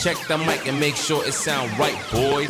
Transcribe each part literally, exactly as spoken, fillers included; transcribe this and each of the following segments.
Check the mic and make sure it sound right, boys.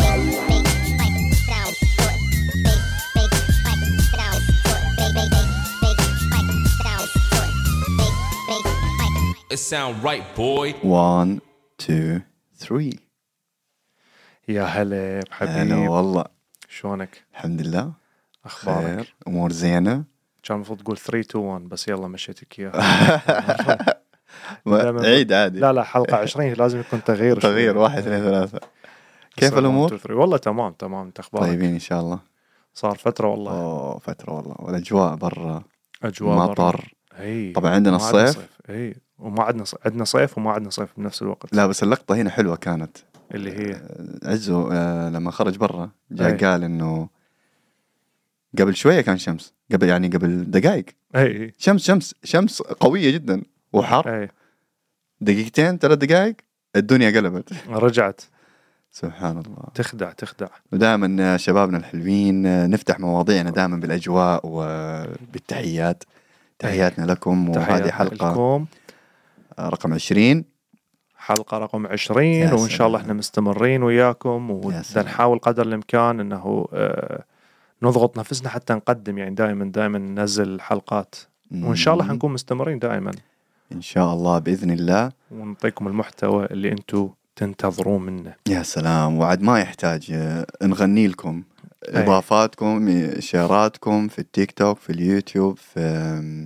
It sound right, boy. One, two, three. يا هلا بحبيب. هلا والله. شلونك؟ الحمد لله. أخبارك؟ خير. أمور زينة. كان المفروض تقول ثلاثة اثنين واحد بس يلا مشيتك إياها. عيد عادي. لا لا حلقة عشرين لازم يكون تغيير. تغيير واحد اثنين ثلاثة. كيف الأمور؟ والله تمام تمام. أنت أخبارك؟ طيبين إن شاء الله. صار فترة والله. أوه فترة والله. والأجواء برا. أجواء مطر. هي. طبعا عندنا الصيف. اي وما عندنا صيف. عندنا صيف وما عندنا صيف بنفس الوقت. لا بس اللقطة هنا حلوة كانت. اللي هي عزو آه لما خرج برا جاء أي. قال إنه قبل شوية كان شمس قبل يعني قبل دقائق اي شمس شمس شمس قوية جدا وحر اي دقيقتين ثلاث دقائق الدنيا قلبت. رجعت. سبحان الله. تخدع تخدع. ودائما شبابنا الحلوين نفتح مواضيعنا دائما بالأجواء وبالتحيات. تحياتنا لكم. وهذه حلقة لكم. رقم عشرين. حلقة رقم عشرين وإن شاء الله إحنا مستمرين وياكم ونحاول قدر الإمكان إنه آه نضغط نفسنا حتى نقدم يعني دائما دائما ننزل حلقات وإن شاء الله حنكون مستمرين دائما إن شاء الله بإذن الله ونعطيكم المحتوى اللي أنتوا تنتظرون منه. يا سلام. وعد ما يحتاج نغني لكم. إضافاتكم شيراتكم في التيك توك في اليوتيوب في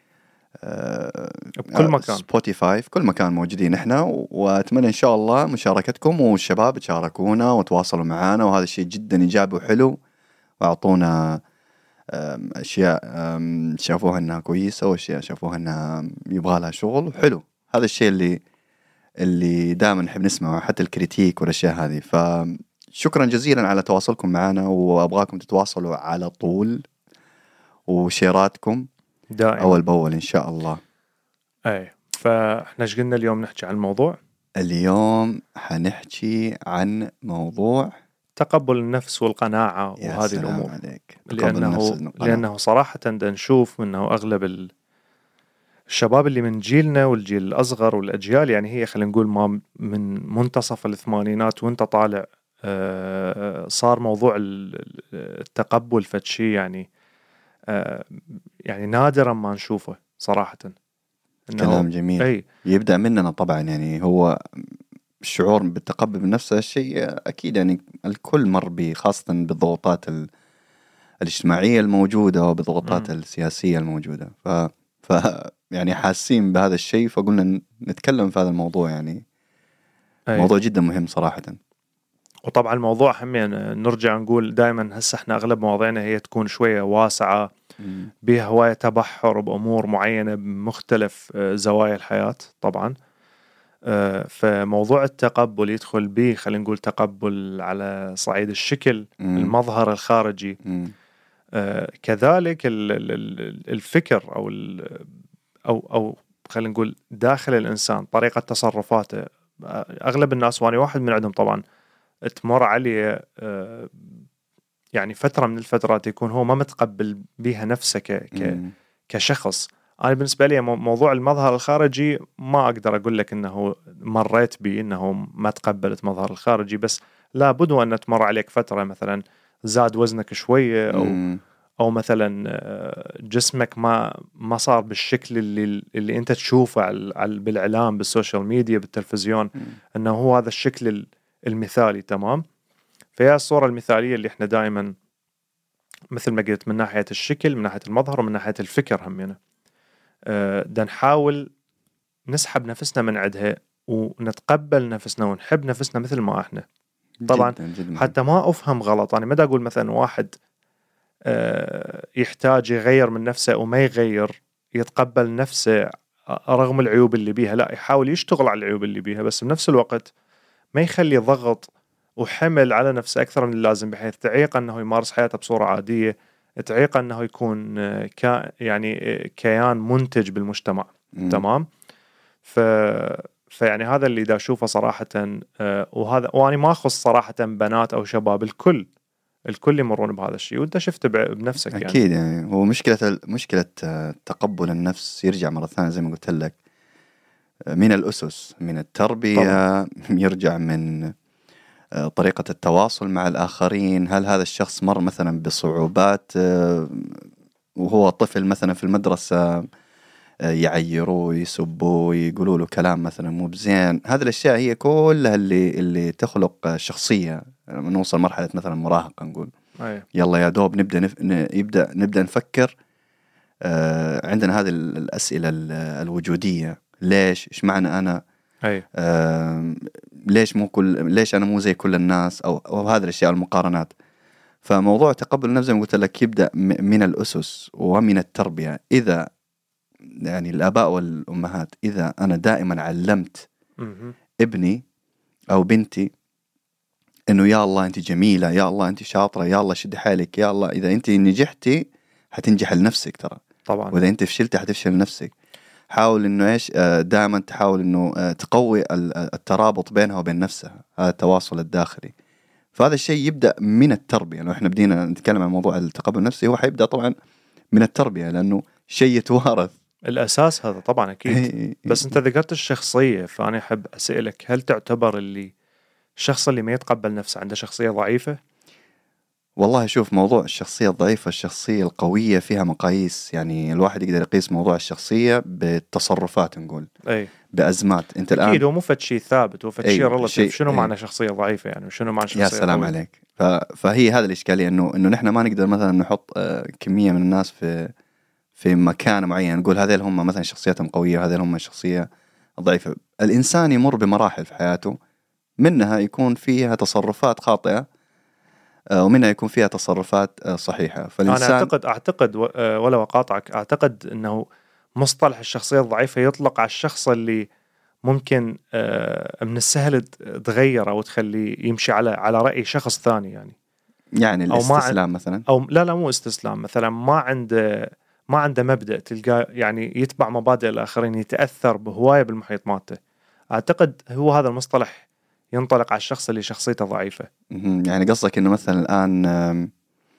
بكل مكان سبوتيفاي في كل مكان موجودين إحنا. وأتمنى إن شاء الله مشاركتكم والشباب تشاركونا وتواصلوا معنا وهذا الشيء جدا إيجابي وحلو. وأعطونا أشياء شافوها إنها كويسة وأشياء شافوها إنها يبغى لها شغل وحلو. هذا الشيء اللي اللي دائما نحب نسمعه حتى الكريتيك والأشياء هذه. فشكرا جزيلا على تواصلكم معنا وأبغاكم تتواصلوا على طول وشيراتكم دائما أول بأول إن شاء الله. أي فإحنا إيش قلنا اليوم نحكي عن الموضوع؟ اليوم حنحكي عن موضوع تقبل النفس والقناعة وهذه الأمور عليك. لأنه لأنه صراحة نشوف إنه أغلب الشباب اللي من جيلنا والجيل الأصغر والأجيال يعني هي خلينا نقول ما من منتصف الثمانينات وانت طالع صار موضوع التقبل فتشي يعني يعني نادرا ما نشوفه صراحة. كلام جميل. أي. يبدأ مننا طبعا يعني هو الشعور بالتقبل من نفسه شيء أكيد يعني الكل مر به خاصة بالضغوطات الاجتماعية الموجودة وبالضغوطات م. السياسية الموجودة. ف... ف يعني حاسين بهذا الشيء فقلنا نتكلم في هذا الموضوع يعني أي. موضوع جدا مهم صراحة. وطبعا الموضوع هم يعني نرجع نقول دائما هسه احنا أغلب مواضيعنا هي تكون شوية واسعة م. بها هواية تبحر بأمور معينة بمختلف زوايا الحياة طبعا. فموضوع التقبل يدخل به خلينا نقول تقبل على صعيد الشكل م. المظهر الخارجي م. آه كذلك الفكر أو أو أو خلينا نقول داخل الإنسان طريقة تصرفاته. أغلب الناس وأنا واحد من عندهم طبعا تمر عليه آه يعني فترة من الفترات يكون هو ما متقبل بها نفسه ك ك كشخص. أنا بالنسبة لي موضوع المظهر الخارجي ما أقدر أقول لك إنه مريت بي إنه ما تقبلت مظهر الخارجي بس لابد أن تمر عليك فترة مثلا زاد وزنك شوية أو م. أو مثلا جسمك ما ما صار بالشكل اللي اللي أنت تشوفه على بالإعلام بالسوشيال ميديا بالتلفزيون م. إنه هو هذا الشكل المثالي تمام. فهي الصورة المثالية اللي إحنا دائما مثل ما قلت من ناحية الشكل من ناحية المظهر ومن ناحية الفكر همينة دا نحاول نسحب نفسنا من عندها ونتقبل نفسنا ونحب نفسنا مثل ما احنا طبعا جداً جداً. حتى ما أفهم غلط أنا ما دا أقول مثلا واحد يحتاج يغير من نفسه وما يغير يتقبل نفسه رغم العيوب اللي بيها لا يحاول يشتغل على العيوب اللي بيها بس بنفس الوقت ما يخلي ضغط وحمل على نفسه أكثر من اللازم بحيث تعيق أنه يمارس حياته بصورة عادية تعيق أنه يكون كا يعني كيان منتج بالمجتمع م. تمام. ف فيعني هذا اللي دا أشوفه صراحة وهذا وأنا ما أخص صراحة بنات أو شباب الكل الكل يمرون بهذا الشيء وأنت شفت بنفسك يعني. أكيد يعني هو مشكلة مشكلة تقبل النفس يرجع مرة ثانية زي ما قلت لك من الأسس، من التربية طبعا. يرجع من طريقة التواصل مع الآخرين. هل هذا الشخص مر مثلا بصعوبات وهو طفل مثلا في المدرسة، يعيروه يسبوه يقولوا له كلام مثلا مو بزين. هذه الأشياء هي كلها اللي اللي تخلق شخصية. لما نوصل مرحلة مثلا مراهقة نقول أيه. يلا يا دوب نبدأ نف... يبدأ نبدأ نفكر. آه عندنا هذه الأسئلة الوجودية، ليش؟ إيش معنى أنا؟ أيه. آه ليش مو كل ليش أنا مو زي كل الناس؟ أو, أو هذه الأشياء المقارنات. فموضوع تقبل النفس زي ما قلت لك يبدأ من الأسس ومن التربية. إذا يعني الآباء والأمهات إذا أنا دائما علمت م- ابني أو بنتي إنه يا الله أنت جميلة، يا الله أنت شاطرة، يا الله شد حالك، يا الله إذا أنت نجحتي حتنجح لنفسك ترى طبعا، وإذا أنت فشلتي حتفشل لنفسك. حاول إنه إيش دائما تحاول إنه تقوي الترابط بينها وبين نفسها، هذا التواصل الداخلي. فهذا الشيء يبدأ من التربية. لو إحنا بدينا نتكلم عن موضوع التقبل النفسي هو حيبدأ طبعا من التربية، لأنه شيء يتوارث الأساس هذا طبعا أكيد. بس أنت ذكرت الشخصية، فأنا أحب أسألك، هل تعتبر اللي الشخص اللي ما يتقبل نفسه عنده شخصية ضعيفة؟ والله شوف، موضوع الشخصية الضعيفة الشخصية القوية فيها مقاييس. يعني الواحد يقدر يقيس موضوع الشخصية بالتصرفات نقول أي. بأزمات. أنت الآن أكيد هو مو فد شيء ثابت، هو فد شيء ريلاتيف. شنو أي. معنى شخصية ضعيفة يعني، وشنو معنى شخصية يا سلام قوية؟ عليك. ف... فهي هذا الإشكالية، إنه إنه نحن ما نقدر مثلا نحط آه كمية من الناس في في مكان معين نقول هذول هم مثلا شخصياتهم قوية وهذول هم شخصية ضعيفة. الإنسان يمر بمراحل في حياته، منها يكون فيها تصرفات خاطئة ومنها يكون فيها تصرفات صحيحة. فالإنسان أنا أعتقد أعتقد ولو أقاطعك، أعتقد أنه مصطلح الشخصية الضعيفة يطلق على الشخص اللي ممكن من السهل تغير أو تخليه يمشي على على رأي شخص ثاني يعني. يعني الاستسلام مثلا، أو لا لا مو استسلام، مثلا ما عنده ما عنده مبدأ، تلقاه يعني يتبع مبادئ الآخرين، يتأثر بهواية بالمحيط مالته. أعتقد هو هذا المصطلح ينطلق على الشخص اللي شخصيته ضعيفة. يعني قصدك إنه مثلا الآن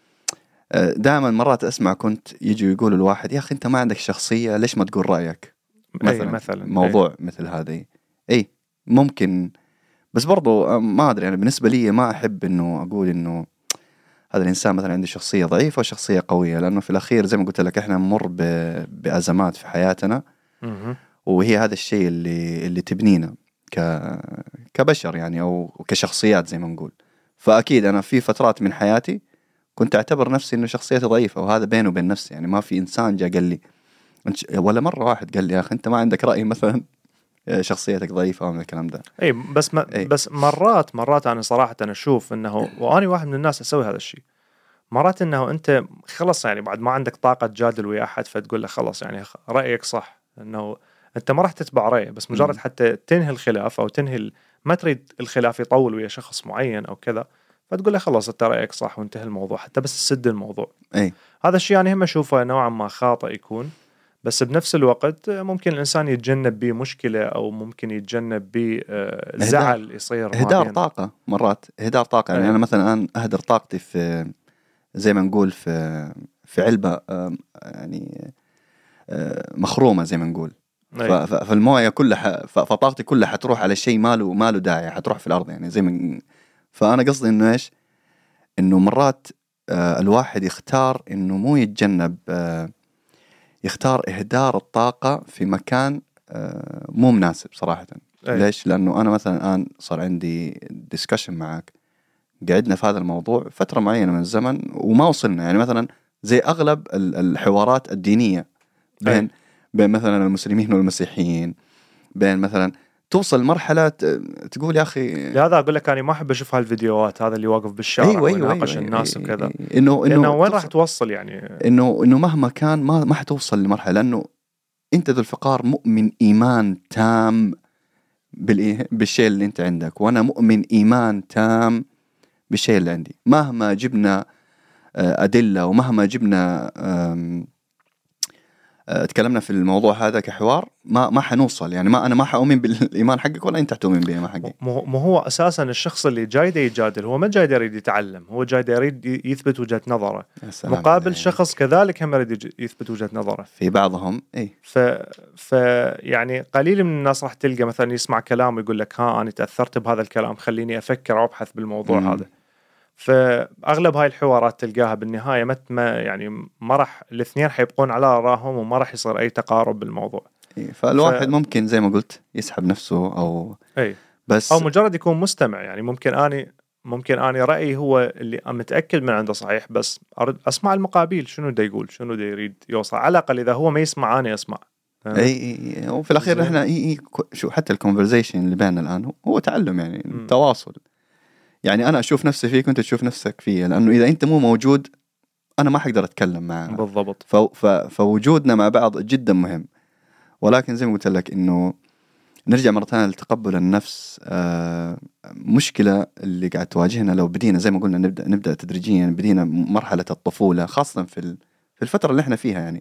دائما مرات أسمع كنت يجي يقول الواحد يا أخي أنت ما عندك شخصية، ليش ما تقول رأيك مثلا, أي مثلا موضوع أي. مثل هذه أي ممكن. بس برضو ما أدري، يعني بالنسبة لي ما أحب إنه أقول إنه هذا الإنسان مثلا عنده شخصية ضعيفة وشخصية قوية، لأنه في الأخير زي ما قلت لك إحنا نمر بأزمات في حياتنا، وهي هذا الشيء اللي اللي تبنينا ك كبشر يعني أو كشخصيات زي ما نقول. فأكيد أنا في فترات من حياتي كنت أعتبر نفسي إنه شخصيتي ضعيفة، وهذا بيني وبين نفسي. يعني ما في إنسان جاء قال لي، ولا مرة واحد قال لي يا أخي أنت ما عندك رأي مثلا شخصيتك ضعيفة أو من الكلام ده. أي بس ما أي. بس مرات مرات أنا صراحة أنا أشوف إنه، وأنا واحد من الناس أسوي هذا الشيء مرات، إنه أنت خلص يعني بعد ما عندك طاقة تجادل ويا أحد، فتقول له خلص يعني رأيك صح، إنه أنت ما راح تتبع رأيه، بس مجرد م. حتى تنهي الخلاف أو تنهي ما تريد الخلاف يطول ويا شخص معين أو كذا، فتقول له خلص أنت رأيك صح وانتهى الموضوع، حتى بس تسد الموضوع. أي. هذا الشيء يعني هم أشوفه نوعا ما خاطئ يكون، بس بنفس الوقت ممكن الإنسان يتجنب به مشكلة، أو ممكن يتجنب به زعل يصير إهدار طاقة. مرات إهدار طاقة يعني. أيه. أنا مثلا الآن أهدر طاقتي في زي ما نقول في في علبة يعني مخرومة زي ما نقول. أيه. فالموية كلها فطاقتي كلها حتروح على شيء ماله ماله داعي، حتروح في الأرض يعني زي ما. فأنا قصدي إنه إيش، إنه مرات الواحد يختار إنه مو يتجنب، يختار إهدار الطاقة في مكان مو مناسب صراحة. أي. ليش؟ لأنه أنا مثلا الآن صار عندي ديسكشن معك، قعدنا في هذا الموضوع فترة معينة من الزمن وما وصلنا، يعني مثلا زي أغلب الحوارات الدينية بين أي. بين مثلا المسلمين والمسيحيين، بين مثلا توصل مرحلة تقول يا أخي. لهذا أقول لك أنا ما أحب أشوف هالفيديوهات، هذا اللي واقف بالشارع أيوة ويناقش أيوة أيوة الناس أيوة وكذا، إنه إنه وين راح توصل يعني، إنه إنه مهما كان ما ما حتوصل لمرحلة، لأنه أنت ذو الفقار مؤمن إيمان تام بالشيء اللي أنت عندك، وأنا مؤمن إيمان تام بالشيء اللي عندي. مهما جبنا أدلة ومهما جبنا تكلمنا في الموضوع هذا كحوار ما ما حنوصل يعني ما أنا ما حأؤمن بالإيمان حقك ولا أنت تؤمن بالإيمان حقي. مو هو أساسا الشخص اللي جاي دا يجادل هو ما جاي دا يريد يتعلم، هو جاي دا يريد يثبت وجهة نظره، مقابل عليك. شخص كذلك هم يريد يثبت وجهة نظره في بعضهم إيه. ف... ف يعني قليل من الناس راح تلقى مثلا يسمع كلام ويقول لك ها أنا تأثرت بهذا الكلام خليني أفكر وأبحث بالموضوع م. هذا. فأغلب هاي الحوارات تلقاها بالنهاية مت ما يعني ما راح الاثنين حيبقون على آرائهم وما راح يصير أي تقارب بالموضوع. إيه. فالواحد ف... ممكن زي ما قلت يسحب نفسه أو أي. بس أو مجرد يكون مستمع. يعني ممكن أني ممكن أني رأيي هو اللي متأكد من عنده صحيح، بس أرد أسمع المقابل شنو دا يقول شنو دا يريد يوصل، على الأقل إذا هو ما يسمع أنا أسمع. اي اي وفي الاخير احنا اي اي شو حتى الكونفرزيشن اللي بيننا الان هو تعلم يعني م. تواصل. يعني انا اشوف نفسي فيك وانت تشوف نفسك فيا، لانه اذا انت مو موجود انا ما حقدر اتكلم معك. بالضبط. ف... ف... فوجودنا مع بعض جدا مهم. ولكن زي ما قلت لك انه نرجع مرة ثانية لتقبل النفس. آه مشكلة اللي قاعد تواجهنا لو بدينا زي ما قلنا نبدأ نبدأ تدريجيا، بدينا مرحلة الطفولة خاصة في ال... في الفترة اللي احنا فيها، يعني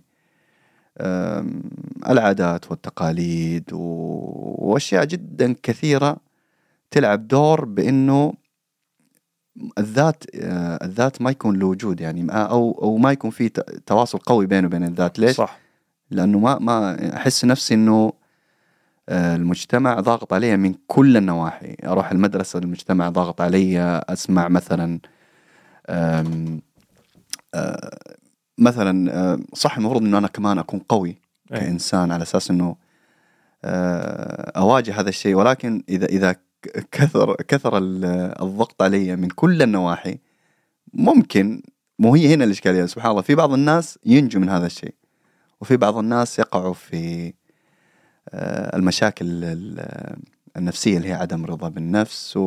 العادات والتقاليد وأشياء جدا كثيرة تلعب دور بأنه الذات الذات ما يكون له وجود، يعني أو أو ما يكون في تواصل قوي بينه وبين الذات. ليش؟ صح. لأنه ما ما أحس نفسي إنه المجتمع ضاغط علي من كل النواحي. أروح المدرسة المجتمع ضاغط علي، أسمع مثلا أم أم مثلا صح المفروض إنه أنا كمان أكون قوي أي. كإنسان على أساس إنه أواجه هذا الشيء، ولكن إذا إذا كثر كثر الضغط علي من كل النواحي ممكن، مو هي هنا الإشكالية سبحان الله، في بعض الناس ينجو من هذا الشيء وفي بعض الناس يقعوا في المشاكل النفسية اللي هي عدم رضا بالنفس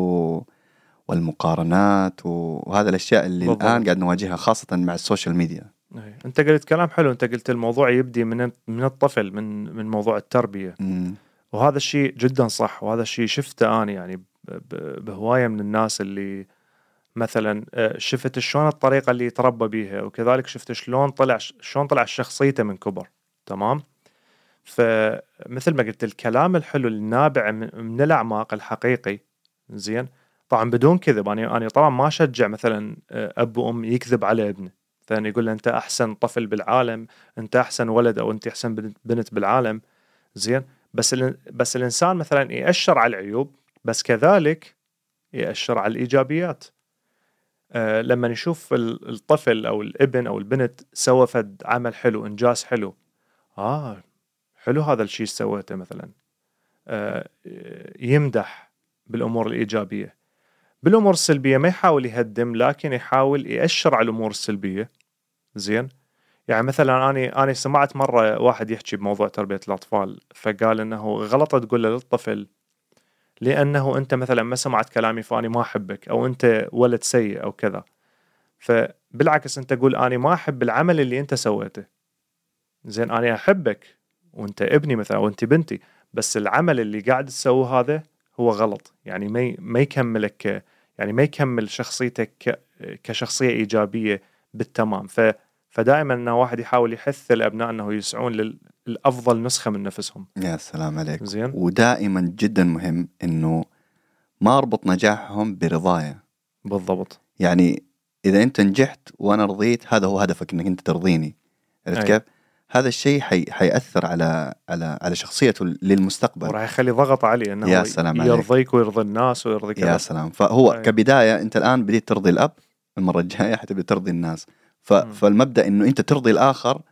والمقارنات وهذا الأشياء اللي بالضبط. الآن قاعد نواجهها خاصة مع السوشيال ميديا. أنت قلت كلام حلو، أنت قلت الموضوع يبدي من من الطفل، من من موضوع التربية م. وهذا الشيء جدا صح، وهذا الشيء شفته أنا يعني بهواية من الناس اللي مثلا شفت شلون الطريقة اللي يتربى بيها، وكذلك شفت شلون طلع شلون طلع شخصيته من كبر. تمام. فمثل ما قلت الكلام الحلو النابع من الأعماق الحقيقي زين. طبعا بدون كذب، أنا أنا طبعا ما أشجع مثلا أب وأم يكذب على ابنه، ثاني يقول له أنت أحسن طفل بالعالم، أنت أحسن ولد أو أنت أحسن بنت بالعالم زين. بس بس الإنسان مثلا يأشر على العيوب، بس كذلك يأشر على الإيجابيات. أه لما نشوف الطفل أو الابن أو البنت سوى فد عمل حلو، إنجاز حلو، آه حلو هذا الشيء سويته مثلا، أه يمدح بالأمور الإيجابية. بالأمور السلبية ما يحاول يهدم، لكن يحاول يأشر على الأمور السلبية زين. يعني مثلا أنا أنا سمعت مرة واحد يحكي بموضوع تربية الأطفال، فقال إنه غلط تقول للطفل لأنه أنت مثلا ما سمعت كلامي فأني ما أحبك، أو أنت ولد سيء أو كذا. فبالعكس أنت قول أنا ما أحب العمل اللي أنت سويته زين، أنا أحبك وأنت ابني مثلا وأنت بنتي، بس العمل اللي قاعد تسويه هذا هو غلط، يعني ما ما يكملك، يعني ما يكمل شخصيتك كشخصية إيجابية بالتمام. ف فدائما أنه واحد يحاول يحث الأبناء أنه يسعون للأفضل نسخة من نفسهم. يا سلام عليك. زين. ودائما جدا مهم أنه ما أربط نجاحهم برضايا. بالضبط. يعني إذا أنت نجحت وأنا رضيت، هذا هو هدفك أنك أنت ترضيني، عرفت كيف؟ هذا الشيء حي... حيأثر على على على شخصيته للمستقبل، وراح يخلي ضغط عليه أنه يا سلام يرضيك ويرضي الناس ويرضي كذا. يا سلام. فهو أي. كبداية أنت الآن بديت ترضي الأب، المرة الجاية حتبدأ ترضي الناس. ف... فالمبدأ إنه أنت ترضي الآخر،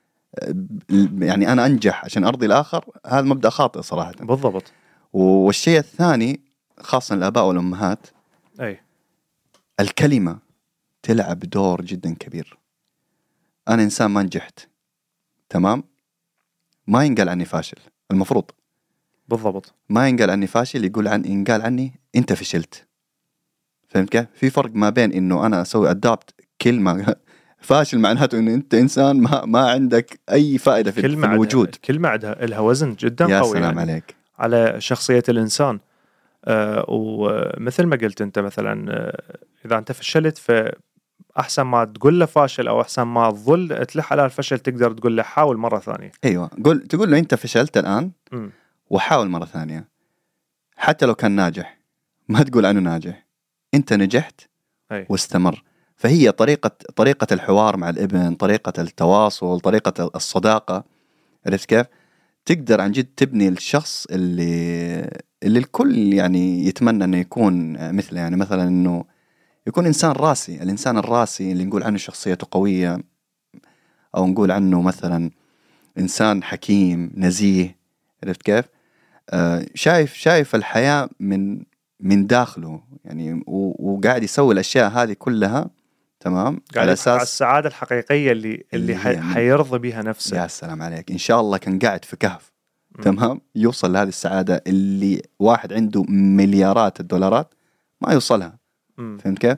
يعني أنا أنجح عشان أرضي الآخر، هذا مبدأ خاطئ صراحة. بالضبط. والشيء الثاني خاصة الآباء والأمهات، أي الكلمة تلعب دور جدا كبير. أنا إنسان ما نجحت، تمام، ما ينقال عني فاشل، المفروض بالضبط ما ينقال عني فاشل، يقول عن ينقال عني أنت فشلت. فهمت كيف؟ في فرق ما بين إنه أنا أسوي أدابت كلمة فاشل معناته إنه أنت إنسان ما ما عندك أي فائدة في, في الوجود. كلمة عندها لها وزن جدا يا قوي، سلام يعني عليك، على شخصية الإنسان. آه ومثل ما قلت أنت مثلا، آه إذا أنت فشلت، احسن ما تقول له فاشل او احسن ما تظل تلح على الفشل تقدر تقول له حاول مره ثانيه. ايوه، قول تقول له انت فشلت الان م. وحاول مره ثانيه حتى لو كان ناجح، ما تقول عنه ناجح، انت نجحت أي. واستمر. فهي طريقه طريقه الحوار مع الابن، طريقه التواصل، طريقه الصداقه. عرفت كيف؟ تقدر عن جد تبني الشخص اللي اللي الكل يعني يتمنى انه يكون مثله. يعني مثلا انه يكون انسان راسي، الانسان الراسي اللي نقول عنه شخصيته قويه، او نقول عنه مثلا انسان حكيم نزيه. عرفت كيف؟ آه شايف شايف الحياه من من داخله يعني، وقاعد يسوي الاشياء هذه كلها تمام على اساس السعاده الحقيقيه اللي اللي, اللي حيرضى بها نفسه. يا سلام عليك. ان شاء الله كان قاعد في كهف م. تمام يوصل لهذه السعاده اللي واحد عنده مليارات الدولارات ما يوصلها. م. فهمت كيف؟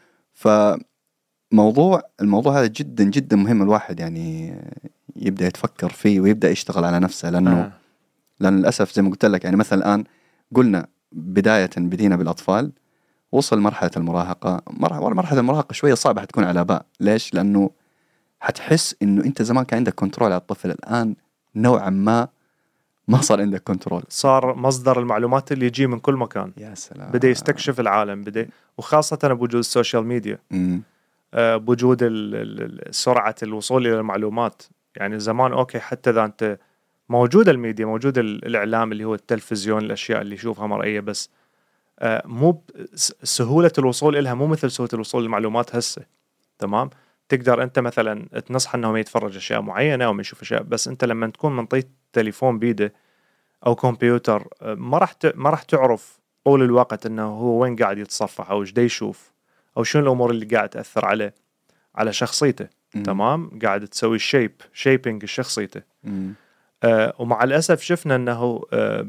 فموضوع الموضوع هذا جدا جدا مهم الواحد يعني يبدا يتفكر فيه ويبدا يشتغل على نفسه، لانه آه. لان للاسف زي ما قلت لك يعني مثلا الان قلنا بدايه بدينا بالاطفال، وصل مرحله المراهقه. مرحله المراهقه شويه صعبه حتكون على الاباء. ليش؟ لانه حتحس انه انت زمان كان عندك كنترول على الطفل، الان نوعا ما ما صار عندك كنترول، صار مصدر المعلومات اللي يجي من كل مكان. يا سلام. بدا يستكشف العالم، بدا وخاصه بوجود السوشيال ميديا، آه بوجود سرعه الوصول الى المعلومات. يعني زمان اوكي حتى اذا انت موجود الميديا، موجود الاعلام اللي هو التلفزيون، الاشياء اللي يشوفها مرئيه، بس آه مو سهوله الوصول إلها مو مثل سهوله الوصول للمعلومات هسه. تمام؟ تقدر انت مثلا تنصح انه ما يتفرج اشياء معينه او ما يشوف اشياء، بس انت لما تكون منطيت تليفون بيده او كمبيوتر ما راح ما راح تعرف طول الوقت انه هو وين قاعد يتصفح او ايش دا يشوف او شنو الامور اللي قاعد تاثر عليه على شخصيته. م. تمام؟ قاعد تسوي شيب شيبينج شخصيته. آه ومع الاسف شفنا انه آه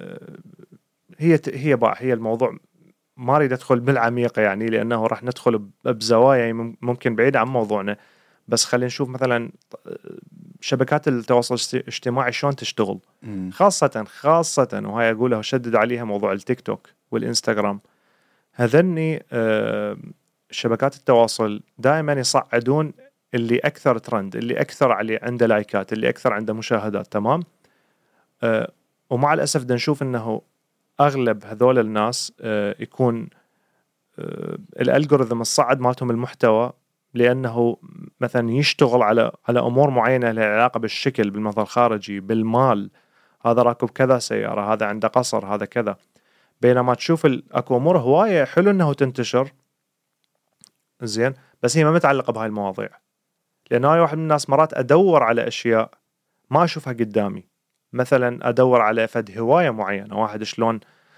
هي هي بقى هي الموضوع ما اريد ادخل بالعميقه يعني، لانه راح ندخل بزوايا ممكن بعيده عن موضوعنا. بس خلينا نشوف مثلا شبكات التواصل الاجتماعي شلون تشتغل. م. خاصه خاصه وهاي اقولها وشدد عليها موضوع التيك توك والانستغرام. هذني آه شبكات التواصل دائما يصعدون اللي اكثر ترند، اللي اكثر عليه عنده لايكات، اللي اكثر عنده مشاهدات. تمام؟ آه ومع الاسف بدنا نشوف انه اغلب هذول الناس آه يكون آه الالجوريثم الصعد مالتهم المحتوى، لانه مثلا يشتغل على على امور معينه لها علاقه بالشكل، بالمظهر الخارجي، بالمال. هذا راكب كذا سياره، هذا عنده قصر، هذا كذا. بينما تشوف اكو امور هوايه حلو انه تنتشر زين، بس هي ما متعلقه بهاي المواضيع. لانه انا واحد من الناس مرات ادور على اشياء ما اشوفها قدامي. مثلا ادور على فد هوايه معينه، واحد شلون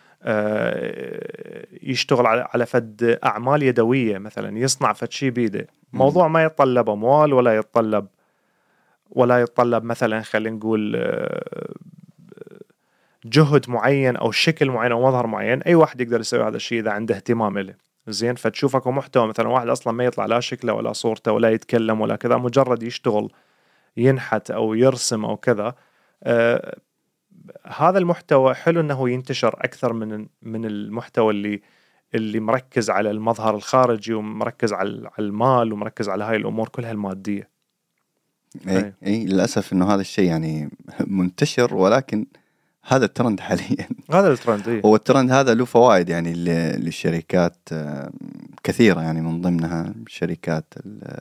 يشتغل على على فد أعمال يدوية، مثلا يصنع فد شيء بيده، موضوع ما يتطلب أموال ولا يتطلب ولا يتطلب مثلا خلينا نقول جهد معين أو شكل معين أو مظهر معين. أي واحد يقدر يسوي هذا الشيء إذا عنده اهتمام له. زين، فتشوفك محتوى مثلا واحد أصلا ما يطلع لا شكله ولا صورته ولا يتكلم ولا كذا، مجرد يشتغل ينحت أو يرسم أو كذا. أه هذا المحتوى حلو انه ينتشر اكثر من من المحتوى اللي اللي مركز على المظهر الخارجي ومركز على المال ومركز على هاي الامور كلها الماديه. اي اي للاسف انه هذا الشيء يعني منتشر، ولكن هذا الترند حاليا. هذا الترند. إيه؟ هو الترند هذا له فوائد يعني للشركات كثيره، يعني من ضمنها شركات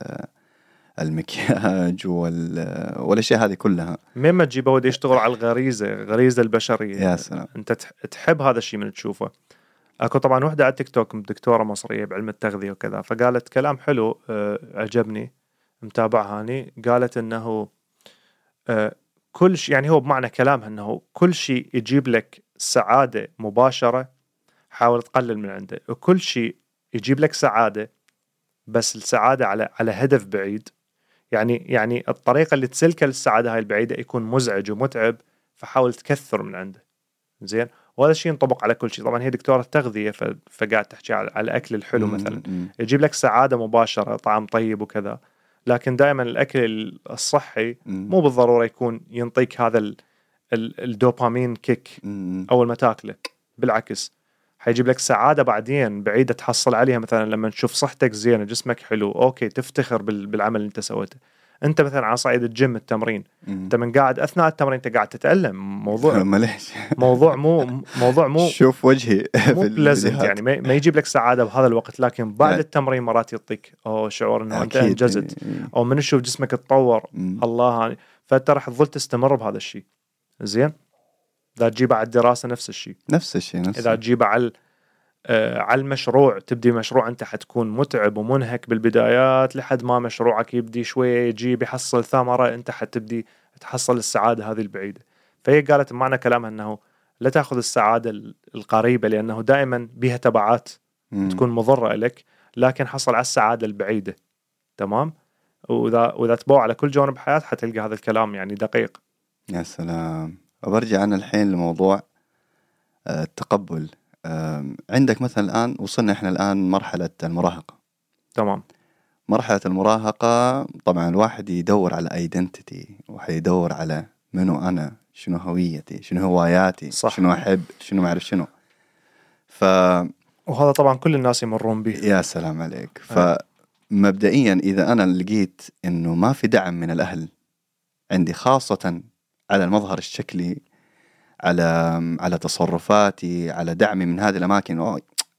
المكياج والاشياء هذه كلها. مما تجيبه ودي يشتغل على الغريزه غريزه البشريه. يا سلام. انت تحب هذا الشيء من تشوفه. اكو طبعا وحده على تيك توك دكتوره مصريه بعلم التغذيه وكذا، فقالت كلام حلو أه عجبني، متابعها هاني. قالت انه أه كل شيء، يعني هو بمعنى كلامها انه كل شيء يجيب لك سعاده مباشره حاول تقلل من عنده، وكل شيء يجيب لك سعاده بس السعاده على على هدف بعيد، يعني يعني الطريقة اللي تسلك للسعادة هاي البعيدة يكون مزعج ومتعب، فحاول تكثر من عنده. زين، وهذا الشيء ينطبق على كل شيء. طبعا هي دكتورة تغذية فقاعد تحكي على الأكل الحلو مثلا، يجيب لك سعادة مباشرة، طعم طيب وكذا. لكن دائما الأكل الصحي مو بالضرورة يكون ينطيك هذا الدوبامين كيك أول ما تاكله. بالعكس، حيجيب لك سعادة بعدين بعيدة تحصل عليها، مثلا لما تشوف صحتك زينة، جسمك حلو، أوكي تفتخر بالعمل اللي أنت سويته. أنت مثلا على صعيد الجيم التمرين، أنت من قاعد أثناء التمرين أنت قاعد تتألم، موضوع موضوع مو موضوع مو شوف وجهي مو بلزنت يعني، ما, ما يجيب لك سعادة بهذا الوقت، لكن بعد التمرين مرات يعطيك أو شعور إنه أنت أنجزت، أو من تشوف جسمك تطور. الله، فأنت راح تظل تستمر بهذا الشيء. زين، إذا تجيب على الدراسة نفس الشيء نفس الشيء نفس إذا تجيب على آه على المشروع، تبدي مشروع أنت حتكون متعب ومنهك بالبدايات، لحد ما مشروعك يبدي شوية يجيب يحصل ثمرة، أنت حتبدي تحصل السعادة هذه البعيدة. فهي قالت معنى كلامها أنه لا تأخذ السعادة القريبة لأنه دائما بها تبعات مم. تكون مضرة لك، لكن حصل على السعادة البعيدة. تمام. وإذا وإذا تبوع على كل جوانب حياتك حتلقى هذا الكلام يعني دقيق. يا سلام. وبرجع أنا الحين لموضوع التقبل. عندك مثلا الآن وصلنا إحنا الآن مرحلة المراهقة. تمام. مرحلة المراهقة طبعا الواحد يدور على ايدنتيتي، وحيدور على منو أنا، شنو هويتي، شنو هواياتي، صح. شنو أحب، شنو ما أعرف شنو. ف وهذا طبعا كل الناس يمرون به. يا سلام عليك. فمبدئيا إذا أنا لقيت إنه ما في دعم من الأهل عندي، خاصة على المظهر الشكلي، على على تصرفاتي، على دعمي من هذه الأماكن، أو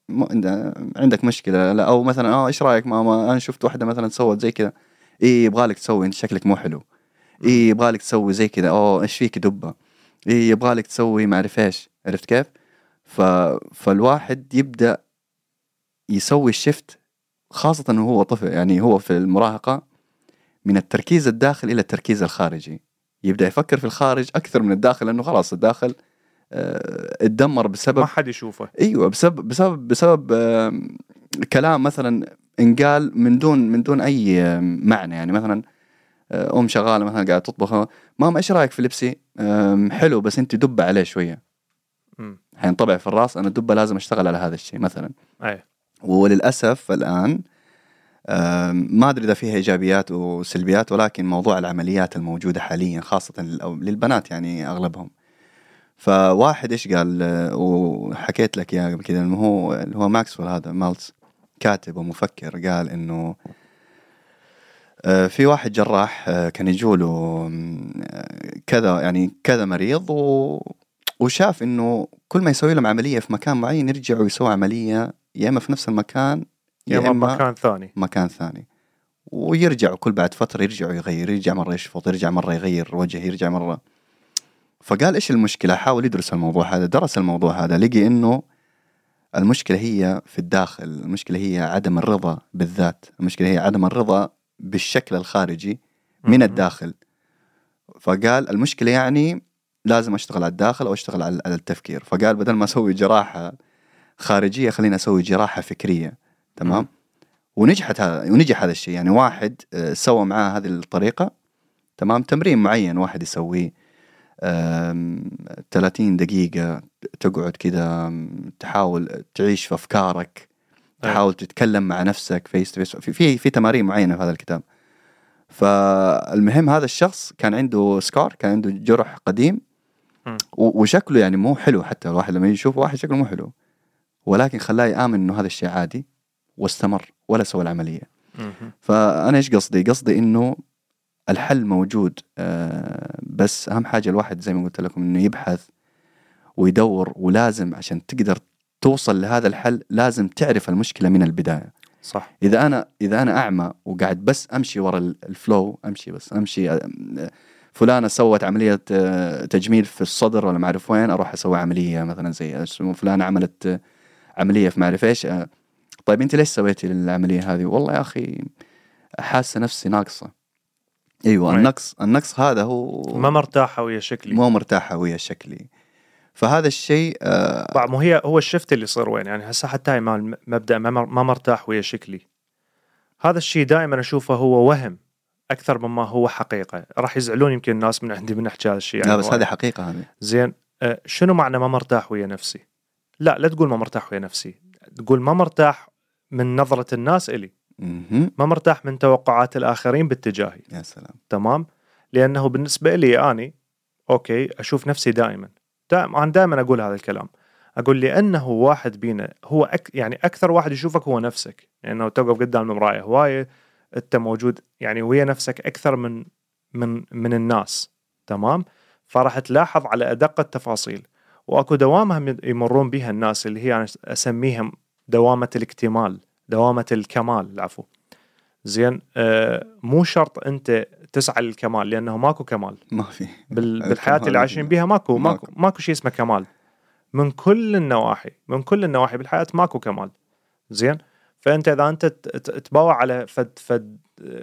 عندك مشكلة لا، أو مثلا آه إيش رأيك ماما، أنا شفت واحدة مثلا سوت زي كذا، إيه يبغالك تسوي، أنت شكلك مو حلو، إيه يبغالك تسوي زي كذا، أوه إيش فيك دبة، إيه يبغالك تسوي ما أعرف إيش. عرفت كيف؟ ف... فالواحد يبدأ يسوي الشفت، خاصة أنه هو طفل، يعني هو في المراهقة، من التركيز الداخل إلى التركيز الخارجي. يبدأ يفكر في الخارج أكثر من الداخل، لأنه خلاص الداخل اتدمر بسبب ما حد يشوفه. ايوه بسبب بسبب بسبب كلام مثلا انقال من دون من دون اي معنى. يعني مثلا ام شغاله مثلا قاعده تطبخ، ماما ايش رايك في لبسي؟ حلو بس انت دب عليه شويه. حينطبع في الراس انا دبه لازم اشتغل على هذا الشيء مثلا. أي. وللاسف الان ما ادري اذا فيها ايجابيات وسلبيات، ولكن موضوع العمليات الموجوده حاليا خاصه للبنات يعني اغلبهم. فواحد إيش قال، وحكيت لك يا قبل كده، إنه هو اللي هو ماكسويل هذا مالتز، كاتب ومفكر، قال إنه في واحد جراح كان يجوله كذا يعني كذا مريض، وشاف إنه كل ما يسوي لهم عملية في مكان معين يرجع ويسوي عملية يا إما في نفس المكان يا إما مكان ثاني مكان ثاني ويرجع كل بعد فترة يرجع ويغير، يرجع مرة يشفط، يرجع مرة يغير وجهه، يرجع مرة. فقال إيش المشكلة؟ حاول يدرس الموضوع هذا، درس الموضوع هذا، لقي إنه المشكلة هي في الداخل، المشكلة هي عدم الرضا بالذات، المشكلة هي عدم الرضا بالشكل الخارجي من الداخل. فقال المشكلة يعني لازم أشتغل على الداخل أو أشتغل على التفكير. فقال بدل ما أسوي جراحة خارجية خلينا أسوي جراحة فكرية. تمام. ونجحت هذا ونجح هذا الشيء. يعني واحد سوى معاه هذه الطريقة. تمام. تمرين معين واحد يسويه ثلاثين دقيقة، تقعد كده تحاول تعيش في أفكارك، تحاول تتكلم مع نفسك فيس تو فيس. في في في تمارين معينة في هذا الكتاب. فالمهم هذا الشخص كان عنده سكار، كان عنده جرح قديم، وشكله يعني مو حلو، حتى الواحد لما يشوف واحد شكله مو حلو، ولكن خلاه يآمن إنه هذا الشيء عادي واستمر ولا سوى العملية. فأنا إيش قصدي؟ قصدي إنه الحل موجود، آه بس أهم حاجة الواحد زي ما قلت لكم إنه يبحث ويدور، ولازم عشان تقدر توصل لهذا الحل لازم تعرف المشكلة من البداية. صح. إذا أنا إذا أنا أعمى وقاعد بس أمشي ورا الفلو، أمشي بس أمشي، فلانة سوت عملية تجميل في الصدر ولا ما أعرف وين، أروح أسوي عملية مثلا زي فلانة عملت عملية في ما أعرف إيش. طيب أنت ليش سويتي العملية هذه؟ والله يا أخي حاسة نفسي ناقصة. ايوه النقص النقص هذا هو ما مرتاحه ويا شكلي، مو مرتاحه ويا شكلي. فهذا الشيء آه مو هي هو الشفت اللي يصير وين يعني هسه حتى هاي مال مبدا ما مرتاح ويا شكلي. هذا الشيء دائما اشوفه هو وهم اكثر مما هو حقيقه. راح يزعلون يمكن الناس من عندي من احكي هذا الشيء يعني. لا بس هذه حقيقه هذه. زين آه شنو معنى ما مرتاح ويا نفسي؟ لا لا تقول ما مرتاح ويا نفسي، تقول ما مرتاح من نظره الناس إلي، ما مرتاح من توقعات الآخرين باتجاهي. يا سلام. تمام. لأنه بالنسبة لي أنا أوكي أشوف نفسي دائما دائما أنا دائما أقول هذا الكلام، أقول لأنه واحد بينا هو أك يعني أكثر واحد يشوفك هو نفسك، لأنه توقف قدام المراية هواية أنت موجود يعني ويا نفسك أكثر من من من الناس، تمام؟ فراح تلاحظ على أدق التفاصيل. وأكو دوامة يمرون بها الناس اللي هي أنا أسميها دوامة الاكتمال، دوامة الكمال، العفو. زين آه مو شرط أنت تسعى للكمال، لأنه ماكو كمال ما في بال بالحياة اللي عايشين بيها، ماكو ماكو ماكو شيء اسمه كمال من كل النواحي، من كل النواحي بالحياة ماكو كمال. زين فأنت إذا أنت تباوع على فد فد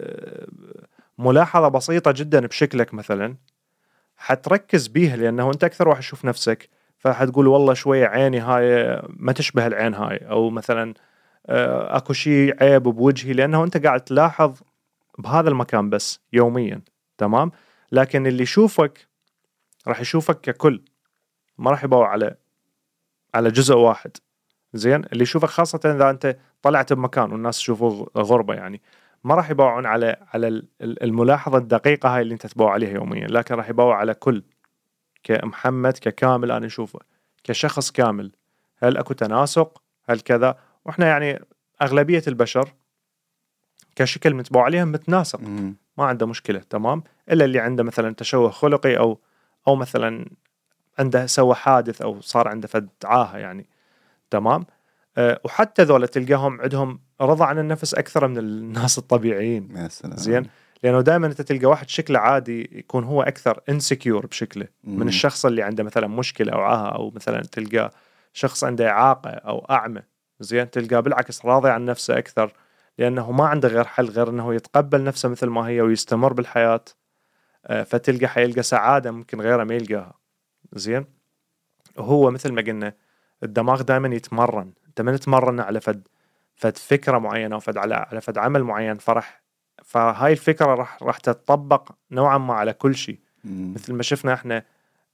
ملاحظة بسيطة جدا بشكلك مثلا، حتركز بيها لأنه أنت أكثر واحد يشوف نفسك، فحتقول والله شوية عيني هاي ما تشبه العين هاي، أو مثلا أكو شيء عيب بوجهي، لأنه أنت قاعد تلاحظ بهذا المكان بس يوميا، تمام؟ لكن اللي يشوفك راح يشوفك ككل، ما راح يباوع على على جزء واحد. زين اللي يشوفك خاصة إذا أنت طلعت بمكان والناس يشوفوا غربة، يعني ما راح يباوعون على على الملاحظة الدقيقة هاي اللي أنت تباوع عليها يوميا، لكن راح يباوع على كل كمحمد ككامل أنا أشوفه كشخص كامل، هل أكو تناسق، هل كذا. وإحنا يعني أغلبية البشر كشكل متباوع عليهم متناسق، ما عنده مشكلة، تمام؟ إلا اللي عنده مثلا تشوه خلقي أو أو مثلا عنده سوى حادث أو صار عنده فد عاهة يعني، تمام؟ أه وحتى ذولا تلقاهم عندهم رضا عن النفس أكثر من الناس الطبيعيين. يا سلام. زين لأنه دائما أنت تلقى واحد شكله عادي يكون هو أكثر insecure بشكله مم. من الشخص اللي عنده مثلا مشكلة أو عاهة، أو مثلا تلقى شخص عنده إعاقة أو أعمى، زين تلقاه بالعكس راضي عن نفسه أكثر، لأنه ما عنده غير حل غير أنه يتقبل نفسه مثل ما هي ويستمر بالحياة. أه فتلقى حيلقى سعادة ممكن غيره ما يلقاها. زين وهو مثل ما قلنا الدماغ دائما يتمرن، انت من تتمرن على فد فد فكره معينه وفد على على فد عمل معين، فرح فهاي الفكره راح راح تتطبق نوعا ما على كل شيء. مثل ما شفنا احنا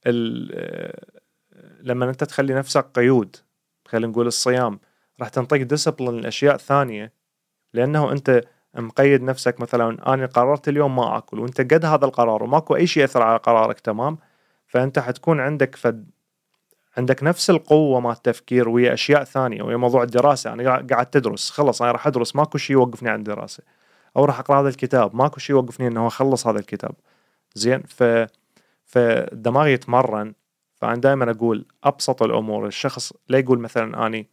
لما انت تخلي نفسك قيود، خلينا نقول الصيام، راح تنطيك ديسبلين الاشياء الثانيه، لانه انت مقيد نفسك. مثلا انا قررت اليوم ما اكل، وانت قد هذا القرار وماكو اي شيء ياثر على قرارك، تمام؟ فانت حتكون عندك فد عندك نفس القوة مع التفكير ويا أشياء ثانية، ويا موضوع الدراسة. أنا قاعد تدرس، خلص أنا راح أدرس، ماكو شيء يوقفني عن الدراسة، أو راح أقرأ هذا الكتاب، ماكو شيء يوقفني إنه أخلص هذا الكتاب. زين ف فالدماغ يتمرن. فأنا دائما أقول أبسط الأمور، الشخص لا يقول مثلا أني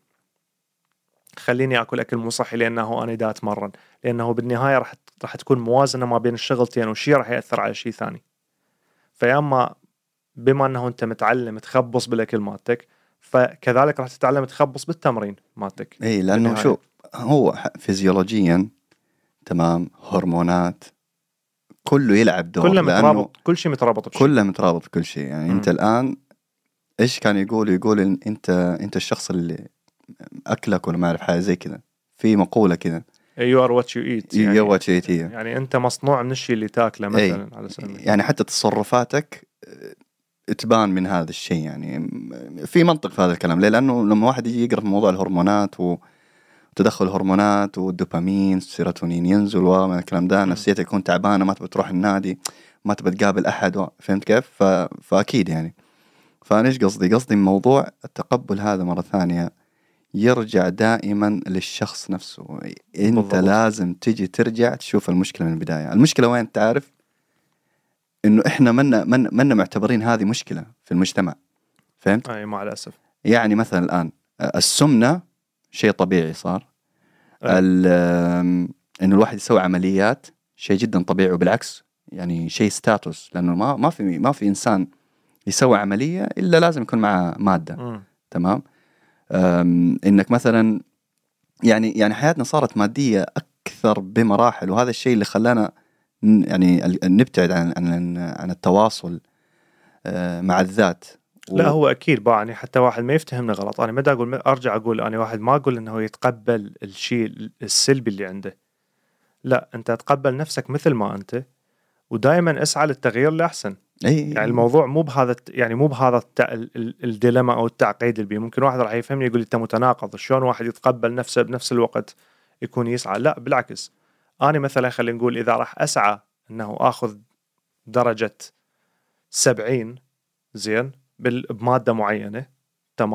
خليني أكل أكل مو صحي لأنه أنا دا أتمرن، لأنه بالنهاية راح راح تكون موازنة ما بين الشغلتين، وشيء راح يأثر على شيء ثاني. فياما بما أنه أنت متعلم تخبص بالأكل مالتك، فكذلك راح تتعلم تخبص بالتمرين مالتك. إيه لأنه شو هو فيزيولوجيا، تمام، هرمونات، كله يلعب دور، كله مترابط، كل شيء مترابط بشيء، كله مترابط بكل شيء. يعني م. أنت الآن إيش كان يقول يقول إن أنت أنت الشخص اللي أكلك ولا ما أعرف حاجة زي كذا، في مقولة كذا you are what you eat، يعني, you what you eat يعني أنت مصنوع من الشيء اللي تاكله مثلا. أي. على سبيل يعني حتى تصرفاتك تبان من هذا الشيء. يعني في منطق في هذا الكلام. ليه؟ لأنه لما واحد يجي يقرأ في موضوع الهرمونات وتدخل الهرمونات والدوبامين السيروتونين ينزل وما الكلام ده، نفسيتك يكون تعبانة، ما تبي تروح النادي، ما تبي تقابل أحد، فهمت كيف؟ ف... فأكيد يعني. فأنا إيش قصدي؟ قصدي موضوع التقبل هذا مرة ثانية يرجع دائما للشخص نفسه. أنت بالضبط. لازم تجي ترجع تشوف المشكلة من البداية. المشكلة وين تعرف؟ إنه إحنا منا من منا معتبرين هذه مشكلة في المجتمع، فهمت؟ أي مع الأسف. يعني مثلا الآن السمنة شيء طبيعي صار، إنه الواحد يسوي عمليات شيء جدا طبيعي، وبالعكس يعني شيء ستاتوس، لأنه ما ما في ما في إنسان يسوي عملية إلا لازم يكون معه مادة. م. تمام. إنك مثلا يعني يعني حياتنا صارت مادية أكثر بمراحل، وهذا الشيء اللي خلانا يعني نبتعد عن عن عن التواصل مع الذات. و... لا هو أكيد بقى يعني حتى واحد ما يفتهمنا غلط. أنا مدى أقول أرجع أقول أنا واحد ما أقول إنه يتقبل الشيء السلبي اللي عنده، لا أنت تقبل نفسك مثل ما أنت، ودائما اسعى للتغيير لأحسن. أي. يعني الموضوع مو بهذا يعني مو بهذا التع... الديلما أو التعقيد اللي بيه. ممكن واحد راح يفهمني يقول أنت متناقض، شلون واحد يتقبل نفسه بنفس الوقت يكون يسعى؟ لا بالعكس. أنا مثلا خلينا نقول إذا راح أسعى إنه آخذ درجة سبعين زين بمادة معينة، تمام،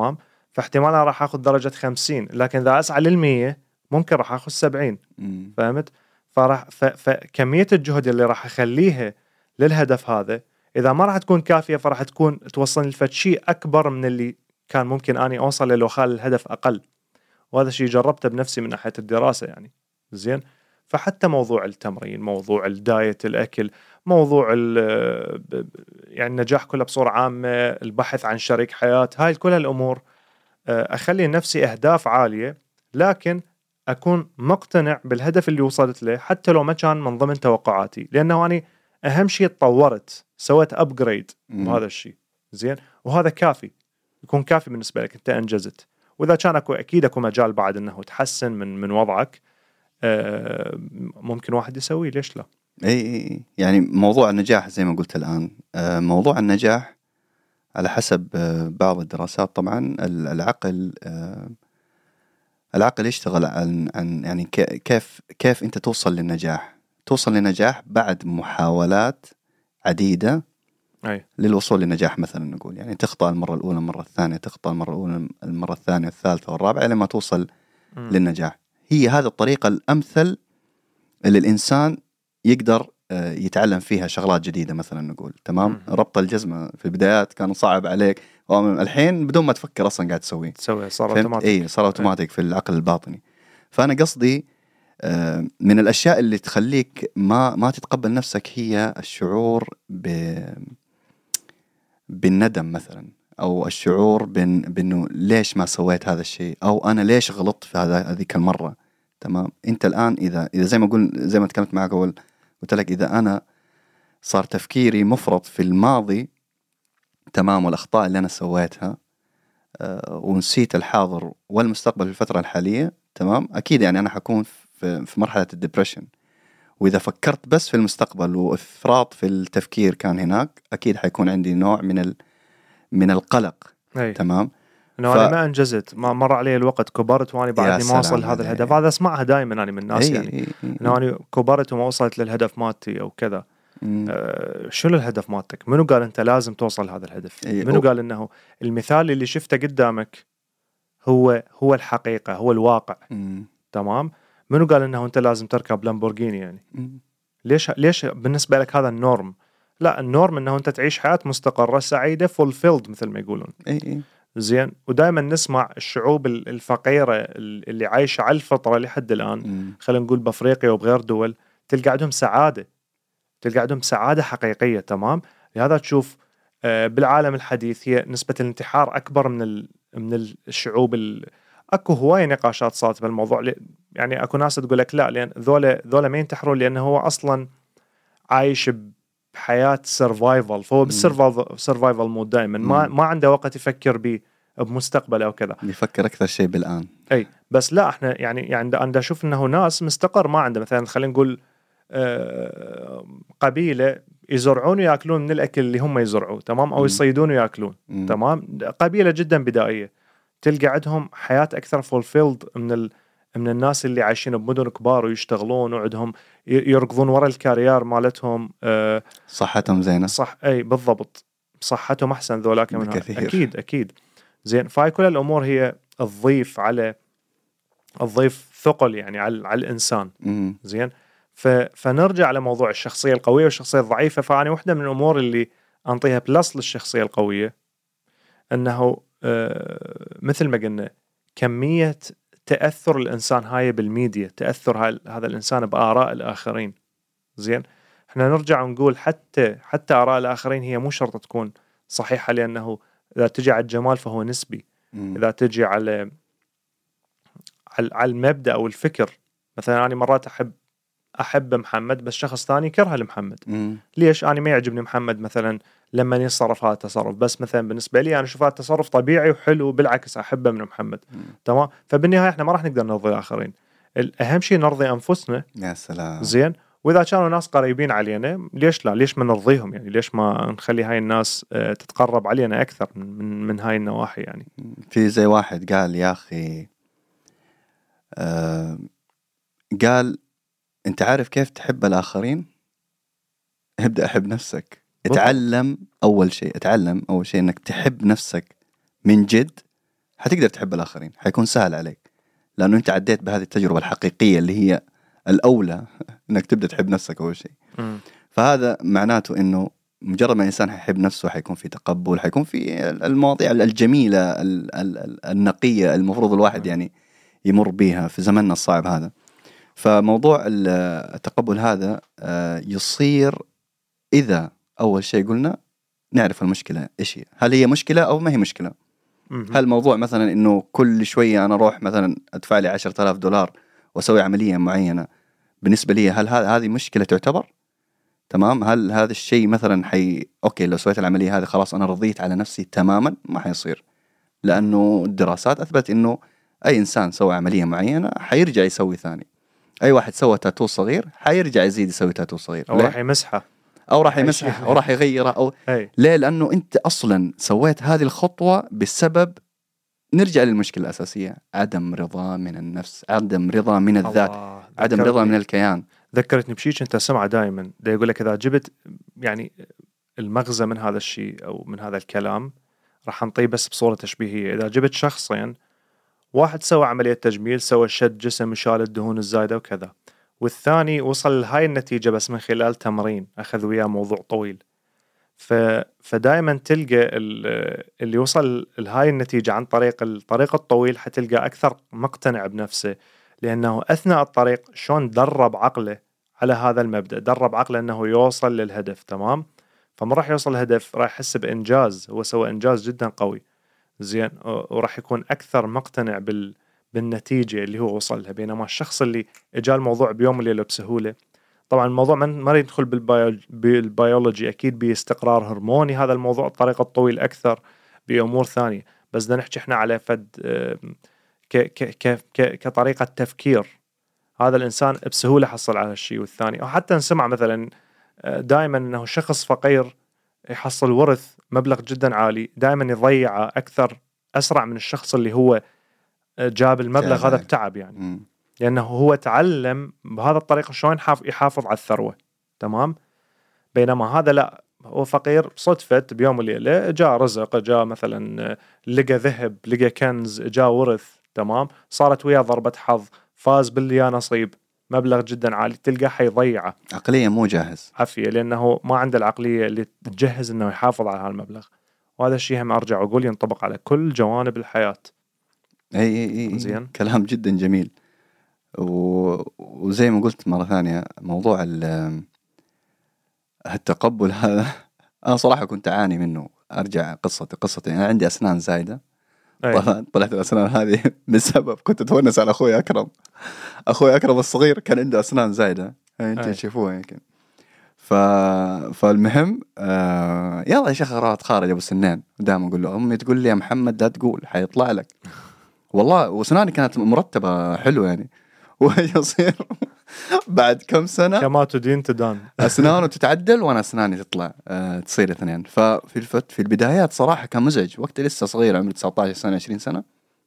فاحتمال أنا راح أخذ درجة خمسين، لكن إذا أسعى للمية ممكن راح أخذ سبعين. مم. فهمت؟ فراح ف... فكمية الجهد اللي راح أخليها للهدف هذا إذا ما راح تكون كافية، فرح تكون توصلني لفد شيء أكبر من اللي كان ممكن أني أوصل له لو خال الهدف أقل. وهذا الشيء جربته بنفسي من ناحية الدراسة يعني. زين. فحتى موضوع التمرين، موضوع الدايت، الأكل، موضوع يعني النجاح كله بصورة عامة، البحث عن شريك حياة، هاي كل هالأمور أخلي نفسي أهداف عالية، لكن أكون مقتنع بالهدف اللي وصلت له حتى لو ما كان من ضمن توقعاتي، لأنه أنا أهم شيء تطورت، سويت أبجريد بهذا الشيء. زين. وهذا كافي، يكون كافي بالنسبة لك، أنت أنجزت. وإذا كان أكو أكيد أكو مجال بعد أنه تحسن من من وضعك، آه ممكن واحد يسوي، ليش لا؟ اي يعني موضوع النجاح زي ما قلت الآن، آه موضوع النجاح على حسب آه بعض الدراسات طبعا العقل آه العقل يشتغل عن عن يعني كيف كيف أنت توصل للنجاح. توصل للنجاح بعد محاولات عديدة أي. للوصول للنجاح. مثلا نقول يعني تخطأ المرة الأولى، المرة الثانية، تخطأ المرة الأولى، المرة الثانية، الثالثة والرابعة لما توصل م. للنجاح. هي هذه الطريقة الأمثل اللي الإنسان يقدر يتعلم فيها شغلات جديدة. مثلا نقول تمام م. ربط الجزمة في البدايات كان صعب عليك، الحين بدون ما تفكر أصلا قاعد تسويه، تسويه صار أوتوماتيك. إيه صار أوتوماتيك في العقل الباطني. فأنا قصدي من الأشياء اللي تخليك ما ما تتقبل نفسك هي الشعور ب بالندم مثلا، أو الشعور بن بأنه ليش ما سويت هذا الشيء، أو أنا ليش غلطت في هذا هذيك المرة. تمام. أنت الآن إذا إذا زي ما أقول زي ما تكلمت معك أول، قلت لك إذا أنا صار تفكيري مفرط في الماضي تمام والأخطاء اللي أنا سويتها، أه ونسيت الحاضر والمستقبل في الفترة الحالية، تمام، أكيد يعني أنا حكون في في مرحلة الديبريشن. وإذا فكرت بس في المستقبل وإفراط في التفكير كان هناك، أكيد حيكون عندي نوع من ال من القلق. أي. تمام. إنه ف... أنا ما أنجزت، ما مر علي الوقت، كبرت وأنا بعدني ما وصل هذا الهدف. هذا أسمعها دائما أنا من الناس. أي. يعني إنه أنا كبرت وما وصلت للهدف مالتي أو كذا. آه شنو الهدف مالتك؟ منو قال أنت لازم توصل هذا الهدف؟ أي. منو قال إنه المثال اللي شفته قدامك هو هو الحقيقة، هو الواقع؟ مم. تمام. منو قال إنه أنت لازم تركب لامبورغيني يعني؟ مم. ليش ليش بالنسبة لك هذا النورم؟ لا، النورم إنه أنت تعيش حياة مستقرة سعيدة fulfilled مثل ما يقولون. أي. زين. ودائما نسمع الشعوب الفقيرة اللي عايشة على الفطرة لحد الآن، خلينا نقول بأفريقيا وبغير دول، تلقى عندهم سعادة، تلقى عندهم سعادة حقيقية. تمام. لهذا تشوف بالعالم الحديث هي نسبة الانتحار أكبر من من الشعوب. أكو هواية نقاشات صارت بالموضوع، يعني أكو ناس تقول لك لا، لأن ذولا ذولا ما ينتحرون لأنه هو أصلا عايش بحياة سيرفايفل، فهو بالسيرفايفل مود دائما، ما ما عنده وقت يفكر به بمستقبل أو كذا، يفكر أكثر شيء بالآن. أي. بس لا، إحنا يعني يعني عند أشوف إنه ناس مستقر ما عنده، مثلا خلينا نقول قبيلة يزرعون ويأكلون من الأكل اللي هم يزرعوه، تمام، أو يصيدون ويأكلون، تمام، قبيلة جدا بدائية، تلقى عندهم حياة أكثر فولفيلد من ال من الناس اللي عايشين بمدن كبار ويشتغلون وعندهم يركضون وراء الكارير مالتهم. أه صحتهم زينة. صح. أي بالضبط، صحتهم أحسن ذولاك من هذا. أكيد أكيد. زين. فهاي كل الأمور هي تضيف على الضيف ثقل يعني على على الإنسان. مم. زين. فنرجع على موضوع الشخصية القوية والشخصية الضعيفة. فأنا واحدة من الأمور اللي أنطيها بلس للشخصية القوية أنه أه مثل ما قلنا كمية تأثر الإنسان هاي بالميديا، تأثر هذا الإنسان بآراء الآخرين. زين. إحنا نرجع ونقول حتى حتى آراء الآخرين هي مو شرط تكون صحيحة، لأنه إذا تجي على الجمال فهو نسبي. م. إذا تجي على على المبدأ أو الفكر، مثلا أنا مرات أحب أحب محمد بس شخص ثاني كره لمحمد. م. ليش أنا ما يعجبني محمد مثلا لما يتصرف هذا التصرف، بس مثلا بالنسبة لي أنا أشوف هذا التصرف طبيعي وحلو، بالعكس أحبه من محمد. م. تمام. فبالنهاية إحنا ما راح نقدر نرضي الآخرين، الأهم شيء نرضي أنفسنا. يا سلام. زين. وإذا كانوا ناس قريبين علينا ليش لا، ليش ما نرضيهم يعني، ليش ما نخلي هاي الناس تتقرب علينا أكثر من من هاي النواحي يعني. في زي واحد قال يا أخي آه قال أنت عارف كيف تحب الآخرين؟ ابدأ أحب نفسك. اتعلم أول شيء اتعلم أول شيء إنك تحب نفسك من جد، حتقدر تحب الآخرين، حيكون سهل عليك، لأنه أنت عديت بهذه التجربة الحقيقية اللي هي الأولى إنك تبدأ تحب نفسك أول شيء. م. فهذا معناته إنه مجرد ما الإنسان حيحب نفسه حيكون في تقبل، حيكون في المواضيع الجميلة النقية المفروض الواحد يعني يمر بيها في زمننا الصعب هذا. فموضوع التقبل هذا يصير إذا أول شيء قلنا نعرف المشكلة إيش هي، هل هي مشكلة أو ما هي مشكلة. هل موضوع مثلا إنه كل شوية أنا أروح مثلا أدفع لي عشرة آلاف دولار وأسوي عملية معينة بالنسبة لي، هل هذه مشكلة تعتبر؟ تمام. هل هذا الشيء مثلا حي أوكي لو سويت العملية هذه خلاص أنا رضيت على نفسي تماما؟ ما حيصير، لأنه الدراسات أثبت إنه أي إنسان سوى عملية معينة حيرجع يسوي ثاني. أي واحد سوى تاتو صغير حيرجع يزيد يسوي تاتو صغير، أو راح يمسحه أو راح يمسحه أو راح يغيره أو ليه؟ لأنه أنت أصلا سويت هذه الخطوة بسبب، نرجع للمشكلة الأساسية، عدم رضا من النفس، عدم رضا من الذات، عدم رضا من الكيان. ذكرتني بشيء أنت سمع دائما دا يقول لك إذا جبت يعني المغزى من هذا الشيء أو من هذا الكلام راح نطيه بس بصورة تشبيهية. إذا جبت شخصين، واحد سوى عملية تجميل، سوى شد جسم وشال الدهون الزايدة وكذا، والثاني وصل لهاي النتيجة بس من خلال تمرين أخذ وياه موضوع طويل. ف... فدائما تلقى اللي وصل لهاي النتيجة عن طريق الطريق الطويل حتلقى أكثر مقتنع بنفسه، لأنه أثناء الطريق شون درب عقله على هذا المبدأ، درب عقله أنه يوصل للهدف. تمام. فما راح يوصل الهدف راح يحس بإنجاز، هو سوى إنجاز جدا قوي زين، وراح يكون أكثر مقتنع بال... بالنتيجة اللي هو وصل لها. بينما الشخص اللي إجا الموضوع بيوم وليلة بسهولة، طبعا الموضوع ما يدخل بالبيولوجي، أكيد باستقرار هرموني هذا الموضوع، الطريق الطويل أكثر بأمور ثانية، بس بدنا نحكي إحنا على فد ك ك ك ك كطريقة تفكير. هذا الإنسان بسهولة حصل على الشيء، والثاني أو حتى نسمع مثلا دائما أنه شخص فقير يحصل ورث مبلغ جدا عالي دائما يضيعه أكثر أسرع من الشخص اللي هو جاب المبلغ هذا بتعب يعني م. لأنه هو تعلم بهذا الطريقة شلون يحافظ على الثروة. تمام. بينما هذا لا، هو فقير صدفة بيوم وليلة جاء رزق، جاء مثلا لقى ذهب، لقى كنز، جاء ورث. تمام. صارت وياه ضربة حظ، فاز باللي يا نصيب مبلغ جدا عالي، تلقاه حيضيعه. عقلية مو جاهز، عافية، لأنه ما عنده العقلية اللي تجهز أنه يحافظ على هالمبلغ. وهذا الشيء هم أرجع وأقول ينطبق على كل جوانب الحياة. أي أي أي زين. كلام جدا جميل. و... وزي ما قلت مرة ثانية موضوع التقبل هذا أنا صراحة كنت أعاني منه. أرجع قصتي قصتي أنا عندي أسنان زايدة. طلعت طلعت الأسنان هذه بسبب كنت أتونس على أخوي أكرم. أخوي أكرم الصغير كان عنده أسنان زايدة، أنت تشوفوها يمكن. ف... فالمهم آه... يلا يا شيخ رات خارج أبو سنان، دائما أقول له أمي تقول لي يا محمد لا تقول حيطلع لك. والله وسناني كانت مرتبة حلوة يعني. ويصير بعد كم سنة كما تدين تدان، أسنانه تتعدل وأنا أسناني تطلع أه تصير اثنين. ففي الفت في البدايات صراحة كان مزعج، وقت لسه صغير عمري تسعة عشر سنة عشرين سنة،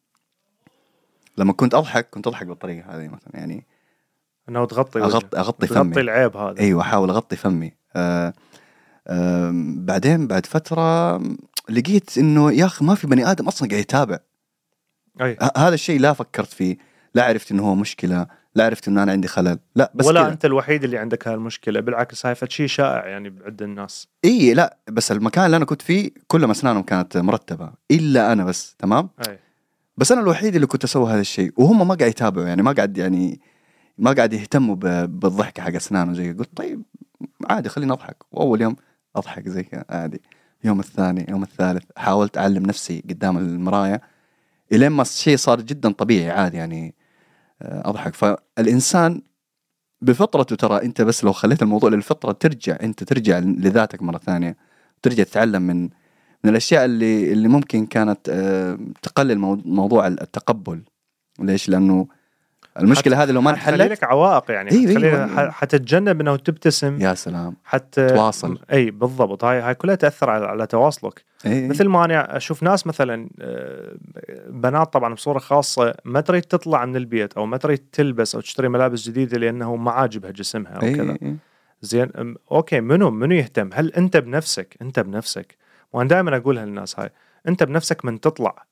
لما كنت أضحك كنت أضحك بالطريقة هذه مثلا، يعني أنه تغطي أغطي أغطي فمي، تغطي العيب هذا. أيوة أحاول أغطي فمي. أه أه بعدين بعد فترة لقيت إنه يا أخي ما في بني آدم أصلا قاعد يتابع. أي. هذا الشيء لا فكرت فيه، لا عرفت إنه هو مشكلة، لا عرفت إنه أنا عندي خلل، لا بس ولا كده. أنت الوحيد اللي عندك هالمشكلة، بالعكس هاي شيء شائع يعني بعد الناس. إيه لا بس المكان اللي أنا كنت فيه كل أسنانهم كانت مرتبة إلا أنا بس. تمام. أي. بس أنا الوحيد اللي كنت أسوي هذا الشيء، وهم ما قاعد يتابعوا يعني، ما قاعد يعني ما قاعد يهتموا بالضحك حق أسنانه زي. قلت طيب عادي خليني أضحك، وأول يوم أضحك زي كذا عادي، يوم الثاني يوم الثالث حاولت أعلم نفسي قدام المراية إلين ما الشيء صار جدا طبيعي عادي يعني أضحك. فالإنسان بفطرته ترى أنت بس لو خليت الموضوع للفطرة ترجع أنت ترجع لذاتك مرة ثانية، ترجع تتعلم من من الأشياء اللي اللي ممكن كانت تقلل موضوع التقبل. ليش؟ لأنه المشكلة هذه لو ما انحلت حتخلي لك عوائق يعني، إيه حتخلي إيه حتتجنب انه تبتسم. يا سلام. حتى تواصل. اي بالضبط، هاي هاي كلها تأثر على, على تواصلك. إيه. مثل ما انا اشوف ناس مثلا بنات طبعا بصورة خاصة ما تريد تطلع من البيت او ما تريد تلبس او تشتري ملابس جديدة لانه ما عاجبها جسمها او إيه كذا. إيه. زين اوكي، منو منو يهتم؟ هل انت بنفسك انت بنفسك وانا دائما اقولها للناس هاي، انت بنفسك من تطلع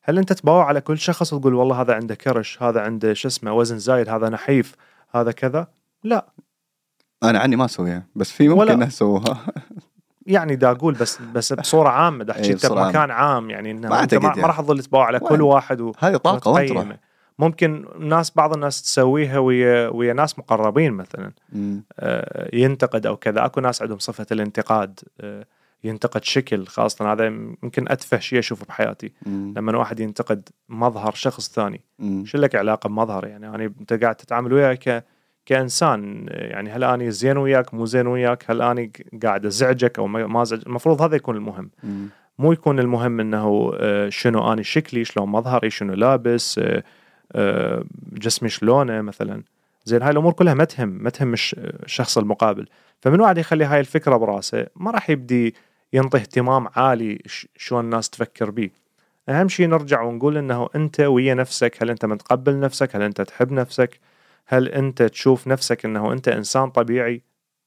هل انت تباوع على كل شخص وتقول والله هذا عنده كرش، هذا عنده شو اسمه وزن زايد، هذا نحيف، هذا كذا؟ لا، انا عني ما اسويها، بس في ممكن ناس يسووها. يعني دا اقول بس بس بصوره عامه، دا احكي لك بمكان عام، يعني انه ما, ما, يعني. ما راح تظل تباوع على كل واحد و... هذه طاقه وانت ممكن ناس بعض الناس تسويها ويا ويا ناس مقربين مثلا آه ينتقد او كذا. اكو ناس عندهم صفه الانتقاد، آه ينتقد شكل، خاصه هذا يمكن اتفه شيء اشوفه بحياتي. مم. لما واحد ينتقد مظهر شخص ثاني، شو لك علاقه بمظهر؟ يعني يعني انت قاعد تتعامل وياه ك كإنسان، يعني هل أنا زين وياك مو زين وياك، هل أنا قاعد أزعجك أو ما أزعج. المفروض هذا يكون المهم، م. مو يكون المهم إنه شنو أنا شكلي، شلون مظهري، شنو لابس، جسمي شلونه مثلا. زين هاي الأمور كلها ما تهم ما تهم الشخص المقابل. فمن واحد يخلي هاي الفكرة براسه ما راح يبدي ينطي اهتمام عالي شو الناس تفكر بيه. أهم شيء نرجع ونقول إنه أنت ويا نفسك، هل أنت متقبل نفسك، هل أنت تحب نفسك، هل أنت تشوف نفسك أنه أنت إنسان طبيعي.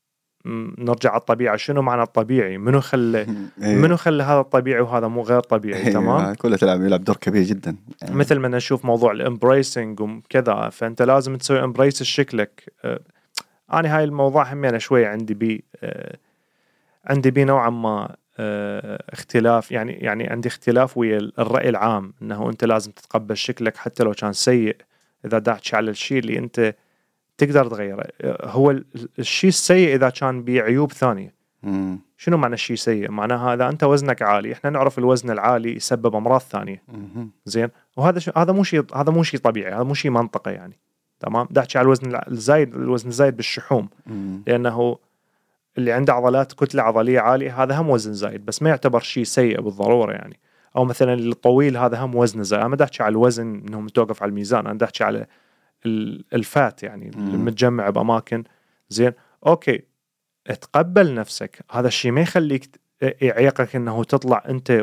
نرجع على الطبيعة، شنو معنى الطبيعي؟ منو خلى منو خلى هذا الطبيعي وهذا مو غير طبيعي؟ تمام، كله تلعب يلعب دور كبير جدا يعني. مثل ما نشوف موضوع الامبريسنج وكذا، فأنت لازم تسوي امبريس شكلك. أه أنا هاي الموضوع هم أنا شوية عندي بي أه عندي بي نوعا ما أه اختلاف، يعني يعني عندي اختلاف ويا الرأي العام، أنه أنت لازم تتقبل شكلك حتى لو كان سيء، إذا داعش على الشيء اللي أنت تقدر تغيره. هو الشيء السيء إذا كان بعيوب ثانية. مم. شنو معنى الشيء سيء؟ معناها هذا أنت وزنك عالي، إحنا نعرف الوزن العالي يسبب أمراض ثانية. مم. زين، وهذا ش... هذا مو شيء هذا مو شيء طبيعي، هذا مو شيء منطقي يعني. تمام، داعش على الوزن الزايد، الوزن الزايد بالشحوم. مم. لأنه اللي عنده عضلات كتلة عضلية عالية هذا هم وزن زايد، بس ما يعتبر شيء سيء بالضرورة يعني. أو مثلا الطويل هذا هم وزن زايد. أنا ما داعش على الوزن إنهم توقف على الميزان، أنا داعش على الفات يعني المتجمع بأماكن. زين، أوكي، اتقبل نفسك، هذا الشيء ما يخليك يعيقك إنه تطلع أنت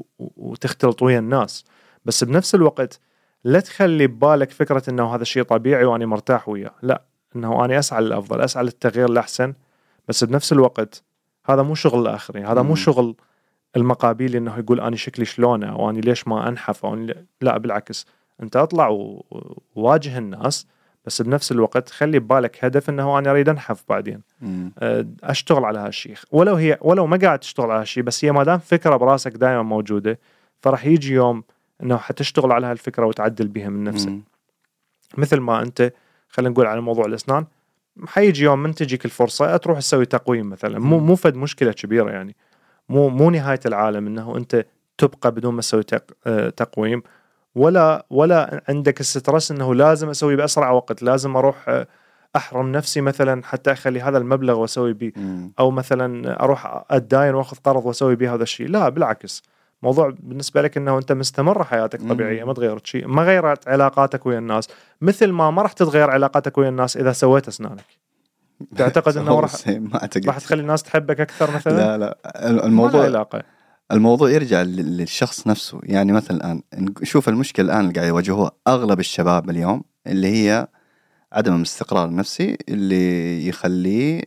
وتختلط ويا الناس، بس بنفس الوقت لا تخلي ببالك فكرة إنه هذا الشيء طبيعي وأنا مرتاح وياه. لا، إنه أنا أسعى للأفضل، أسعى للتغيير الأحسن، بس بنفس الوقت هذا مو شغل الآخرين، هذا مو شغل المقابل إنه يقول أنا شكلي شلونه أو أنا ليش ما أنحف أو أنا... لا بالعكس، أنت أطلع وواجه الناس، بس بنفس الوقت خلي ببالك هدف إنه أنا أريد أنحف بعدين. مم. أشتغل على هالشيء، ولو هي ولو ما قاعد تشتغل على هالشيء، بس هي ما دام فكرة براسك دائما موجودة، فرح يجي يوم إنه حتشتغل على هالفكرة وتعدل بها من نفسك. مم. مثل ما أنت خلينا نقول على موضوع الأسنان، حيجي يوم من تجيك الفرصة تروح تسوي تقويم مثلا، مو مو فد مشكلة كبيرة يعني، مو مو نهاية العالم إنه أنت تبقى بدون ما تسوي تقويم، ولا ولا عندك السترس انه لازم اسوي باسرع وقت، لازم اروح احرم نفسي مثلا حتى اخلي هذا المبلغ واسوي به، او مثلا اروح اتداين واخذ قرض واسوي به هذا الشيء. لا بالعكس، موضوع بالنسبه لك انه انت مستمر حياتك طبيعيه، ما تغيرت شيء، ما غيرت علاقاتك ويا الناس، مثل ما ما راح تتغير علاقاتك ويا الناس اذا سويت اسنانك. تعتقد انه راح راح تخلي الناس تحبك اكثر مثلا؟ لا لا، الموضوع علاقة. الموضوع يرجع للشخص نفسه. يعني مثلا الآن نشوف المشكلة الآن اللي قاعد يواجهوها أغلب الشباب اليوم، اللي هي عدم الاستقرار النفسي اللي يخليه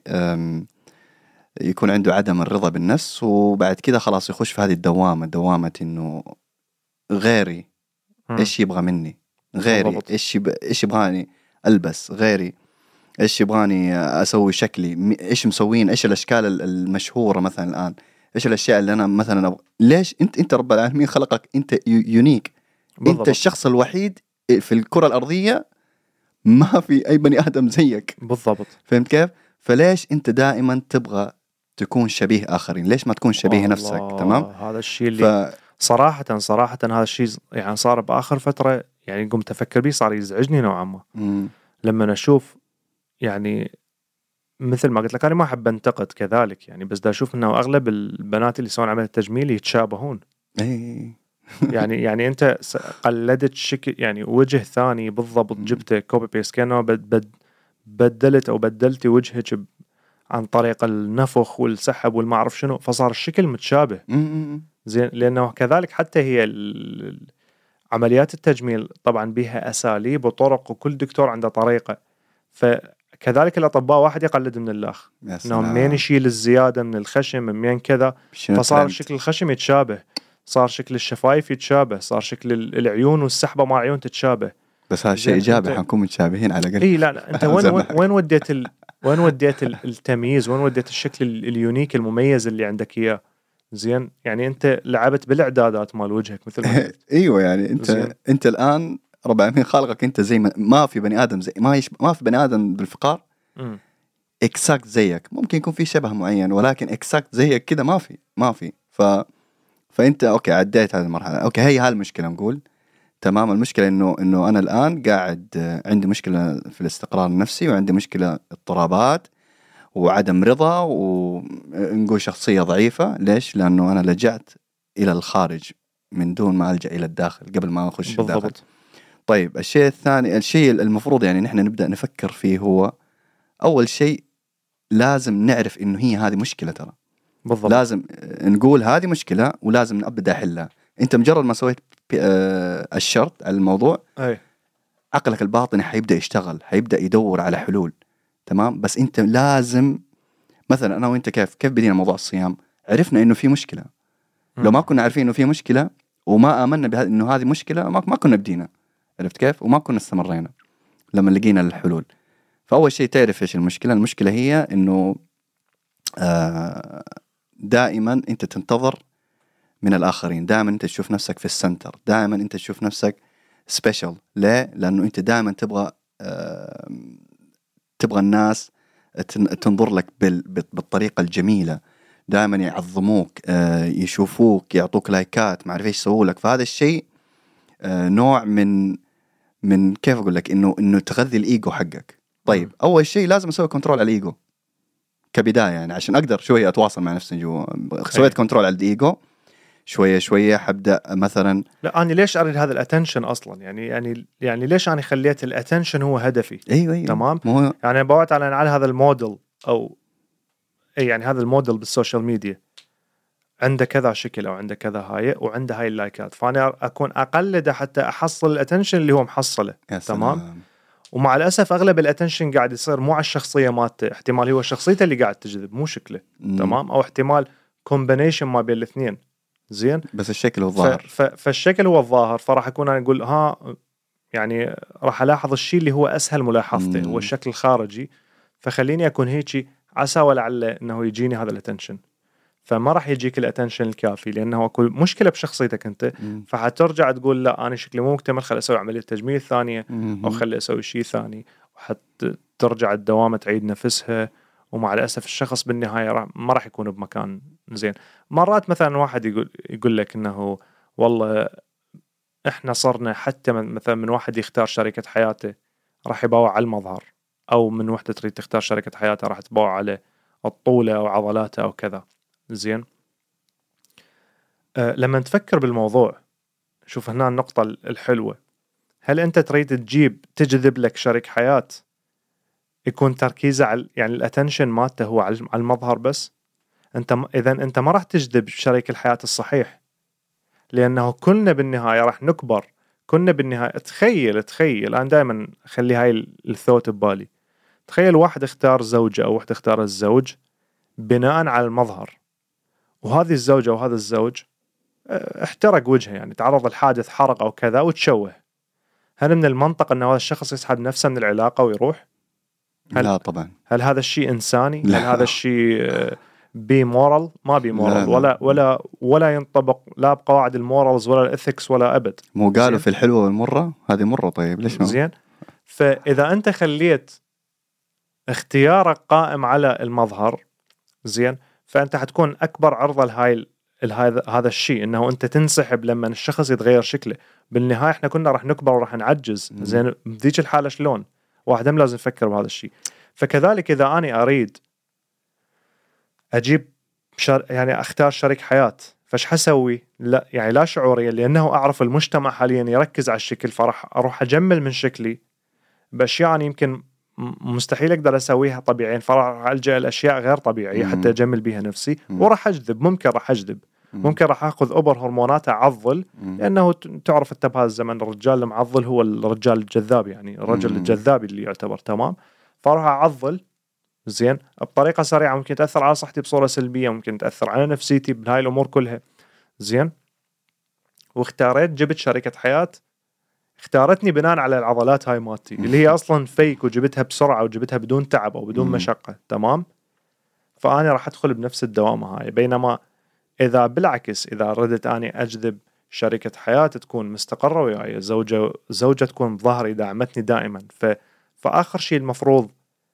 يكون عنده عدم الرضا بالنفس، وبعد كده خلاص يخش في هذه الدوامة، دوامة إنه غيري م. إيش يبغى مني، غيري بالضبط. إيش يب... إيش يبغاني ألبس، غيري إيش يبغاني أسوي شكلي، إيش مسوين، إيش الأشكال المشهورة مثلا الآن، ايش الاشياء اللي انا مثلا أبغى. ليش انت انت رب العالمين خلقك انت يونيك بالضبط. انت الشخص الوحيد في الكرة الارضية، ما في اي بني ادم زيك بالضبط. فهمت كيف؟ فليش انت دائما تبغى تكون شبيه اخرين؟ ليش ما تكون شبيه نفسك؟ تمام، هذا الشيء اللي ف... صراحة صراحة هذا الشيء يعني صار باخر فترة، يعني قمت افكر بيه، صار يزعجني نوعا ما م. لما اشوف يعني مثل ما قلت لك أنا ما أحب أنتقد كذلك يعني، بس دا أشوف إنه أغلب البنات اللي يسوون عمل التجميل يتشابهون. يعني يعني أنت قلدت شكل يعني وجه ثاني بالضبط، جبته كوبي بيست، كأنه بد بدلت أو بدلتي وجهك عن طريق النفخ والسحب والما أعرف شنو، فصار الشكل متشابه. زين، لأنه كذلك حتى هي عمليات التجميل طبعا بها أساليب وطرق، وكل دكتور عنده طريقة. ف كذلك الأطباء واحد يقلد من الآخر، إنه مين يشيل الزيادة من الخشم، مين كذا، فصار الشكل الخشم يتشابه. صار شكل الشفايف يتشابه، صار شكل العيون والسحبة مع عيون تتشابه. بس هذا شيء إيجابي، حنكون متشابهين على الأقل. إيه لا, لا أنت وين وين, وين وديت ال... وين وديت التمييز، وين وديت الشكل اليونيك المميز اللي عندك إياه؟ زين يعني أنت لعبت بالإعدادات مال وجهك مثل ما أيوة يعني أنت زين. أنت الآن رب العالمين خالقك أنت زي ما, ما في بني آدم زي ما يش... ما في بني آدم بالفقار م. إكساكت زيك، ممكن يكون في شبه معين ولكن إكساكت زيك كده ما في ما في ف فأنت أوكي عديت هذه المرحلة. أوكي هي هالمشكلة نقول تمام. المشكلة إنه إنه أنا الآن قاعد عندي مشكلة في الاستقرار النفسي، وعندي مشكلة اضطرابات وعدم رضا، ونقول شخصية ضعيفة. ليش؟ لأنه أنا لجأت إلى الخارج من دون ما ألجأ إلى الداخل قبل ما أخش بالضبط. الداخل. طيب الشيء الثاني، الشيء المفروض يعني نحن نبدأ نفكر فيه هو أول شيء لازم نعرف إنه هي هذه مشكلة ترى. بالضبط. لازم نقول هذه مشكلة ولازم نبدأ أحلها. أنت مجرد ما سويت الشرط على الموضوع أي. عقلك الباطني حيبدأ يشتغل، حيبدأ يدور على حلول. تمام. بس أنت لازم مثلا أنا وأنت كيف كيف بدينا موضوع الصيام؟ عرفنا إنه في مشكلة. م. لو ما كنا عارفين إنه في مشكلة وما آمنا بهذا إنه هذه مشكلة ما ما كنا بدينا، عرفت كيف؟ وما كنا استمرينا لما لقينا الحلول. فأول شيء تعرف إيش المشكلة. المشكلة هي إنه آه دائما أنت تنتظر من الآخرين، دائما أنت تشوف نفسك في السنتر، دائما أنت تشوف نفسك سبيشال. ليه؟ لأنه أنت دائما تبغى آه تبغى الناس تنظر لك بالطريقة الجميلة، دائما يعظموك آه يشوفوك يعطوك لايكات ما أعرف إيش يسووا لك. فهذا الشيء آه نوع من من كيف أقول لك إنه إنه تغذي الإيجو حقك. طيب أول شيء لازم أسوي كنترول على الإيجو كبداية يعني عشان أقدر شوية أتواصل مع نفسي جوا. سويت كنترول على الإيجو شوية شوية حبدأ مثلا. لا أنا ليش أريد هذا الاتنشن أصلا؟ يعني يعني يعني ليش أنا خليت الاتنشن هو هدفي؟ أيوة أيوة. تمام. مو... يعني بعت على على هذا الموديل أو أي يعني هذا الموديل بالسوشيال ميديا عنده كذا شكل أو عنده كذا هاي وعنده هاي اللايكات، فأنا أكون أقلده حتى أحصل الاتنشن اللي هو محصله. تمام. ومع الأسف أغلب الاتنشن قاعد يصير مو على الشخصية مالته، احتمال هو شخصيته اللي قاعد تجذب مو شكله. م. تمام. أو احتمال كومبينيشن ما بين الاثنين. زين. بس الشكل هو الظاهر. ف... فالشكل هو الظاهر، فراح أكون أنا أقول ها يعني راح ألاحظ الشيء اللي هو أسهل ملاحظته م. هو الشكل الخارجي، فخليني أكون هيك عسى ولعل إنه يجيني هذا الاتنشن. فما راح يجيك الاتنشن الكافي لأنه أكون مشكلة بشخصيتك أنت. م. فحترجع تقول لا أنا شكلي مو مكتمل، خلي أسوي عملية تجميل ثانية م. أو خلي أسوي شيء ثاني، وحتى ترجع الدوامة تعيد نفسها. ومع الأسف الشخص بالنهاية ما راح يكون بمكان زين. مرات مثلا واحد يقول يقول لك إنه والله إحنا صرنا حتى من مثلا من واحد يختار شريكة حياته راح يباوع على المظهر، أو من واحدة تريد تختار شريكة حياتها راح تباوع على الطولة أو عضلاته أو كذا. زين. أه لما تفكر بالموضوع شوف هنا النقطة الحلوة، هل أنت تريد تجيب تجذب لك شريك حياة يكون تركيزه على يعني الاتنشن مالته هو على المظهر بس؟ انت اذا انت ما راح تجذب شريك الحياة الصحيح، لانه كلنا بالنهاية راح نكبر. كنا بالنهاية تخيل تخيل انا دائما اخلي هاي الثوت ببالي، تخيل واحد اختار زوجة او واحد اختار الزوج بناء على المظهر، وهذه الزوجة وهذا الزوج احترق وجهه يعني تعرض لحادث حرق او كذا وتشوه، هل من المنطق ان هذا الشخص يسحب نفسه من العلاقة ويروح؟ هل لا طبعا. هل هذا الشيء إنساني؟ لا. هل هذا الشيء بي مورال؟ ما بي مورال ولا ولا ولا ينطبق لا بقواعد المورالز ولا الإثكس ولا أبد. مو قالوا في الحلوة والمرة هذه مرة. طيب ليش ما؟ زين. فإذا أنت خليت اختيارك قائم على المظهر زين، فأنت حتكون أكبر عرضة لهاي هذا هذا الشيء، إنه أنت تنسحب لما الشخص يتغير شكله. بالنهاية إحنا كنا راح نكبر وراح نعجز. زين. بذيك الحالة شلون؟ واحد هم لازم يفكر بهذا الشيء. فكذلك إذا أنا أريد أجيب شر... يعني أختار شريك حياة، فش حسوي؟ لا يعني لا شعوريا، لأنه أعرف المجتمع حاليا يركز على الشكل، فرح أروح أجمل من شكلي بأشياء يعني يمكن مستحيل أقدر أسويها طبيعيا، فرح ألجأ الأشياء غير طبيعية حتى أجمل بها نفسي، وراح أجذب ممكن راح أجذب ممكن راح أخذ أوبر هرمونات أعضل، لأنه تعرف أنت بهذا الزمن الرجال المعضل هو الرجال الجذاب، يعني الرجل الجذاب اللي يعتبر. تمام. فراح أعضل زين بطريقة سريعة، ممكن تأثر على صحتي بصورة سلبية، ممكن تأثر على نفسيتي بهاي الأمور كلها. زين. واختاريت جبت شركة حياة اختارتني بناء على العضلات هاي مالتي اللي هي أصلا فيك وجبتها بسرعة وجبتها بدون تعب أو بدون مشقة. تمام. فأنا راح أدخل بنفس الدوامة هاي. بينما إذا بالعكس إذا ردت أنا أجذب شركة حياة تكون مستقرة وياي، زوجة زوجة تكون بظهري داعمتني دائما، ف فآخر شيء المفروض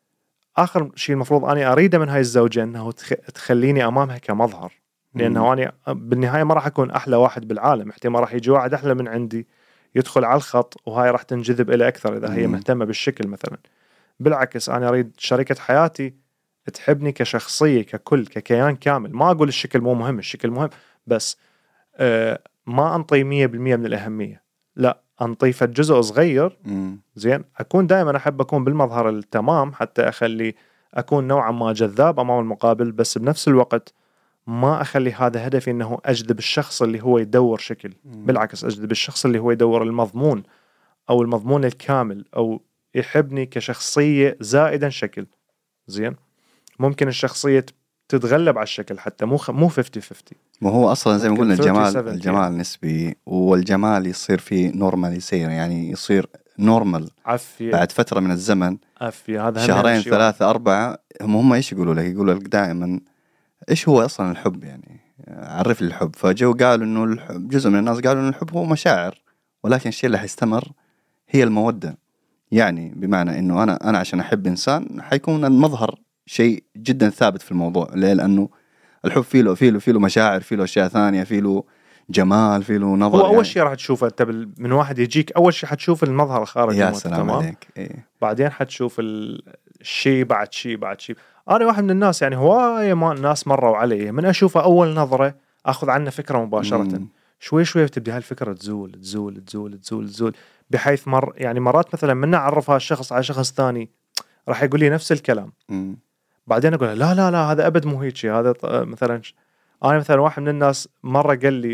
آخر شيء المفروض أنا أريده من هاي الزوجة أنه تخ... تخليني أمامها كمظهر، لأنه أنا بالنهاية ما راح أكون أحلى واحد بالعالم، احتمال راح يجي واحد أحلى من عندي يدخل على الخط وهاي راح تنجذب إلى أكثر إذا هي مهتمة بالشكل مثلا. بالعكس أنا أريد شركة حياتي تحبني كشخصية ككل ككيان كامل. ما أقول الشكل مو مهم، الشكل مهم، بس آه ما أنطي مية بالمية من الأهمية، لا أنطي في جزء صغير. زين أكون دائما أحب أكون بالمظهر التمام حتى أخلي أكون نوعا ما جذاب أمام المقابل، بس بنفس الوقت ما أخلي هذا هدفي أنه أجذب الشخص اللي هو يدور شكل. مم. بالعكس أجذب الشخص اللي هو يدور المضمون أو المضمون الكامل أو يحبني كشخصية زائدا شكل. زين ممكن الشخصية تتغلب على الشكل حتى مو خ... مو خمسين خمسين. ما هو أصلا زي ما قلنا الجمال الجمال نسبي، والجمال يصير فيه نورمال، يصير يعني يصير نورمال عفية بعد فترة من الزمن. عفية هذا شهرين ثلاثة أربعة هم هم إيش يقولوا لك؟ يقولوا لك دائما إيش هو أصلا الحب، يعني عرف لي الحب. فجو قالوا إنه الحب، جزء من الناس قالوا إنه الحب هو مشاعر، ولكن الشيء اللي حيستمر هي المودة. يعني بمعنى إنه أنا أنا عشان أحب إنسان حيكون المظهر شيء جدا ثابت في الموضوع. ليه؟ لأنه الحب فيه له فيه له فيه له مشاعر، فيه له أشياء ثانية، فيه له جمال، فيه له نظر. هو يعني أول شيء راح تشوفه أنت من واحد يجيك، أول شيء حتشوف المظهر الخارجي. يا سلام عليك. إيه. بعدين حتشوف الشيء بعد شيء بعد شيء. أنا واحد من الناس يعني هواية ما الناس مروا عليه من أشوفه أول نظرة أخذ عنه فكرة مباشرة. مم. شوي شوي تبدي هالفكرة تزول تزول تزول تزول تزول بحيث مر يعني مرات مثلا من أعرف هالشخص على شخص ثاني راح يقول لي نفس الكلام. مم. بعدين أقول لا لا لا هذا أبد مو هيك. هذا مثلا أنا مثلا واحد من الناس مرة قال لي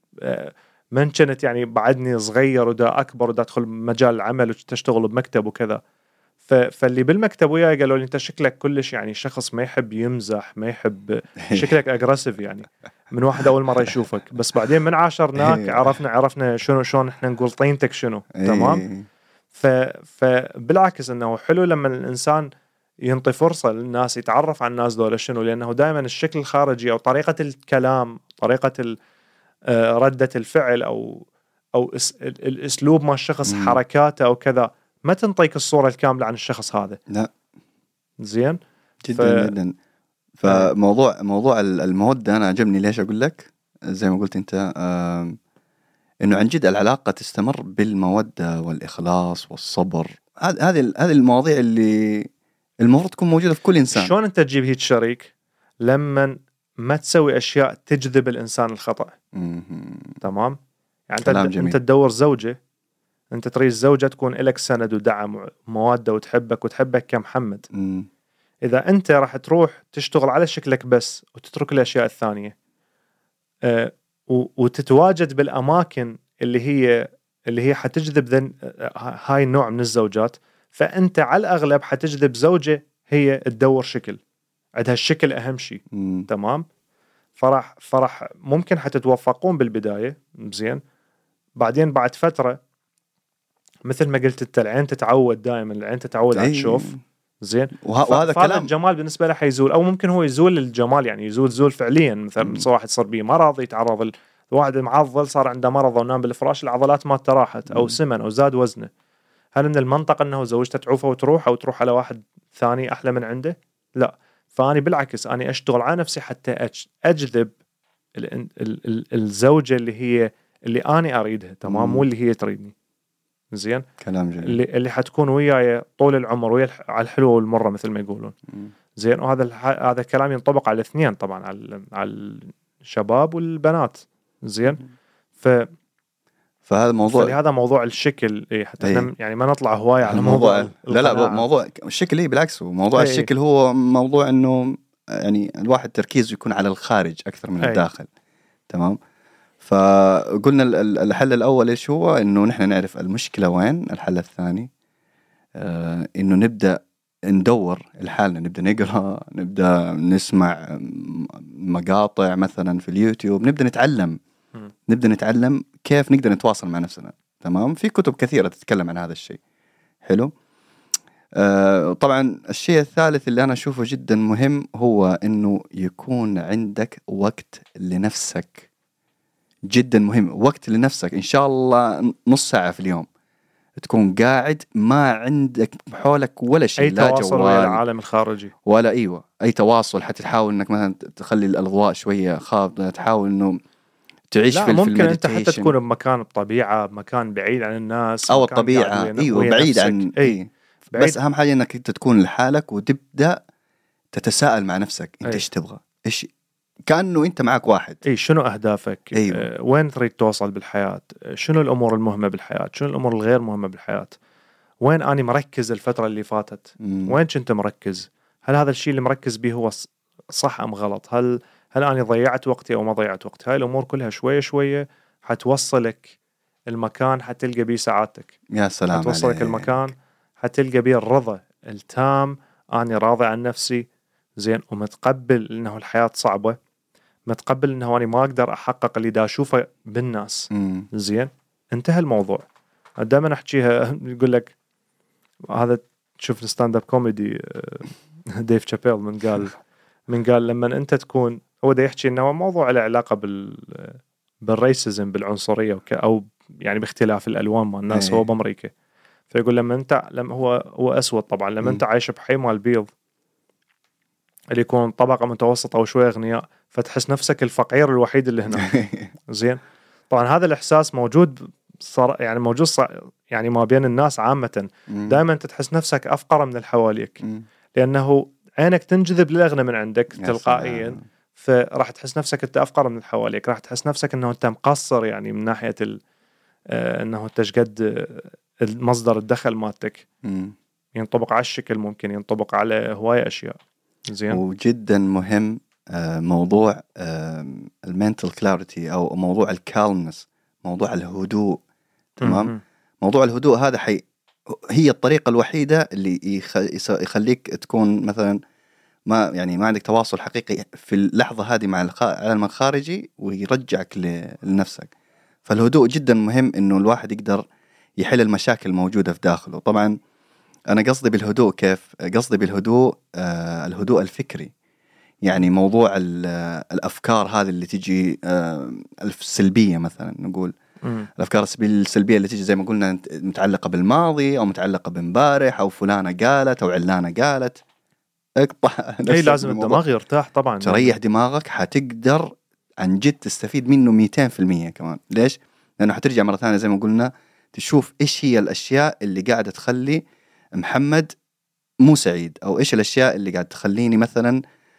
من كنت يعني بعدني صغير ودا أكبر ودا أدخل مجال العمل وتشتغل بمكتب وكذا، فاللي بالمكتب وياي قالوا لي أنت شكلك كلش يعني شخص ما يحب يمزح، ما يحب شكلك أجريسيف يعني من واحد أول مرة يشوفك. بس بعدين من عاشرناك عرفنا عرفنا شنو شلون إحنا نقول طينتك شنو. تمام. فبالعكس إنه حلو لما الإنسان ينطي فرصة للناس يتعرف على الناس دول شنو، لأنه دائما الشكل الخارجي أو طريقة الكلام، طريقة ردة الفعل أو أو الأسلوب مع الشخص، مم. حركاته أو كذا ما تنطيك الصورة الكاملة عن الشخص هذا. لا. زين جدا ف... جدا. فموضوع موضوع المودة أنا عجبني. ليش أقول لك زي ما قلت أنت آه... إنه عن جد العلاقة تستمر بالمودة والإخلاص والصبر. هذه هذه هذه المواضيع اللي المفروض تكون موجودة في كل إنسان. شلون أنت تجيب هيك شريك لما ما تسوي أشياء تجذب الإنسان الخطأ؟ تمام. يعني أنت أنت تدور زوجة، أنت تريد زوجة تكون لك سند ودعم ومودة وتحبك وتحبك كمحمد. مم. إذا أنت راح تروح تشتغل على شكلك بس وتترك الأشياء الثانية أه وتتواجد بالأماكن اللي هي اللي هي حتجذب ذن هاي النوع من الزوجات، فأنت على الأغلب حتجذب زوجة هي تدور شكل، عندها الشكل أهم شيء. تمام. فرح فرح ممكن حتتوفقون بالبداية زين، بعدين بعد فترة مثل ما قلت انت العين تتعود، دائما العين تتعود على تشوف زين، وه- وهذا كلام الجمال بالنسبة له حيزول، أو ممكن هو يزول الجمال يعني يزول زول فعليا. مثلا واحد صار بيه مرض يتعرض، الواحد معضل صار عنده مرض ونام بالفراش العضلات ما تراحت أو سمن أو زاد وزنه، هل من المنطق أنه زوجته تعوفه وتروح أو تروح على واحد ثاني أحلى من عنده؟ لا. فأني بالعكس أنا أشتغل على نفسي حتى أجذب ال ال ال الزوجة اللي هي اللي أنا أريدها. تمام. مو اللي هي تريدني. زين. كلام جميل. اللي اللي حتكون وياي طول العمر ويا على الحلوة والمرة مثل ما يقولون. مم. زين. وهذا هذا الكلام ينطبق على الاثنين طبعا، على على الشباب والبنات. زين. ف فهذا موضوع فلهذا موضوع الشكل إيه حتى أيه. يعني ما نطلع هواية على موضوع, موضوع لا لا موضوع الشكل إيه بالعكس، موضوع أيه. الشكل هو موضوع إنه يعني الواحد تركيزه يكون على الخارج أكثر من أيه. الداخل. تمام. فقلنا الحل الأول إيش هو؟ إنه نحن نعرف المشكلة وين. الحل الثاني آه إنه نبدأ ندور الحالنا، نبدأ نقرأ، نبدأ نسمع مقاطع مثلا في اليوتيوب، نبدأ نتعلم نبدأ نتعلم كيف نقدر نتواصل مع نفسنا. تمام. في كتب كثيرة تتكلم عن هذا الشيء. حلو. آه طبعا الشيء الثالث اللي أنا أشوفه جدا مهم هو إنه يكون عندك وقت لنفسك. جدا مهم وقت لنفسك. إن شاء الله نص ساعة في اليوم تكون قاعد ما عندك حولك ولا شيء، أي لا تواصل جوال ويا العالم الخارجي ولا أيوة أي تواصل. حتى تحاول إنك مثلا تخلي الأضواء شوية خافضة، تحاول إنه تعيش لا في ممكن أنت المديتيشن. حتى تكون بمكان بطبيعة، بمكان بعيد عن الناس أو مكان الطبيعة قاعد أيوة ويا بعيد نفسك. عن أي. إيه. بس أهم حاجة إنك أنت تكون لحالك وتبدأ تتساءل مع نفسك أنت أي. إيش تبغى، إيش كأنه أنت معك واحد. اي شنو اهدافك؟ أيوة. أه وين تريد توصل بالحياه؟ شنو الامور المهمه بالحياه؟ شنو الامور الغير مهمه بالحياه؟ وين اني مركز الفتره اللي فاتت؟ مم. وين كنت مركز؟ هل هذا الشيء اللي مركز به هو صح ام غلط؟ هل هل اني ضيعت وقتي او ما ضيعت وقتي؟ هاي الامور كلها شويه شويه حتوصلك المكان حتلقى بيه سعادتك. يا سلام حتوصلك عليك. المكان حتلقى بيه الرضا التام. اني راضي عن نفسي زين، ومتقبل انه الحياه صعبه، متقبل انه انا ما اقدر احقق اللي دا اشوفه بالناس. مم. زين، انتهى الموضوع. دائما احكيها يقول لك هذا، تشوف ستاند اب كوميدي ديف شابيل من قال من قال لما انت تكون، هو دا يحكي انه موضوع له علاقه بال بالريسيزم، بالعنصريه وك او يعني باختلاف الالوان مال الناس. ايه. هو بامريكا، فيقول لما انت لما هو هو اسود طبعا، لما مم. انت عايش بحي مال بيض اللي يكون طبقه متوسطه او شويه اغنياء، فتحس نفسك الفقير الوحيد اللي هناك. زين، طبعا هذا الاحساس موجود صار يعني موجود صار يعني ما بين الناس عامه. دائما تحس نفسك افقر من الحواليك، لانه عينك تنجذب للاغنى من عندك تلقائيا، فراح تحس نفسك انت افقر من الحواليك. راح تحس نفسك انه انت مقصر يعني من ناحيه ال... آه انه انت شقد مصدر الدخل مالتك. ينطبق على الشكل، ممكن ينطبق على هواية اشياء. زين، وجدا مهم موضوع المنتل كلاريتي او موضوع الكالمنس، موضوع الهدوء. تمام. م-م. موضوع الهدوء هذا حي هي الطريقة الوحيدة اللي يخ... يخليك تكون مثلا ما يعني ما عندك تواصل حقيقي في اللحظة هذه مع العالم الخارجي، ويرجعك ل... لنفسك. فالهدوء جدا مهم، انه الواحد يقدر يحل المشاكل الموجودة في داخله. طبعا انا قصدي بالهدوء كيف؟ قصدي بالهدوء آه الهدوء الفكري. يعني موضوع الافكار هذه اللي تيجي آه السلبية مثلا، نقول م. الافكار السلبية اللي تيجي زي ما قلنا متعلقة بالماضي او متعلقة بامبارح او فلانة قالت او علانة قالت، اقطع. اي لازم الدماغ يرتاح طبعا، تريح دماغك، حتقدر عن جد تستفيد منه مئتين في المية كمان. ليش؟ لانه حترجع مرة ثانية زي ما قلنا تشوف ايش هي الاشياء اللي قاعدة تخلي محمد مو سعيد، او ايش الاشياء اللي قاعدة تخليني مثلا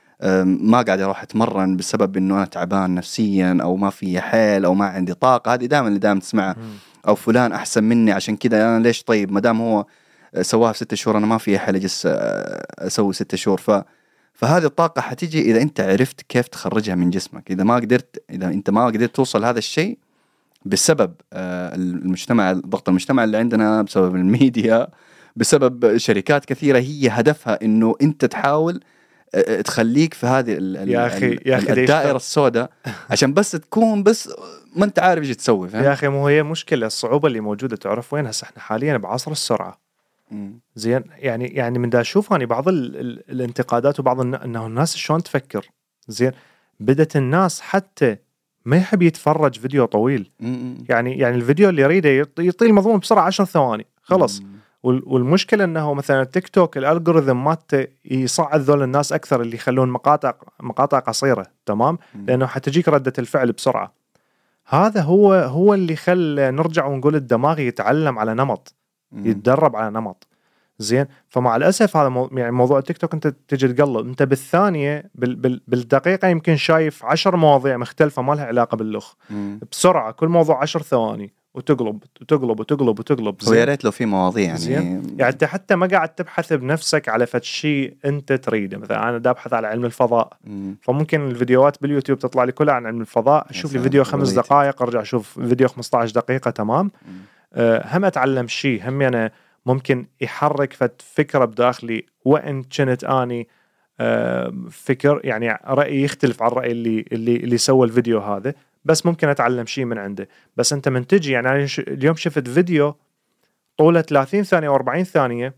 ما قاعد اروح اتمرن بسبب انه انا تعبان نفسيا او ما في حيل او ما عندي طاقة. هذه دائما اللي دائما تسمعها. او فلان احسن مني عشان كذا انا ليش؟ طيب ما دام هو سواها في ستة شهور انا ما في حيل اجلس اسوي ستة شهور. ف فهذه الطاقة حتيجي اذا انت عرفت كيف تخرجها من جسمك. اذا ما قدرت اذا انت ما قدرت توصل هذا الشيء بسبب المجتمع، ضغط المجتمع اللي عندنا، بسبب الميديا، بسبب شركات كثيرة هي هدفها انه انت تحاول تخليك في هذه يا أخي يا أخي الدائرة السوداء عشان بس تكون بس ما انت عارف ايش تسوي. فهم؟ يا اخي مو هي مشكلة الصعوبة اللي موجودة. تعرف وين هسه احنا حاليا بعصر السرعة. مم. زين، يعني يعني من دا اشوف اني بعض ال ال الانتقادات وبعض الن... انه الناس شلون تفكر. زين، بدت الناس حتى ما يحب يتفرج فيديو طويل. مم. يعني يعني الفيديو اللي يريده يطيل مضمون بسرعة عشر ثواني خلص. مم. والمشكلة أنه مثلا التيك توك الألغوريثم مالته يصعد ذول الناس أكثر، اللي يخلون مقاطع مقاطع قصيرة. تمام، لأنه حتجيك ردة الفعل بسرعة. هذا هو هو اللي خلى نرجع ونقول الدماغ يتعلم على نمط، يتدرب على نمط. زين، فمع الأسف هذا مو يعني موضوع التيك توك أنت تجي تقلب أنت بالثانية بال بال بالدقيقة يمكن شايف عشر مواضيع مختلفة ما لها علاقة باللخ بسرعة، كل موضوع عشر ثواني وتقلب وتقلب وتقلب وتقلب. ويا ريت لو في مواضيع يعني زين؟ يعني انت حتى ما قاعد تبحث بنفسك على فد شيء انت تريده. مثلا انا دا ابحث على علم الفضاء، مم. فممكن الفيديوهات باليوتيوب تطلع لي كلها عن علم الفضاء، اشوف لي فيديو خمس دقائق ارجع اشوف فيديو خمسة عشر دقيقة. تمام. أه هم اتعلم شيء، هم انا ممكن يحرك فد فكرة بداخلي، وان كنت اني أه فكر يعني رأيي يختلف عن الرأي اللي اللي اللي سوى الفيديو هذا، بس ممكن اتعلم شيء من عنده. بس انت من تجي يعني أنا اليوم شفت فيديو طوله ثلاثين ثانيه او أربعين ثانيه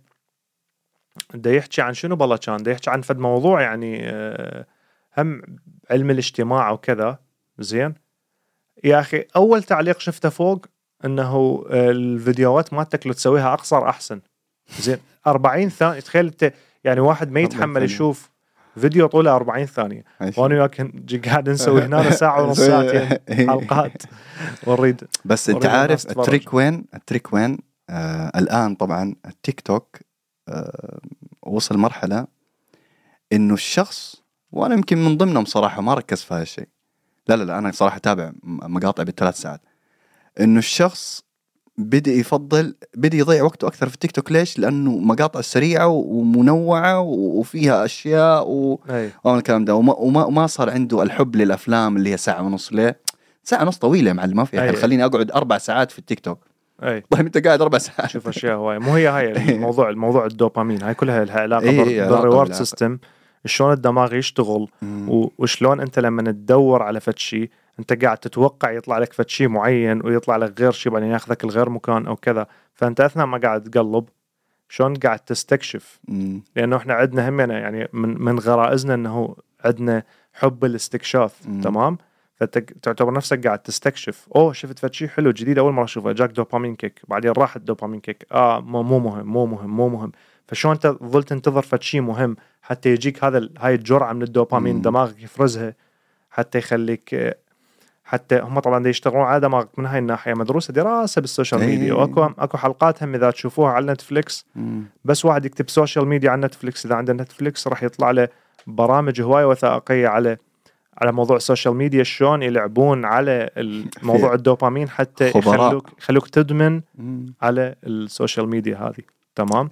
بده يحكي عن شنو بالله كان بده يحكي عن فد موضوع يعني هم علم الاجتماع وكذا. زين يا اخي اول تعليق شفته فوق انه الفيديوهات مالتك لو تسويها اقصر احسن. زين أربعين ثانيه تخيل انت يعني واحد ما يتحمل يشوف فيديو طوله أربعين ثانيه وانا وياك قاعد نسوي هنا ساعه ونص ساعتين حلقات ونريد. بس انت عارف التريك وين التريك وين آه الان طبعا التيك توك آه وصل مرحله انه الشخص وانا يمكن من ضمنهم صراحه ما ركز في هذا الشيء. لا لا لا انا صراحه اتابع مقاطع بالثلاث ساعات انه الشخص بدأ يفضل بدأ يضيع وقته أكثر في التيك توك. ليش؟ لأنه مقاطع سريعة ومنوعة وفيها أشياء وما الكلام ده وما, وما, وما صار عنده الحب للأفلام اللي هي ساعة ونص. ليه؟ ساعة ونص طويلة يا معلم ما فيها. خليني أقعد أربع ساعات في التيك توك. أي. طيب أنت قاعد أربع ساعات شوف أشياء هواي مو هي هاي الموضوع الموضوع الدوبامين هاي كلها لها علاقة بالريورد سيستم. شلون الدماغ يشتغل وشلون أنت لما تدور على فد شيء انت قاعد تتوقع يطلع لك فد شيء معين ويطلع لك غير شيء بعدين ياخذك الغير مكان او كذا. فانت اثناء ما قاعد تقلب شلون قاعد تستكشف. مم. لانه احنا عندنا همنا يعني من من غرائزنا انه عندنا حب الاستكشاف. مم. تمام. فانت تعتبر نفسك قاعد تستكشف. اوه شفت فد شيء حلو جديد اول مره اشوفه جاك دوبامين كيك بعدين راح الدوبامين كيك اه مو مو مهم مو مهم مو مهم. فشلون انت ظل تنتظر فد شيء مهم حتى يجيك هذا هاي الجرعه من الدوبامين دماغك يفرزها حتى يخليك حتى هم طبعا دي يشتغلون على دماغك من هاي الناحية مدروسة دراسة بالسوشيال ميديا. وأكو أكو حلقات هم إذا تشوفوها على نتفليكس بس واحد يكتب سوشيال ميديا على نتفليكس إذا عنده نتفليكس راح يطلع له برامج هواية وثائقية على على موضوع السوشيال ميديا شلون يلعبون على الموضوع الدوبامين حتى يخلوك يخلوك تدمن على السوشيال ميديا هذه. تمام.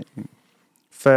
ف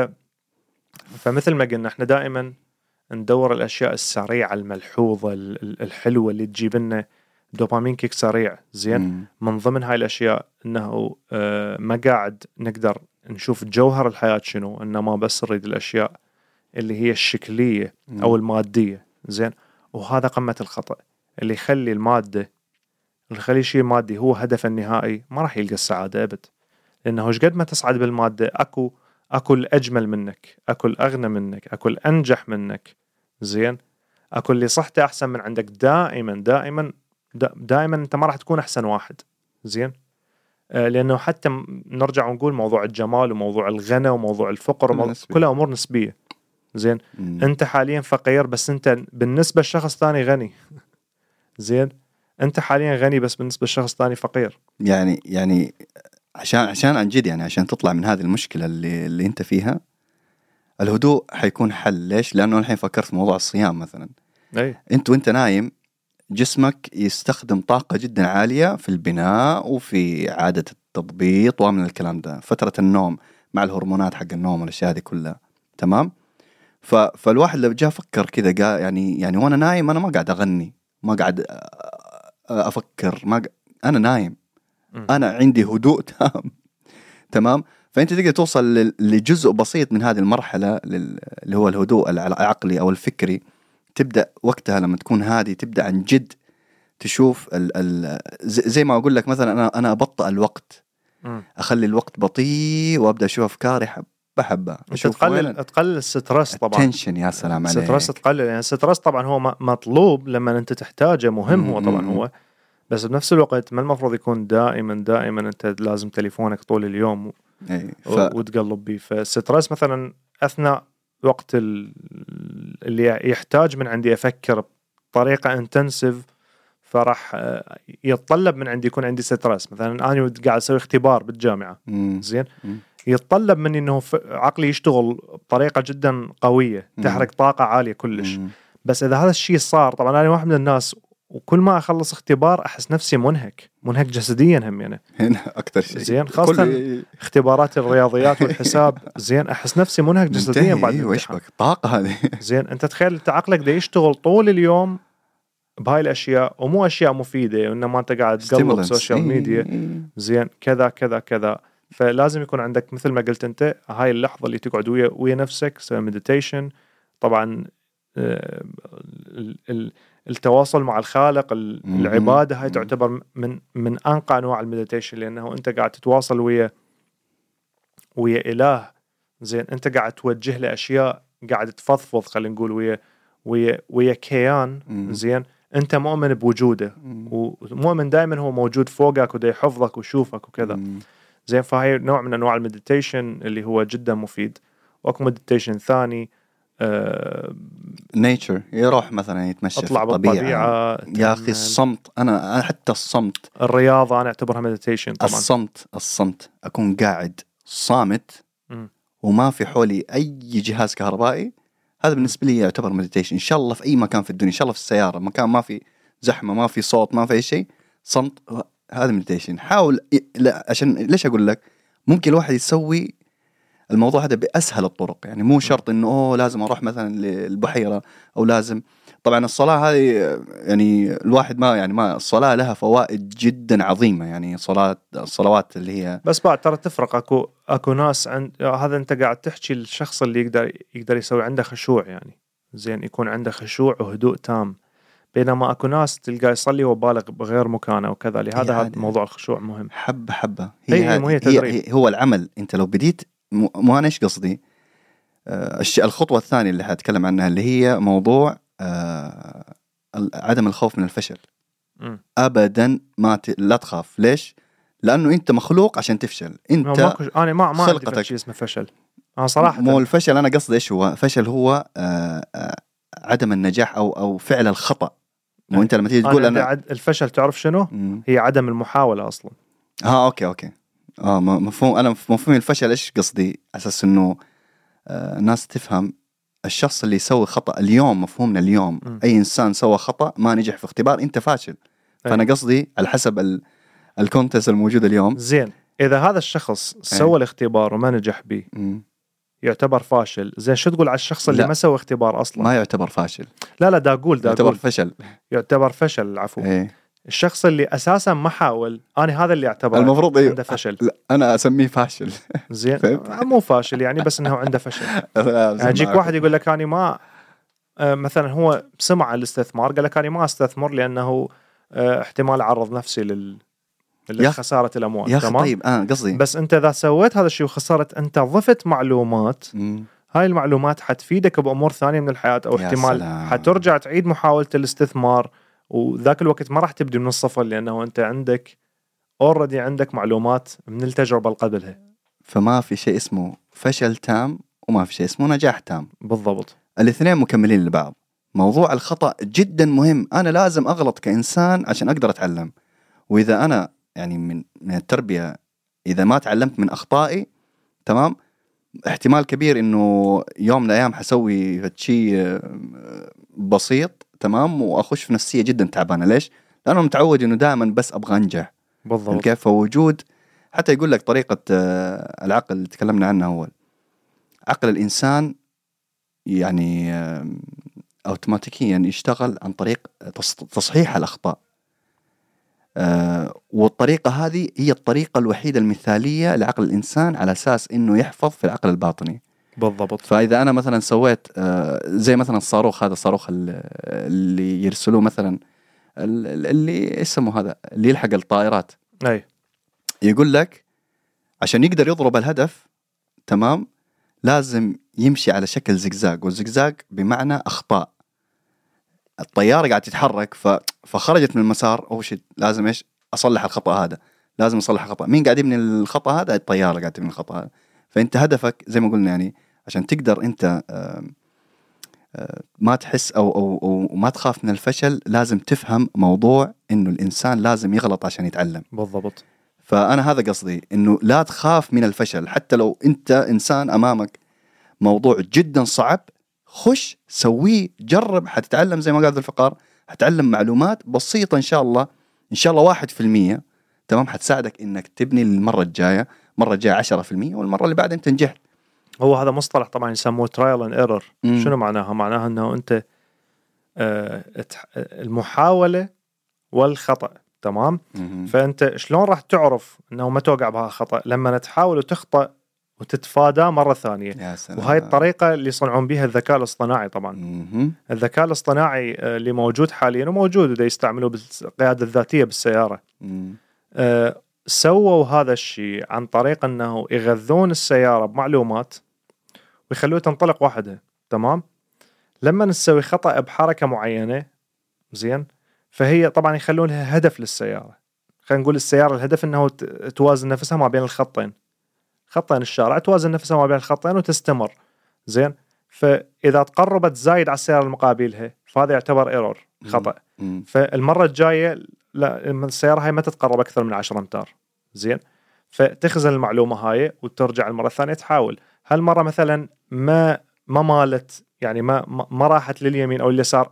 فمثل ما قلنا احنا دائما ندور الأشياء السريعة الملحوظة الحلوة اللي تجيب لنا دوبامين كيك سريع. زين مم. من ضمن هاي الأشياء إنه آه ما قاعد نقدر نشوف جوهر الحياة شنو إنما بس نريد الأشياء اللي هي الشكلية مم. أو المادية. زين وهذا قمة الخطأ اللي يخلي المادة اللي يخلي شيء مادي هو هدف النهائي ما راح يلقى السعادة أبد. لأنه وش قد ما تصعد بالمادة أكو أكو الأجمل منك أكو الأغنى منك أكو الأنجح منك. زين أكو اللي صحته أحسن من عندك دائما دائما دائما أنت ما راح تكون أحسن واحد. زين آه لأنه حتى نرجع ونقول موضوع الجمال وموضوع الغنى وموضوع الفقر وموضوع كلها أمور نسبية. زين مم. أنت حاليا فقير بس أنت بالنسبة لشخص ثاني غني. زين أنت حاليا غني بس بالنسبة لشخص ثاني فقير. يعني يعني عشان عشان عن جد يعني عشان تطلع من هذه المشكلة اللي اللي أنت فيها الهدوء حيكون حل. ليش؟ لأنه الحين فكرت في موضوع الصيام مثلا. أي. أنت وأنت نايم جسمك يستخدم طاقة جدا عالية في البناء وفي عادة التضبيط ومن الكلام ده فترة النوم مع الهرمونات حق النوم والأشياء هذه كلها. تمام. ف فالواحد لو جاء فكر كذا قال يعني يعني وأنا نايم أنا ما قاعد أغني ما قاعد أفكر ما ق... أنا نايم م. أنا عندي هدوء تام. تمام. فأنت تقدر توصل لجزء بسيط من هذه المرحلة اللي هو الهدوء العقلي أو الفكري. تبدأ وقتها لما تكون هادي تبدأ عن جد تشوف ال ال زي ما أقول لك مثلا أنا أنا أبطأ الوقت م. أخلي الوقت بطيء وأبدأ أشوف أفكاري حبة حبة. تقلل تقلل السترس طبعا. التنشن يا سلام عليك. السترس تقلل يعني السترس طبعا هو مطلوب لما أنت تحتاجه مهم م. هو طبعا هو بس بنفس الوقت ما المفروض يكون دائما دائما أنت لازم تليفونك طول اليوم أي ف... وتقلب بيه. فالسترس مثلا أثناء وقت اللي يحتاج من عندي أفكر بطريقة انتنسيف فراح يتطلب من عندي يكون عندي سترس. مثلا أنا قاعد أسوي اختبار بالجامعة مم. زين مم. يتطلب مني إنه عقلي يشتغل بطريقة جدا قوية تحرق طاقة عالية كلش مم. بس إذا هذا الشيء صار طبعا أنا واحد من الناس وكل ما أخلص اختبار أحس نفسي منهك منهك جسديا هم يعني هنا أكتر شيء زين خاصة كل... اختبارات الرياضيات والحساب زين أحس نفسي منهك جسديا بعد وإيش بك طاقة هذه زين أنت تخيل أنت عقلك ده يشتغل طول اليوم بهاي الأشياء ومو أشياء مفيدة وإنما أنت قاعد تقلب سوشيال ميديا زين كذا كذا كذا. فلازم يكون عندك مثل ما قلت أنت هاي اللحظة اللي تقعد ويا ويا نفسك سوي مديتيشن. طبعا التواصل مع الخالق، العبادة، هاي تعتبر من من أنقى أنواع المديتيشن، لأنه أنت قاعد تتواصل ويا ويا إله. زين، أنت قاعد توجه له أشياء، قاعد تفضفض خلينا نقول ويا ويا ويا كيان. زين، أنت مؤمن بوجوده، ومؤمن دائما هو موجود فوقك ودا يحفظك ويشوفك وكذا. زين، فهي نوع من أنواع المديتيشن اللي هو جدا مفيد. واكو مديتيشن ثاني نيتشر، uh, يروح مثلا يتمشى اطلع في الطبيعة. بالطبيعة يا أخي الصمت، أنا حتى الصمت، الرياضة أنا أعتبرها مديتيشن طبعا. الصمت الصمت أكون قاعد صامت م. وما في حولي أي جهاز كهربائي، هذا بالنسبة لي يعتبر مديتيشن. إن شاء الله في أي مكان في الدنيا، إن شاء الله في السيارة، مكان ما في زحمة، ما في صوت، ما في أي شيء، صمت، هذا مديتيشن. حاول، لا عشان ليش أقول لك ممكن الواحد يسوي الموضوع هذا بأسهل الطرق، يعني مو شرط إنه أوه لازم أروح مثلا للبحيرة، أو لازم. طبعا الصلاة هذه يعني الواحد ما يعني ما الصلاة لها فوائد جدا عظيمة، يعني صلاة الصلوات اللي هي بس بعد ترى تفرق. أكو أكو ناس عند هذا، أنت قاعد تحكي الشخص اللي يقدر يقدر يسوي عنده خشوع، يعني زين يكون عنده خشوع وهدوء تام، بينما أكو ناس تلقى يصلي وبالغ بغير مكانه وكذا. لهذا هذا موضوع الخشوع مهم. حبة حبة هي, هي, هي, هي, هي هو العمل. أنت لو بديت مو أنا إيش قصدي، آه الخطوة الثانية اللي هتكلم عنها اللي هي موضوع آه عدم الخوف من الفشل. م. أبدا ما ت... لا تخاف. ليش؟ لأنه أنت مخلوق عشان تفشل. أنت ما أنا ما ما عندي شيء اسمه فشل. أنا صراحة مو الفشل، أنا قصدي إيش هو فشل؟ هو آه آه عدم النجاح أو أو فعل الخطأ. مو أنت لما تيجي تقول أنا, أنا الفشل تعرف شنو؟ م. هي عدم المحاولة أصلا. ها أوكي أوكي آه مفهوم. أنا مفهوم الفشل إيش قصدي، أساس إنه آه ناس تفهم الشخص اللي يسوي خطأ اليوم. مفهومنا اليوم م. أي إنسان سوى خطأ ما نجح في اختبار أنت فاشل. أي. فأنا قصدي على حسب ال الكونتنس الموجود اليوم. زين، إذا هذا الشخص سوى الاختبار وما نجح به م. يعتبر فاشل. زين، شو تقول على الشخص اللي لا. ما سوى اختبار أصلا؟ ما يعتبر فاشل. لا لا دا أقول دا يعتبر أقول فشل. يعتبر فشل عفوا. ايه. الشخص اللي أساسا ما حاول، أنا هذا اللي يعتبر المفروض إيه؟ عنده فشل. لا أنا أسميه فاشل. زين، مو فاشل يعني، بس إنه عنده فشل. يعني يجيك واحد يقول لك أنا ما آه مثلا هو سمع الاستثمار قال لك أنا ما استثمر لأنه آه احتمال أعرض نفسي لل لخسارة الأموال. يا أخي طيب أنا قصدي بس أنت إذا سويت هذا الشيء وخسرت، أنت ضفت معلومات. م. هاي المعلومات حتفيدك بأمور ثانية من الحياة، أو احتمال حترجع تعيد محاولة الاستثمار، وذاك الوقت ما راح تبدي من الصفر، لأنه أنت عندك already عندك معلومات من التجربة اللي قبلها. فما في شيء اسمه فشل تام وما في شيء اسمه نجاح تام. بالضبط، الاثنين مكملين لبعض. موضوع الخطأ جدا مهم. أنا لازم أغلط كإنسان عشان أقدر أتعلم. وإذا أنا يعني من من التربية إذا ما تعلمت من أخطائي تمام، احتمال كبير إنه يوم من الأيام حسوي شيء بسيط تمام وأخش في نفسية جدا تعبانة. ليش؟ لأنه متعود إنه دائما بس أبغى أنجح. بالضبط. كيف وجود حتى يقول لك طريقة العقل اللي تكلمنا عنها، هو عقل الإنسان يعني أوتوماتيكيا يشتغل عن طريق تصحيح الأخطاء. أه والطريقة هذه هي الطريقة الوحيدة المثالية لعقل الإنسان على أساس إنه يحفظ في العقل الباطني. بالضبط. فإذا أنا مثلا سويت أه زي مثلا الصاروخ، هذا الصاروخ اللي يرسلوه مثلا، اللي اسمه هذا اللي يلحق الطائرات، أي يقول لك عشان يقدر يضرب الهدف تمام لازم يمشي على شكل زجزاج، والزجزاج بمعنى أخطاء. الطيارة قاعدة تتحرك ف... فخرجت من المسار، أول شيء لازم إيش أصلح الخطأ هذا، لازم أصلح الخطأ. مين قاعد يبني الخطأ هذا؟ الطيارة قاعدة تبني الخطأ هذا. فأنت هدفك زي ما قلنا يعني عشان تقدر أنت آه آه ما تحس أو, أو, أو ما تخاف من الفشل، لازم تفهم موضوع إنه الإنسان لازم يغلط عشان يتعلم. بالضبط. فأنا هذا قصدي، إنه لا تخاف من الفشل. حتى لو أنت إنسان أمامك موضوع جدا صعب، خش سويه، جرب، حتتعلم زي ما قال الفقار، حتعلم معلومات بسيطة إن شاء الله، إن شاء الله واحد في المية تمام، حتساعدك إنك تبني المرة الجاية، مرة الجاية عشرة في المية، والمرة اللي بعد أنت نجحت. هو هذا مصطلح طبعا يسموه trial and error. م. شنو معناها؟ معناها أنه أنت آه المحاولة والخطأ تمام. م- فأنت شلون راح تعرف أنه ما توقع بها خطأ؟ لما تحاول وتخطأ وتتفاداه مرة ثانية. يا سلام. وهاي الطريقة اللي يصنعون بها الذكاء الاصطناعي طبعا. مم. الذكاء الاصطناعي اللي موجود حاليا وموجود وده يستعملوه بالقيادة الذاتية بالسيارة. مم. أه سووا هذا الشيء عن طريق أنه يغذون السيارة بمعلومات ويخلوها تنطلق وحدها. تمام. لما نسوي خطأ بحركة معينة زين فهي طبعا يخلونها هدف للسيارة. خلينا نقول السيارة الهدف أنه توازن نفسها ما بين الخطين خطين الشارع توازن نفسها ما بين الخطين وتستمر زين. فإذا تقربت زايد على السيارة المقابلها فهذا يعتبر إيرور خطأ. مم. فالمرة الجاية لا السيارة هاي ما تتقرب أكثر من عشرة أمتار زين. فتخزن المعلومة هاي وترجع المرة الثانية تحاول. هالمرة مثلا ما ما مالت يعني ما ما راحت لليمين أو اليسار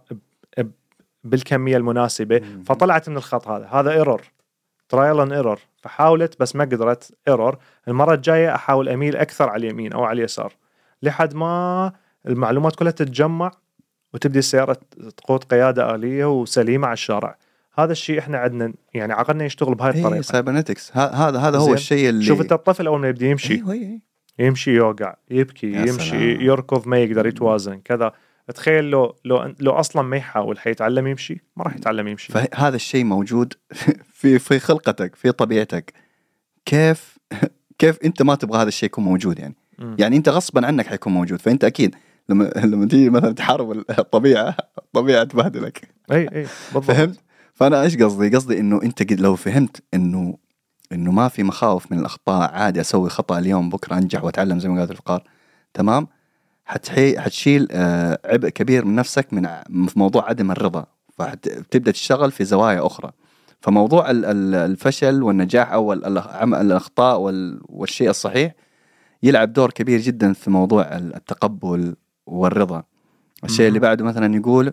بالكمية المناسبة مم. فطلعت من الخط هذا هذا إيرور ترايل أند إيرور. فحاولت بس ما قدرت إيرور. المرة الجاية أحاول أميل أكثر على اليمين أو على اليسار لحد ما المعلومات كلها تتجمع وتبدي السيارة تقود قيادة آلية وسليمة على الشارع. هذا الشيء إحنا عندنا يعني عقلنا يشتغل بهاي الطريقة. إيه سايبرنتكس هذا هذا هو الشيء اللي شوف أنت الطفل أول ما يبدي يمشي إيه إيه. يمشي يوقع يبكي يمشي سلام. يركض ما يقدر يتوازن كذا. تخيل لو لو لو أصلا ما يحاول حيتعلم يمشي ما راح يتعلم يمشي. فهذا الشيء موجود في في خلقتك في طبيعتك. كيف كيف أنت ما تبغى هذا الشيء يكون موجود يعني م. يعني أنت غصبا عنك حيكون موجود. فأنت أكيد لما لما تيجي مثلا تحارب الطبيعة الطبيعة تبهدلك. أي أي بالضبط. فهمت. فأنا إيش قصدي قصدي إنه أنت قد لو فهمت إنه إنه ما في مخاوف من الأخطاء عادي أسوي خطأ اليوم بكرة أنجح وأتعلم زي ما قالت الفقار. تمام. حتحي حتشيل آه عبء كبير من نفسك من في موضوع عدم الرضا فبتبدأ تشتغل في زوايا أخرى. فموضوع الفشل والنجاح أو الأخطاء والشيء الصحيح يلعب دور كبير جدا في موضوع التقبل والرضا. الشيء اللي بعده مثلا يقول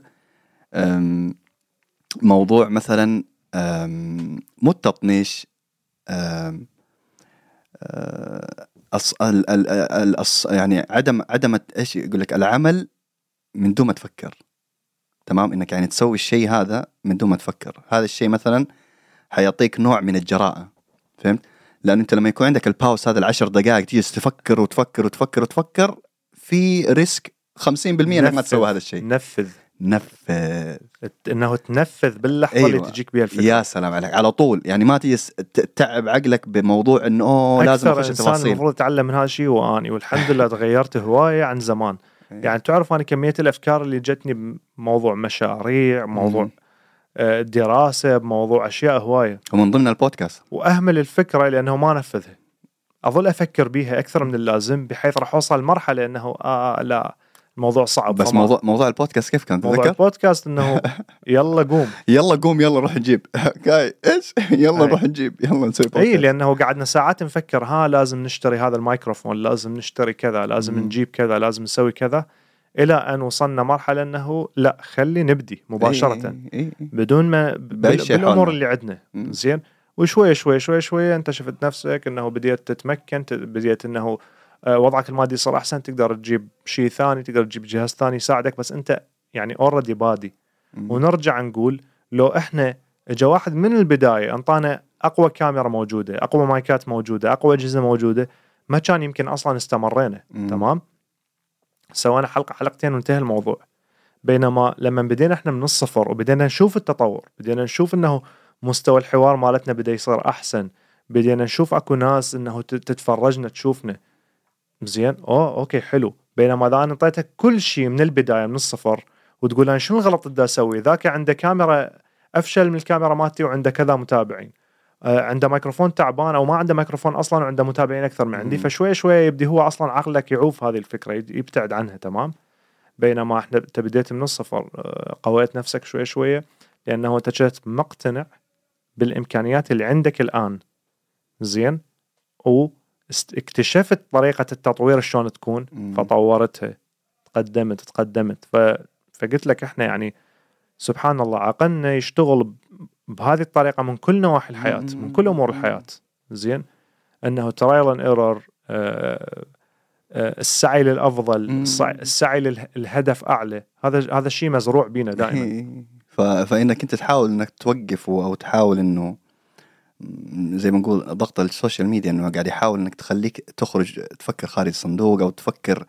موضوع مثلا مو التطنيش أص... ال... ال... الأص... يعني عدم عدم ايش يقول لك العمل من دون ما تفكر. تمام. انك يعني تسوي الشيء هذا من دون ما تفكر. هذا الشيء مثلا حيعطيك نوع من الجراءة. فهمت. لأن انت لما يكون عندك الباوس هذا العشر دقائق تجلس تفكر وتفكر وتفكر وتفكر في ريسك خمسين بالمئة انك ما تسوي هذا الشيء. نفذ نفذ انه تنفذ باللحظه أيوة. اللي تجيك بها الفكره. يا سلام عليك على طول. يعني ما تيجي تعب عقلك بموضوع انه اوه لازم اخش التفاصيل. المفروض اتعلم من هذا الشيء واني والحمد لله تغيرت هوايه عن زمان. يعني تعرف انا كميه الافكار اللي جتني بموضوع مشاريع موضوع دراسه بموضوع اشياء هوايه ومن ضمن البودكاست واهمل الفكره لانه ما نفذها. اظل افكر بيها اكثر من اللازم بحيث راح اوصل مرحله انه آه لا الموضوع صعب. بس موضوع موضوع البودكاست كيف كان تذكر؟ موضوع البودكاست انه يلا قوم يلا قوم يلا نروح نجيب كاي ايش يلا نروح نجيب يلا نسوي بودكاست. اي لانه قعدنا ساعات نفكر ها لازم نشتري هذا الميكروفون لازم نشتري كذا لازم م. نجيب كذا لازم نسوي كذا الى ان وصلنا مرحله انه لا خلي نبدي مباشره أي أي أي. بدون ما بالامور اللي عندنا م. زين. وشوي شوي شوي شوي انت شفت نفسك انه بديت تتمكن بديت انه وضعك المادي صار أحسن تقدر تجيب شيء ثاني تقدر تجيب جهاز ثاني يساعدك. بس أنت يعني already بادي. ونرجع نقول لو إحنا إجا واحد من البداية أنطانا أقوى كاميرا موجودة أقوى مايكات موجودة أقوى أجهزة موجودة ما كان يمكن أصلا استمرينا. تمام. سوينا حلقة حلقتين وانتهى الموضوع. بينما لما بدينا إحنا من الصفر وبدينا نشوف التطور بدينا نشوف إنه مستوى الحوار مالتنا بدأ يصير أحسن بدينا نشوف أكو ناس إنه تتفرجنا تشوفنا زين. أوه أوكي حلو. بينما إذا أنا أعطيتك كل شيء من البداية من الصفر وتقول أنا شنو الغلط اللي أسوي ذاك عنده كاميرا أفشل من الكاميرا مالتي وعنده كذا متابعين آه عنده ميكروفون تعبان أو ما عنده ميكروفون أصلا وعنده متابعين أكثر من عندي. فشوي شوي يبدي هو أصلا عقلك يعوف هذه الفكرة يبتعد عنها. تمام. بينما إحنا تبديت من الصفر آه قويت نفسك شوي شوية لأنه أنت كنت مقتنع بالإمكانيات اللي عندك الآن زين و اكتشفت طريقة التطوير شلون تكون فطورتها تقدمت تقدمت ف... فقلت لك احنا يعني سبحان الله عقلنا يشتغل بهذه الطريقة من كل نواحي الحياة من كل أمور الحياة زين. أنه ترايل اند ايرور السعي للأفضل السعي للهدف أعلى هذا هذا الشيء مزروع بينا دائما. ف... فإنك أنت تحاول إنك توقف أو تحاول إنه زي ما نقول ضغط السوشيال ميديا انه قاعد يحاول انك تخليك تخرج تفكر خارج الصندوق او تفكر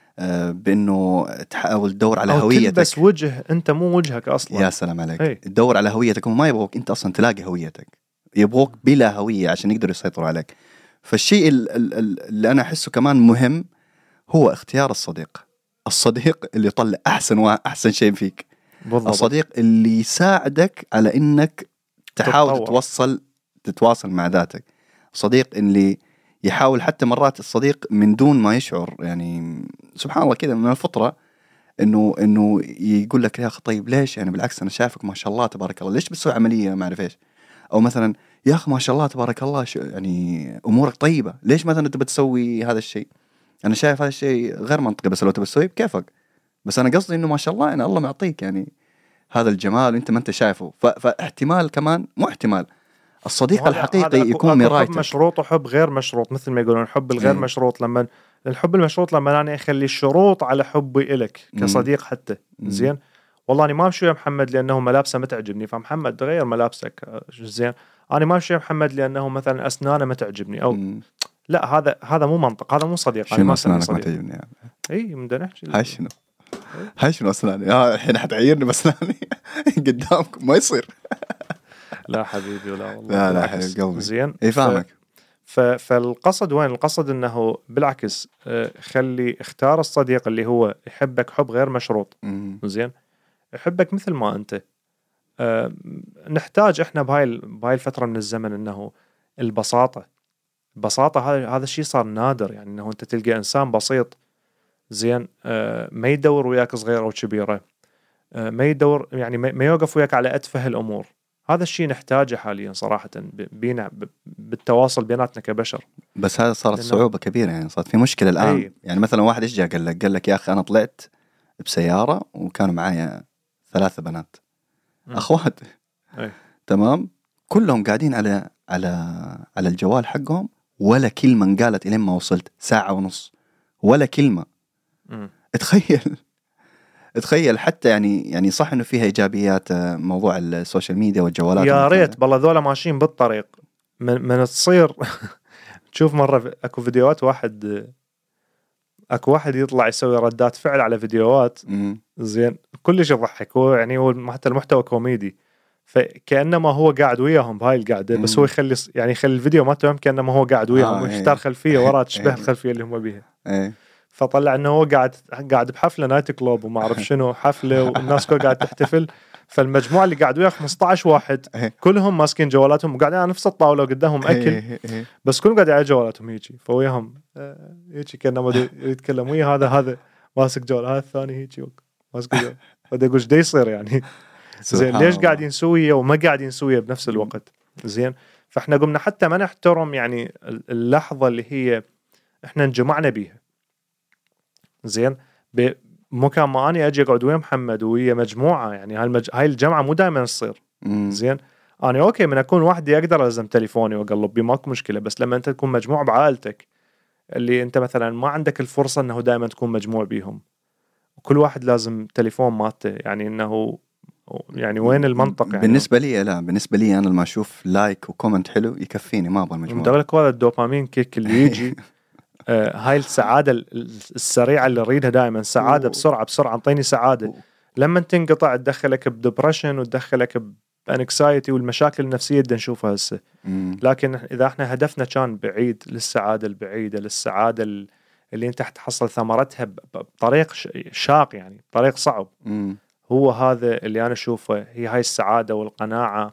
بانه تحاول تدور على أو هويتك، تلبس وجه انت مو وجهك اصلا. يا سلام عليك. هي. تدور على هويتك وما يبغوك انت اصلا تلاقي هويتك، يبغوك بلا هوية عشان يقدروا يسيطروا عليك. فالشيء اللي انا احسه كمان مهم هو اختيار الصديق، الصديق اللي يطلع احسن واحسن شيء فيك. بالضبط. الصديق اللي يساعدك على انك تحاول تتطور. تتوصل تتواصل مع ذاتك. صديق اللي يحاول حتى مرات الصديق من دون ما يشعر، يعني سبحان الله كذا من الفطرة انه انه يقول لك يا اخي طيب ليش، يعني بالعكس انا شايفك ما شاء الله تبارك الله، ليش بتسوي عملية ما اعرف ايش، او مثلا يا اخي ما شاء الله تبارك الله يعني امورك طيبة، ليش مثلا انت بتسوي هذا الشيء، انا شايف هذا الشيء غير منطقي بس لو تبي تسويه بكيفك، بس انا قصدي انه ما شاء الله يعني الله معطيك يعني هذا الجمال وانت ما انت شايفه. فاحتمال كمان مو احتمال الصديق الحقيقي يكون مرايتك. حب مشروط وحب غير مشروط، مثل ما يقولون الحب الغير ايه. مشروط. لما الحب المشروط لما انا اخلي الشروط على حبي إلك كصديق حتى مم. زين، والله انا ما امشي يا محمد لانه ملابسه ما تعجبني فمحمد غير ملابسك زين، انا ما امشي يا محمد لانه مثلا اسنانه ما تعجبني او مم. لا، هذا هذا مو منطق، هذا مو صديق. شنو اسنانك ما تعجبني يعني؟ اي بدنا نحكي هاي شنو هاي شنو اسناني اه الحين حتعيرني باسناني قدامكم ما يصير. لا حبيبي ولا والله لا لا حبيب قلبي زين. اي فاهمك. ف... فالقصد وين؟ القصد انه بالعكس خلي اختار الصديق اللي هو يحبك حب غير مشروط زين، يحبك مثل ما انت. أه نحتاج احنا بهاي بهاي الفترة من الزمن انه البساطة البساطة هذا هذا الشيء صار نادر، يعني انه انت تلقى انسان بسيط زين أه ما يدور وياك صغيرة او كبيرة، أه ما يدور يعني ما يوقف وياك على اتفه الامور. هذا الشيء نحتاجه حاليا صراحة بينا بالتواصل بيناتنا كبشر. بس هذا صارت صعوبة كبيرة، يعني صارت في مشكلة الآن. أي. يعني مثلا واحد إيش جاء قال لك قال لك يا أخي أنا طلعت بسيارة وكانوا معايا ثلاثة بنات م. أخوات أي. تمام، كلهم قاعدين على على على الجوال حقهم، ولا كلمة انقالت إلين ما وصلت ساعة ونص، ولا كلمة. م. تخيل تخيل حتى يعني يعني صح انه فيها ايجابيات موضوع السوشيال ميديا والجوالات، يا ريت بالله ذولا ماشيين بالطريق من, من تصير تشوف مره اكو فيديوهات واحد اكو واحد يطلع يسوي ردات فعل على فيديوهات زين كلش يضحك، هو يعني هو حتى المحتوى كوميدي، فكأنما هو قاعد وياهم بهاي القعده بس هو يخلي يعني يخلي الفيديو ما تمام كأنما هو قاعد وياهم آه ويختار خلفيه ورا تشبه الخلفيه اللي هم بيها. فطلع انه هو قاعد قاعد بحفله نايت كلوب وما اعرف شنو حفله والناس كلها قاعد تحتفل، فالمجموعه اللي قاعد وياه خمسة عشر واحد كلهم ماسكين جوالاتهم وقاعدين على نفس الطاوله وقدامهم اكل بس كلهم قاعد على جوالاتهم هيجي، فوياهم هيجي كانه يتكلم ويا هذا هذا ماسك جوال، هذا الثاني هيجي ماسك جوال، فدا يقول ايش دا يصير يعني زين ليش قاعدين نسويه وما قاعدين نسويه بنفس الوقت زين. فاحنا قمنا حتى ما نحترم يعني اللحظه اللي هي احنا انجمعنا بيها زين، بمكان ما أنا أجي أقعد ويا محمد ويا مجموعة، يعني هاي المج... هاي الجمعة مو دائما تصير زين. أنا أوكي من أكون وحدي أقدر ألزم تليفوني وأقلب بيه ماكو مشكلة، بس لما أنت تكون مجموع بعائلتك اللي أنت مثلا ما عندك الفرصة أنه دائما تكون مجموع بيهم وكل واحد لازم تليفون ماته، يعني أنه يعني وين المنطق يعني؟ بالنسبة لي لا، بالنسبة لي أنا لما أشوف لايك وكومنت حلو يكفيني، ما أبغى المجموعة. مدغلك هذا الدوبامين كيك اللي يجي آه هاي السعادة السريعة اللي نريدها دائما، سعادة بسرعة بسرعة انطيني سعادة، لما تنقطع تدخلك بدبريشن وتدخلك بانكسايتي والمشاكل النفسية اللي نشوفها هسه. لكن إذا احنا هدفنا كان بعيد للسعادة البعيدة، للسعادة اللي انت حتحصل ثمرتها بطريق شاق يعني بطريق صعب، مم. هو هذا اللي أنا أشوفه، هي هاي السعادة والقناعة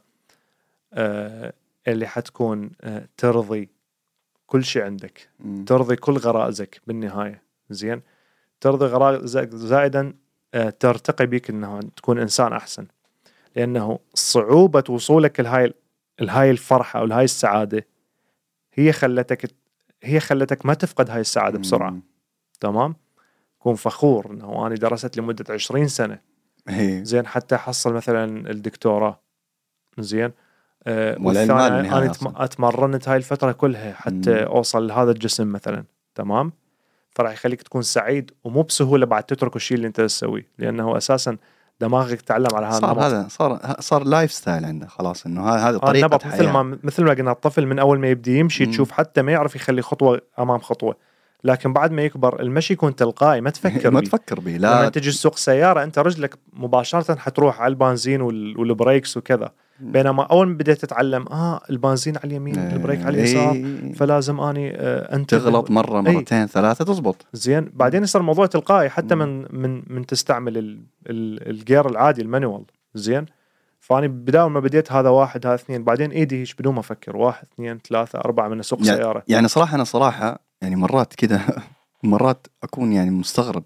آه اللي حتكون آه ترضي كل شيء عندك، مم. ترضي كل غرائزك بالنهاية زين، ترضي غرائزك زائدا آه ترتقي بك انه تكون انسان احسن، لانه صعوبة وصولك لهاي لهاي الفرحة او لهاي السعادة هي خلتك هي خلتك ما تفقد هاي السعادة بسرعة. مم. تمام، كون فخور انه انا درست لمدة عشرين سنة هي. زين حتى احصل مثلا الدكتوراه زين، أه والثاني أنا أتمرنت هاي الفترة كلها حتى مم. أوصل لهذا الجسم مثلا. تمام، فراح يخليك تكون سعيد ومو بسهولة بعد تترك الشيء اللي أنت تسويه، لأنه أساسا دماغك تعلم على هذا صار النمط. هذا صار صار لايف ستايل عنده خلاص، انه هذا آه طريقه نمط، حياه. مثل ما مثل ما قلنا الطفل من اول ما يبدي يمشي مم. تشوف حتى ما يعرف يخلي خطوه امام خطوه، لكن بعد ما يكبر المشي يكون تلقائي ما تفكر ما بيه. تفكر به. لما لا تجي تسوق سياره انت رجلك مباشره حتروح على البنزين وال... والبريكس وكذا، بينما اول ما بديت تتعلم اه البنزين على اليمين البريك على اليسار، إيه. فلازم اني آه انتبه. تغلط مره مرتين أي. ثلاثه تزبط زين بعدين يصير الموضوع تلقائي حتى من من من تستعمل ال... ال... الجير العادي المانيوال. زين فاني بداية ما بديت هذا واحد هذا اثنين، بعدين ايدي هيش بدون ما افكر واحد اثنين ثلاثة أربعة من اسوق يعني سيارة. يعني صراحه انا صراحه يعني مرات كده مرات اكون يعني مستغرب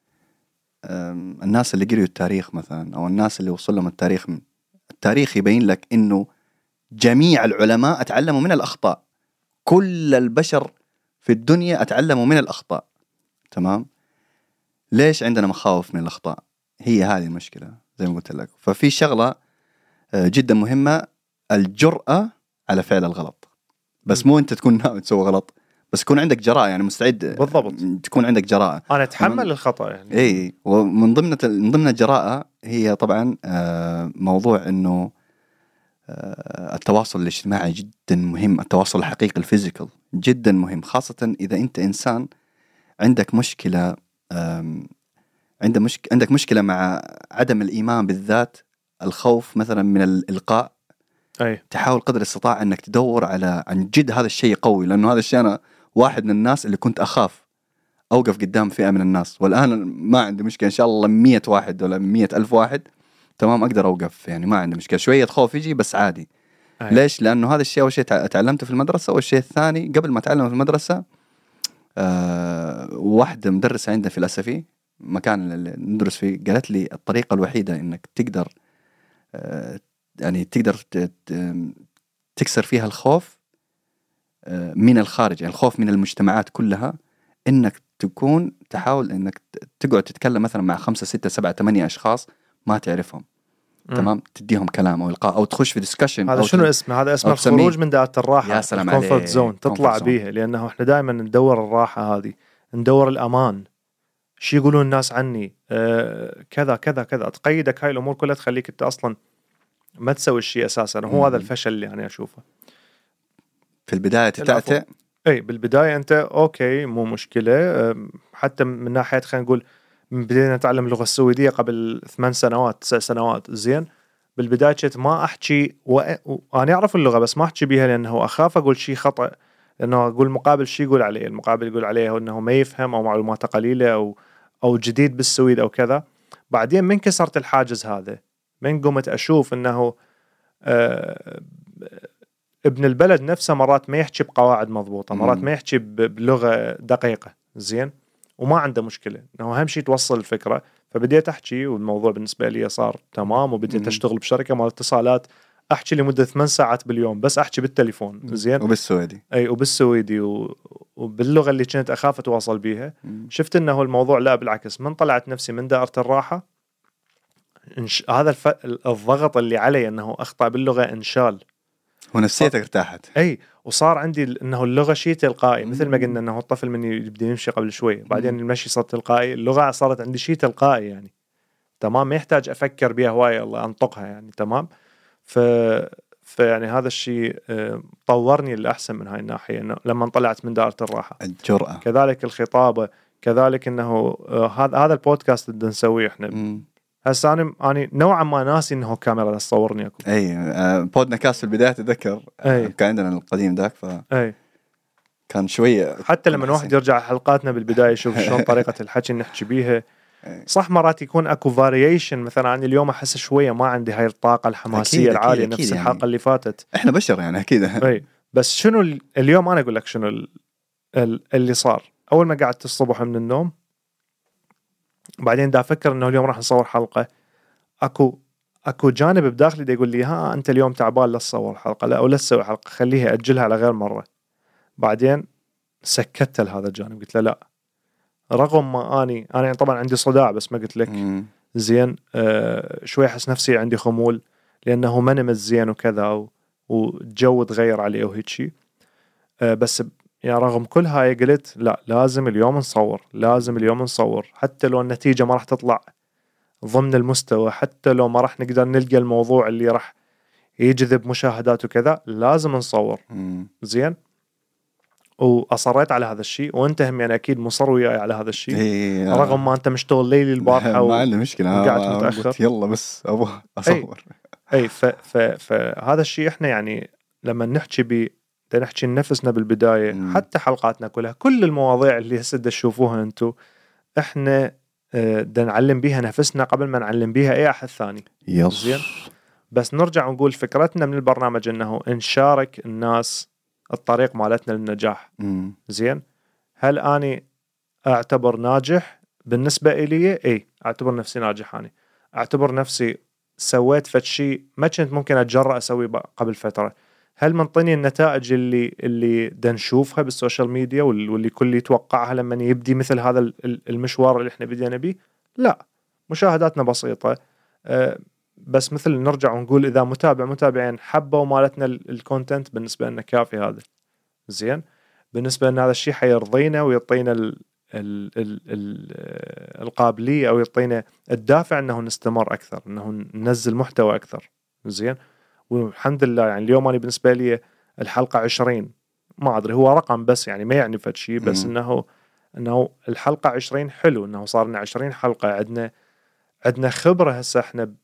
الناس اللي قريوا التاريخ مثلا، او الناس اللي وصل لهم التاريخ. التاريخ يبين لك انه جميع العلماء اتعلموا من الاخطاء، كل البشر في الدنيا اتعلموا من الاخطاء. تمام؟ ليش عندنا مخاوف من الاخطاء؟ هي هذه المشكله زي ما قلت لك. ففي شغله جدا مهمه، الجرأة على فعل الغلط. بس مو انت تكون ناوي تسوي غلط، بس يكون عندك جراءة، يعني مستعد بالضبط تكون عندك جراءة. انا اتحمل الخطأ يعني. اي ومن ضمن من ضمن الجراءة هي طبعا موضوع انه التواصل الاجتماعي جدا مهم. التواصل الحقيقي الفيزيكال جدا مهم، خاصة اذا انت انسان عندك مشكلة عندك مشك... عندك مشكلة مع عدم الإيمان بالذات، الخوف مثلا من الإلقاء. أي. تحاول قدر الاستطاعة أنك تدور على عن جد هذا الشيء قوي، لأنه هذا الشيء أنا واحد من الناس اللي كنت أخاف أوقف قدام فئة من الناس، والآن ما عندي مشكلة إن شاء الله مية واحد ولا مية ألف واحد تمام أقدر أوقف، يعني ما عندي مشكلة. شوية خوف يجي بس عادي. أي. ليش؟ لأنه هذا الشيء أول شيء تعلمته في المدرسة، والشيء الثاني قبل ما أتعلم في المدرسة أه واحدة مدرسة عندنا في الأسفي مكان اللي ندرس فيه قالت لي الطريقة الوحيدة إنك تقدر أه يعني تقدر تكسر فيها الخوف من الخارج، يعني الخوف من المجتمعات كلها، إنك تكون تحاول إنك تقعد تتكلم مثلا مع خمسة ستة سبعة ثمانية أشخاص ما تعرفهم. م. تمام؟ تديهم كلام أو إلقاء أو تخش في ديسكشن. هذا شنو اسمه؟ هذا اسمه الخروج من دائرة الراحة. يا سلام عليك. الكومفورت زون تطلع بيها، لأنه إحنا دائما ندور الراحة هذه، ندور الأمان. شي يقولون الناس عني آه كذا كذا كذا، تقيدك هاي الأمور كلها تخليك أنت أصلا ما تسوي الشيء أساسا. هو هذا الفشل اللي أنا أشوفه في البداية. تتأتأ أي بالبداية أنت أوكي مو مشكلة. حتى من ناحية خلينا نقول من بدينا نتعلم اللغة السويدية قبل ثمان سنوات تسع سنوات. زين بالبداية كنت ما أحكي وأنا و... أعرف اللغة بس ما أحكي بيها، لأنه أخاف أقول شيء خطأ، لأنه أقول مقابل شيء يقول عليه المقابل يقول عليه أنه ما يفهم أو معلوماته قليلة أو أو جديد بالسويد أو كذا. بعدين من كسرت الحاجز هذا، من قمت أشوف أنه آه ابن البلد نفسه مرات ما يحكي بقواعد مضبوطة، مرات ما يحكي بلغة دقيقة. زين وما عنده مشكلة، انه اهم شيء توصل الفكرة. فبديت احكي والموضوع بالنسبة لي صار تمام، وبديت اشتغل بشركة مال اتصالات احكي لمدة ثمان ساعات باليوم بس احكي بالتليفون. زين وبالسويدي. اي وبالسويدي و... وباللغة اللي كنت اخاف اتواصل بيها. مم. شفت انه الموضوع لا بالعكس، من طلعت نفسي من دائرة الراحة انش... هذا الف... الضغط اللي علي انه اخطأ باللغة انشال، ونفسيتك ارتاحت. اي وصار عندي انه اللغه شيء تلقائي. مثل ما قلنا انه الطفل من يبدا يمشي قبل شوي، بعدين المشي صار تلقائي، اللغه صارت عندي شيء تلقائي يعني. تمام ما يحتاج افكر بها هوايه الله انطقها يعني. تمام ف فيعني هذا الشيء طورني للاحسن من هاي الناحيه، انه لما طلعت من دائره الراحه. الجرأة كذلك الخطابه، كذلك انه هذا هذا البودكاست اللي نسويه احنا. م. هسه أنا أنا نوعا ما ناسي إنه كاميرا تصورني أكو. أي آه بودنا كاس في البداية تذكر. آه كان عندنا القديم ذاك ف. أي. كان شوية. حتى لما واحد يرجع حلقاتنا بالبداية يشوف شلون طريقة الحكي نحكي بيها. صح مرات يكون أكو فاريشن، مثلا عن اليوم أحس شوية ما عندي هاي الطاقة الحماسية أكيد العالية أكيد نفس يعني. الحلقة اللي فاتت. إحنا بشر يعني أكيد. أي بس شنو اليوم أنا أقول لك شنو اللي صار. أول ما قعدت الصبح من النوم بعدين دا أفكر إنه اليوم راح نصور حلقة، أكو أكو جانب بداخلي دا يقول لي ها أنت اليوم تعبان لا تصور حلقة، لا أو لا تسوي حلقة، خليها أجلها على غير مرة. بعدين سكتت لهذا الجانب قلت له لا، رغم ما أني أنا يعني طبعا عندي صداع بس ما قلت لك م- زين آه شوي أحس نفسي عندي خمول لأنه ما نمت زين وكذا والجو تغير عليه وهيك شيء آه بس يعني رغم كل هاي قلت لا لازم اليوم نصور، لازم اليوم نصور حتى لو النتيجة ما راح تطلع ضمن المستوى، حتى لو ما راح نقدر نلقى الموضوع اللي راح يجذب مشاهدات وكذا لازم نصور. مم. زين، وأصريت على هذا الشيء، وانت هم يعني اكيد مصر وياي على هذا الشيء. إيه، رغم ما انت مشتغل ليلي البارحة ما عندي مشكلة، وقعدت آه، متأخر. قلت يلا بس ابغى اصور. اي ف ف فهذا الشيء احنا يعني لما نحكي ب نحكي لنفسنا بالبداية، مم. حتى حلقاتنا كلها، كل المواضيع اللي هسه تشوفوها انتو، احنا بدنا نعلم بيها نفسنا قبل ما نعلم بيها اي احد ثاني. يس. زين، بس نرجع ونقول فكرتنا من البرنامج انه نشارك الناس الطريق مالتنا للنجاح. مم. زين، هل اني اعتبر ناجح بالنسبة إلي؟ اي اعتبر نفسي ناجح. اني اعتبر نفسي سويت فد شيء ما كنت ممكن اتجرأ اسويه قبل فترة. هل منطيني النتائج اللي اللي دا نشوفها بالسوشيال ميديا واللي كل يتوقعها لما يبدي مثل هذا المشوار اللي احنا بدينا بيه؟ لا، مشاهداتنا بسيطة. أه بس مثل نرجع ونقول إذا متابع متابعين حبوا مالتنا الكونتنت بالنسبة لنا كافي. هذا زين، بالنسبة لنا هذا الشيء حيرضينا ويعطينا ال ال ال ال القابلية أو يعطينا الدافع أنه نستمر أكثر، أنه ننزل محتوى أكثر. زين، والحمد لله يعني اليوم أنا بالنسبة لي الحلقة عشرين، ما أدري هو رقم بس يعني ما يعني فد شيء، بس إنه إنه الحلقة عشرين حلو، إنه صار لنا عشرين حلقة. عندنا عندنا خبرة هسه إحنا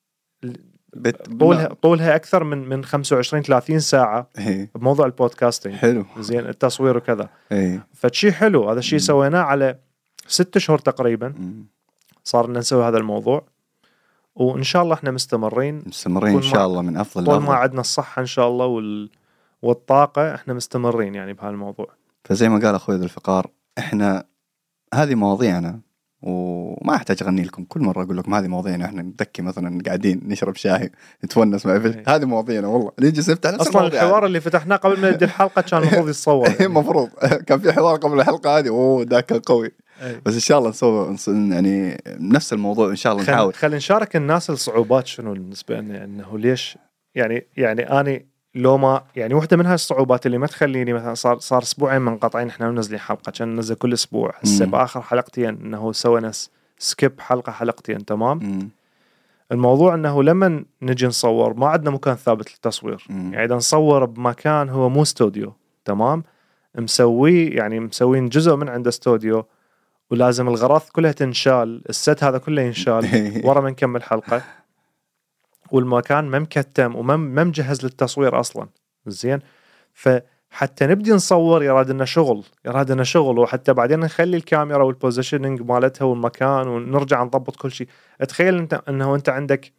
طولها طولها أكثر من من خمسة وعشرين ثلاثين ساعة هي. بموضوع البودكاستينج. حلو. زين، التصوير وكذا. هي. فشي حلو. هذا الشيء سويناه على ست شهور تقريبا. مم. صار لنا نسوي هذا الموضوع، وإن شاء الله إحنا مستمرين مستمرين إن شاء الله من أفضل طول الأفضل. ما عندنا الصحة إن شاء الله وال... والطاقة إحنا مستمرين يعني بهالموضوع. فزي ما قال أخوي ذو الفقار، إحنا هذه مواضيعنا وما أحتاج أغني لكم كل مرة أقول لكم هذه مواضيعنا. إحنا نتكي مثلا قاعدين نشرب شاي نتونس مع فيلم، هذه مواضيعنا والله. نيجي نفتح نفس أصلا الحوار اللي فتحناه قبل ما نبدأ الحلقة كان المفروض يتصور يعني. المفروض كان في حوار قبل الحلقة هذه، أوه ده كان قوي. أي. بس إن شاء الله نسوي يعني نفس الموضوع إن شاء الله. نحاول خل... خل نشارك الناس الصعوبات شنو بالنسبة لنا يعني، إنه ليش يعني يعني أنا لو ما يعني واحدة من هالصعوبات اللي ما تخليني مثلا صار صار أسبوعين منقطعين إحنا منزلين حلقة، كان ننزل كل أسبوع. هسه بآخر حلقتين إنه سوينا سكيب حلقة حلقتين. تمام. مم. الموضوع إنه لما نجي نصور ما عندنا مكان ثابت للتصوير. مم. يعني إذا نصور بمكان هو مو استوديو، تمام، مسوي يعني مسوين جزء من عنده استوديو، ولازم الغراض كلها تنشال، الست هذا كله ينشال ورا ما نكمل حلقة، والمكان ما مكتم وما ما مجهز للتصوير أصلا. زين، فحتى نبدي نصور يراد لنا شغل يراد لنا شغل وحتى بعدين نخلي الكاميرا والبوزيشننج مالتها والمكان ونرجع نضبط كل شيء. تخيل انت انه انت عندك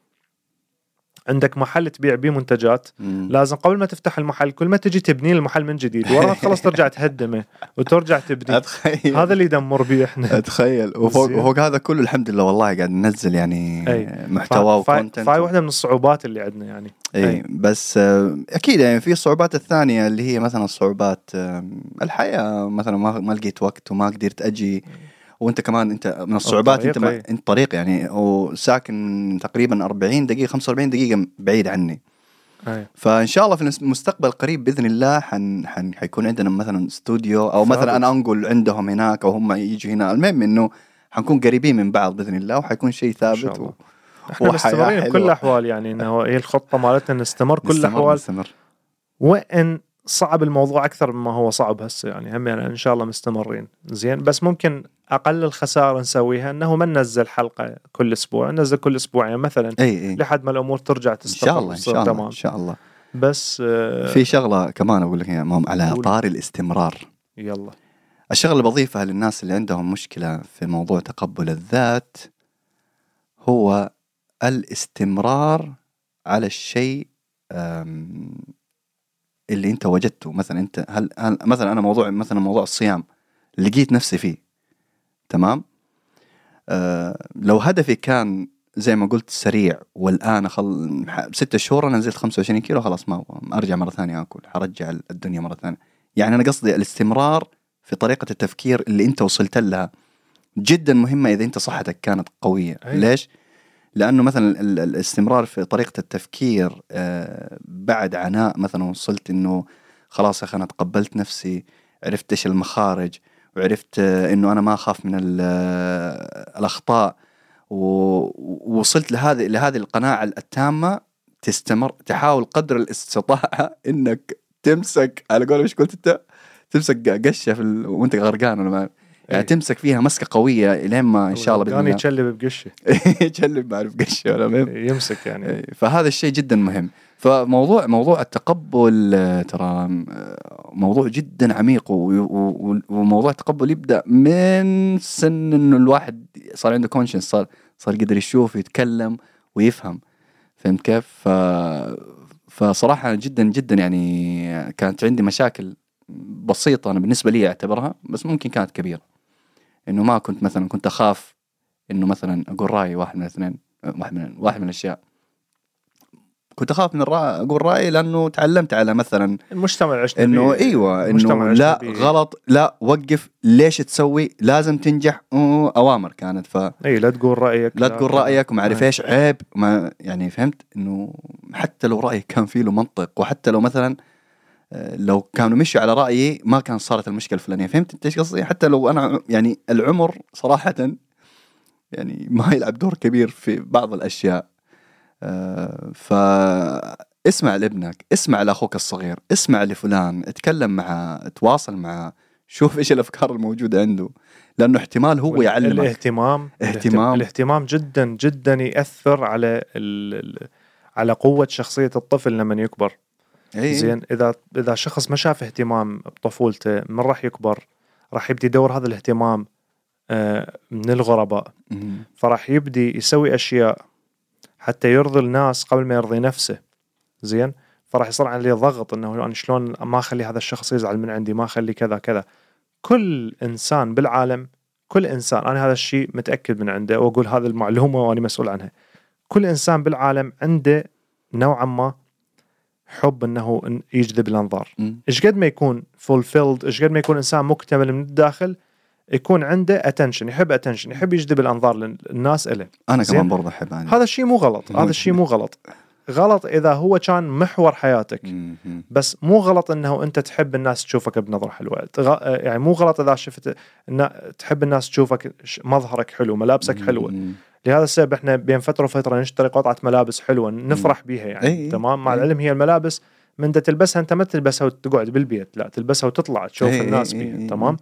عندك محل تبيع بيه منتجات. مم. لازم قبل ما تفتح المحل كل ما تجي تبني المحل من جديد، ورا ما تخلص ترجع تهدمه وترجع تبني. أتخيل. هذا اللي يدمر بيه احنا. أتخيل. وفوق, وفوق هذا كله الحمد لله والله قاعد ننزل يعني أي. محتوى وكونتنت. فاي واحدة من الصعوبات اللي عندنا يعني. أي. أي. بس أكيد يعني في الصعوبات الثانية اللي هي مثلا الصعوبات الحياة، مثلا ما ما لقيت وقت وما قدرت أجي. وانت كمان انت من الصعوبات انت ما انت طريق يعني وساكن تقريبا أربعين دقيقة خمسة وأربعين دقيقة بعيد عني. أي. فان شاء الله في المستقبل القريب باذن الله حن حن حيكون عندنا مثلا استوديو او ثابت. مثلا انا انقل عندهم هناك او هم يجوا هنا. المهم انه حنكون قريبين من بعض باذن الله وحيكون شيء ثابت. و... احنا مستمرين بكل الاحوال يعني انه هي الخطة مالتنا نستمر كل الاحوال. وان صعب الموضوع أكثر مما هو صعب هسه يعني هم يعني إن شاء الله مستمرين. زين، بس ممكن أقل الخسارة نسويها أنه ما ننزل حلقة كل أسبوع، ننزل كل أسبوعين مثلا. أي أي. لحد ما الأمور ترجع تستقر. إن شاء الله إن شاء الله, إن شاء الله. بس آه في شغلة كمان أقول لك يا مام على طار الاستمرار. يلا، الشغلة اللي بضيفها للناس اللي عندهم مشكلة في موضوع تقبل الذات هو الاستمرار على الشيء اللي انت وجدته. مثلا انت هل, هل مثلا انا موضوع مثلا موضوع الصيام لقيت نفسي فيه، تمام. آه لو هدفي كان زي ما قلت سريع والان خل ستة شهور انا نزلت خمسة وعشرين كيلو، خلاص ما ارجع مره ثانيه اكل، حرجع الدنيا مره ثانيه. يعني انا قصدي الاستمرار في طريقه التفكير اللي انت وصلت لها جدا مهمه اذا انت صحتك كانت قويه. أي. ليش؟ لأنه مثلا الاستمرار في طريقة التفكير بعد عناء، مثلا وصلت إنه خلاص يا أخي أنا تقبلت نفسي، عرفت إيش المخارج، وعرفت إنه أنا ما أخاف من الأخطاء، ووصلت لهذه لهذه القناعة التامة، تستمر تحاول قدر الاستطاعة إنك تمسك على قول إيش قلت أنت، تمسك قشة في ال... وأنت غرقان ولا ما يعني أي. تمسك فيها مسكة قوية إلين ما إن شاء الله بإذن الله يتشلب بقشة يتشلب ما أعرف قشة ولا مهم يمسك يعني. فهذا الشيء جدا مهم. فموضوع موضوع التقبل ترى موضوع جدا عميق، وموضوع التقبل يبدأ من سن إنه الواحد صار عنده كونشنس، صار صار قدر يشوف يتكلم ويفهم. فهمت كيف؟ ف... فصراحة جدا جدا يعني كانت عندي مشاكل بسيطة أنا بالنسبة لي أعتبرها، بس ممكن كانت كبيرة، إنه ما كنت مثلا كنت أخاف إنه مثلا أقول رأيي واحد من الاثنين، واحد من واحد من الأشياء كنت أخاف من الرأي أقول رأيي، لأنه تعلمت على مثلا المجتمع الأجنبي إنه أيوة إنه لا غلط، لا وقف، ليش تسوي، لازم تنجح، أوامر كانت. ف أي لا تقول رأيك، لا, لا تقول رأيك وما أعرف إيش عيب، ما يعني فهمت إنه حتى لو رأيك كان فيه له منطق، وحتى لو مثلا لو كانوا مشوا على رأيي ما كان صارت المشكلة الفلانية. فهمت انت ايش قصدي؟ حتى لو انا يعني العمر صراحة يعني ما يلعب دور كبير في بعض الاشياء. آه فاسمع لابنك، اسمع لاخوك الصغير، اسمع لفلان، اتكلم معه، اتواصل معه، شوف ايش الافكار الموجودة عنده، لانه احتمال هو يعلمك. الاهتمام اهتمام الاهتمام جدا جدا يأثر على على قوة شخصية الطفل لما يكبر. أي. زين إذا إذا شخص ما شاف اهتمام بطفولته، من راح يكبر راح يبدي يدور هذا الاهتمام من الغرباء، فراح يبدي يسوي أشياء حتى يرضي الناس قبل ما يرضي نفسه. زين فراح يصير عليه ضغط إنه أنا شلون ما أخلي هذا الشخص يزعل من عندي، ما أخلي كذا كذا. كل إنسان بالعالم، كل إنسان، أنا هذا الشيء متأكد من عنده وأقول هذا المعلومة وأنا مسؤول عنها، كل إنسان بالعالم عنده نوعا ما حب انه يجذب الانظار. ايش قد ما يكون fulfilled، ايش قد ما يكون انسان مكتمل من الداخل، يكون عنده attention، يحب attention، يحب يجذب الانظار للناس له. انا كمان برضه احب يعني. هذا الشيء مو غلط، هذا الشيء مو غلط. غلط اذا هو كان محور حياتك، بس مو غلط انه انت تحب الناس تشوفك بنظرة حلوة. يعني مو غلط اذا شفت إن تحب الناس تشوفك مظهرك حلو، ملابسك حلوة. لهذا السبب احنا بين فترة وفترة نشتري قطعة ملابس حلوة نفرح بيها يعني. أي تمام. مع أي العلم هي الملابس من دا تلبسها انت ما تلبسها وتقعد بالبيت، لا تلبسها وتطلع تشوف أي الناس أي بيها. أي تمام.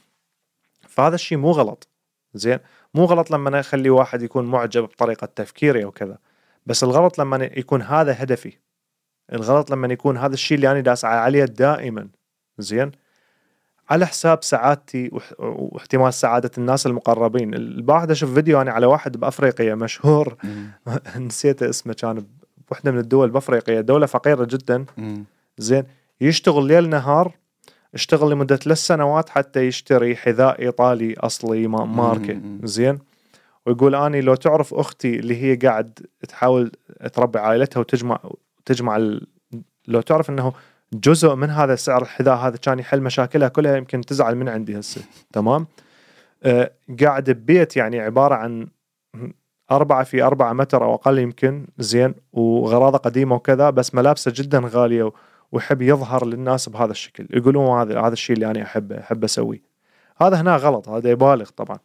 فهذا الشيء مو غلط. زين مو غلط لما أنا أخلي واحد يكون معجب بطريقة تفكيري وكذا، بس الغلط لما يكون هذا هدفي، الغلط لما يكون هذا الشيء اللي أنا داس عليه دائما، زين، على حساب سعادتي واحتمال سعادة الناس المقربين. البارحة أشوف فيديو أنا على واحد بأفريقيا مشهور نسيت اسمه، كان بوحدة من الدول بأفريقيا، دولة فقيرة جدا، زين، يشتغل ليل نهار، اشتغل لمدة ثلاث سنوات حتى يشتري حذاء إيطالي أصلي ماركة، زين، ويقول أني لو تعرف أختي اللي هي قاعد تحاول تربي عائلتها وتجمع تجمع ال... لو تعرف أنه جزء من هذا سعر الحذاء هذا كان يحل مشاكلها كلها، يمكن تزعل من عندي هسه. تمام. آه قاعد ببيت يعني عبارة عن أربعة في أربعة متر أو أقل يمكن، زين، وغراضة قديمة وكذا، بس ملابسه جدا غالية ويحب يظهر للناس بهذا الشكل. يقولون هذا هذا الشيء اللي أنا أحبه أحب أسويه. هذا هنا غلط، هذا يبالغ طبعا،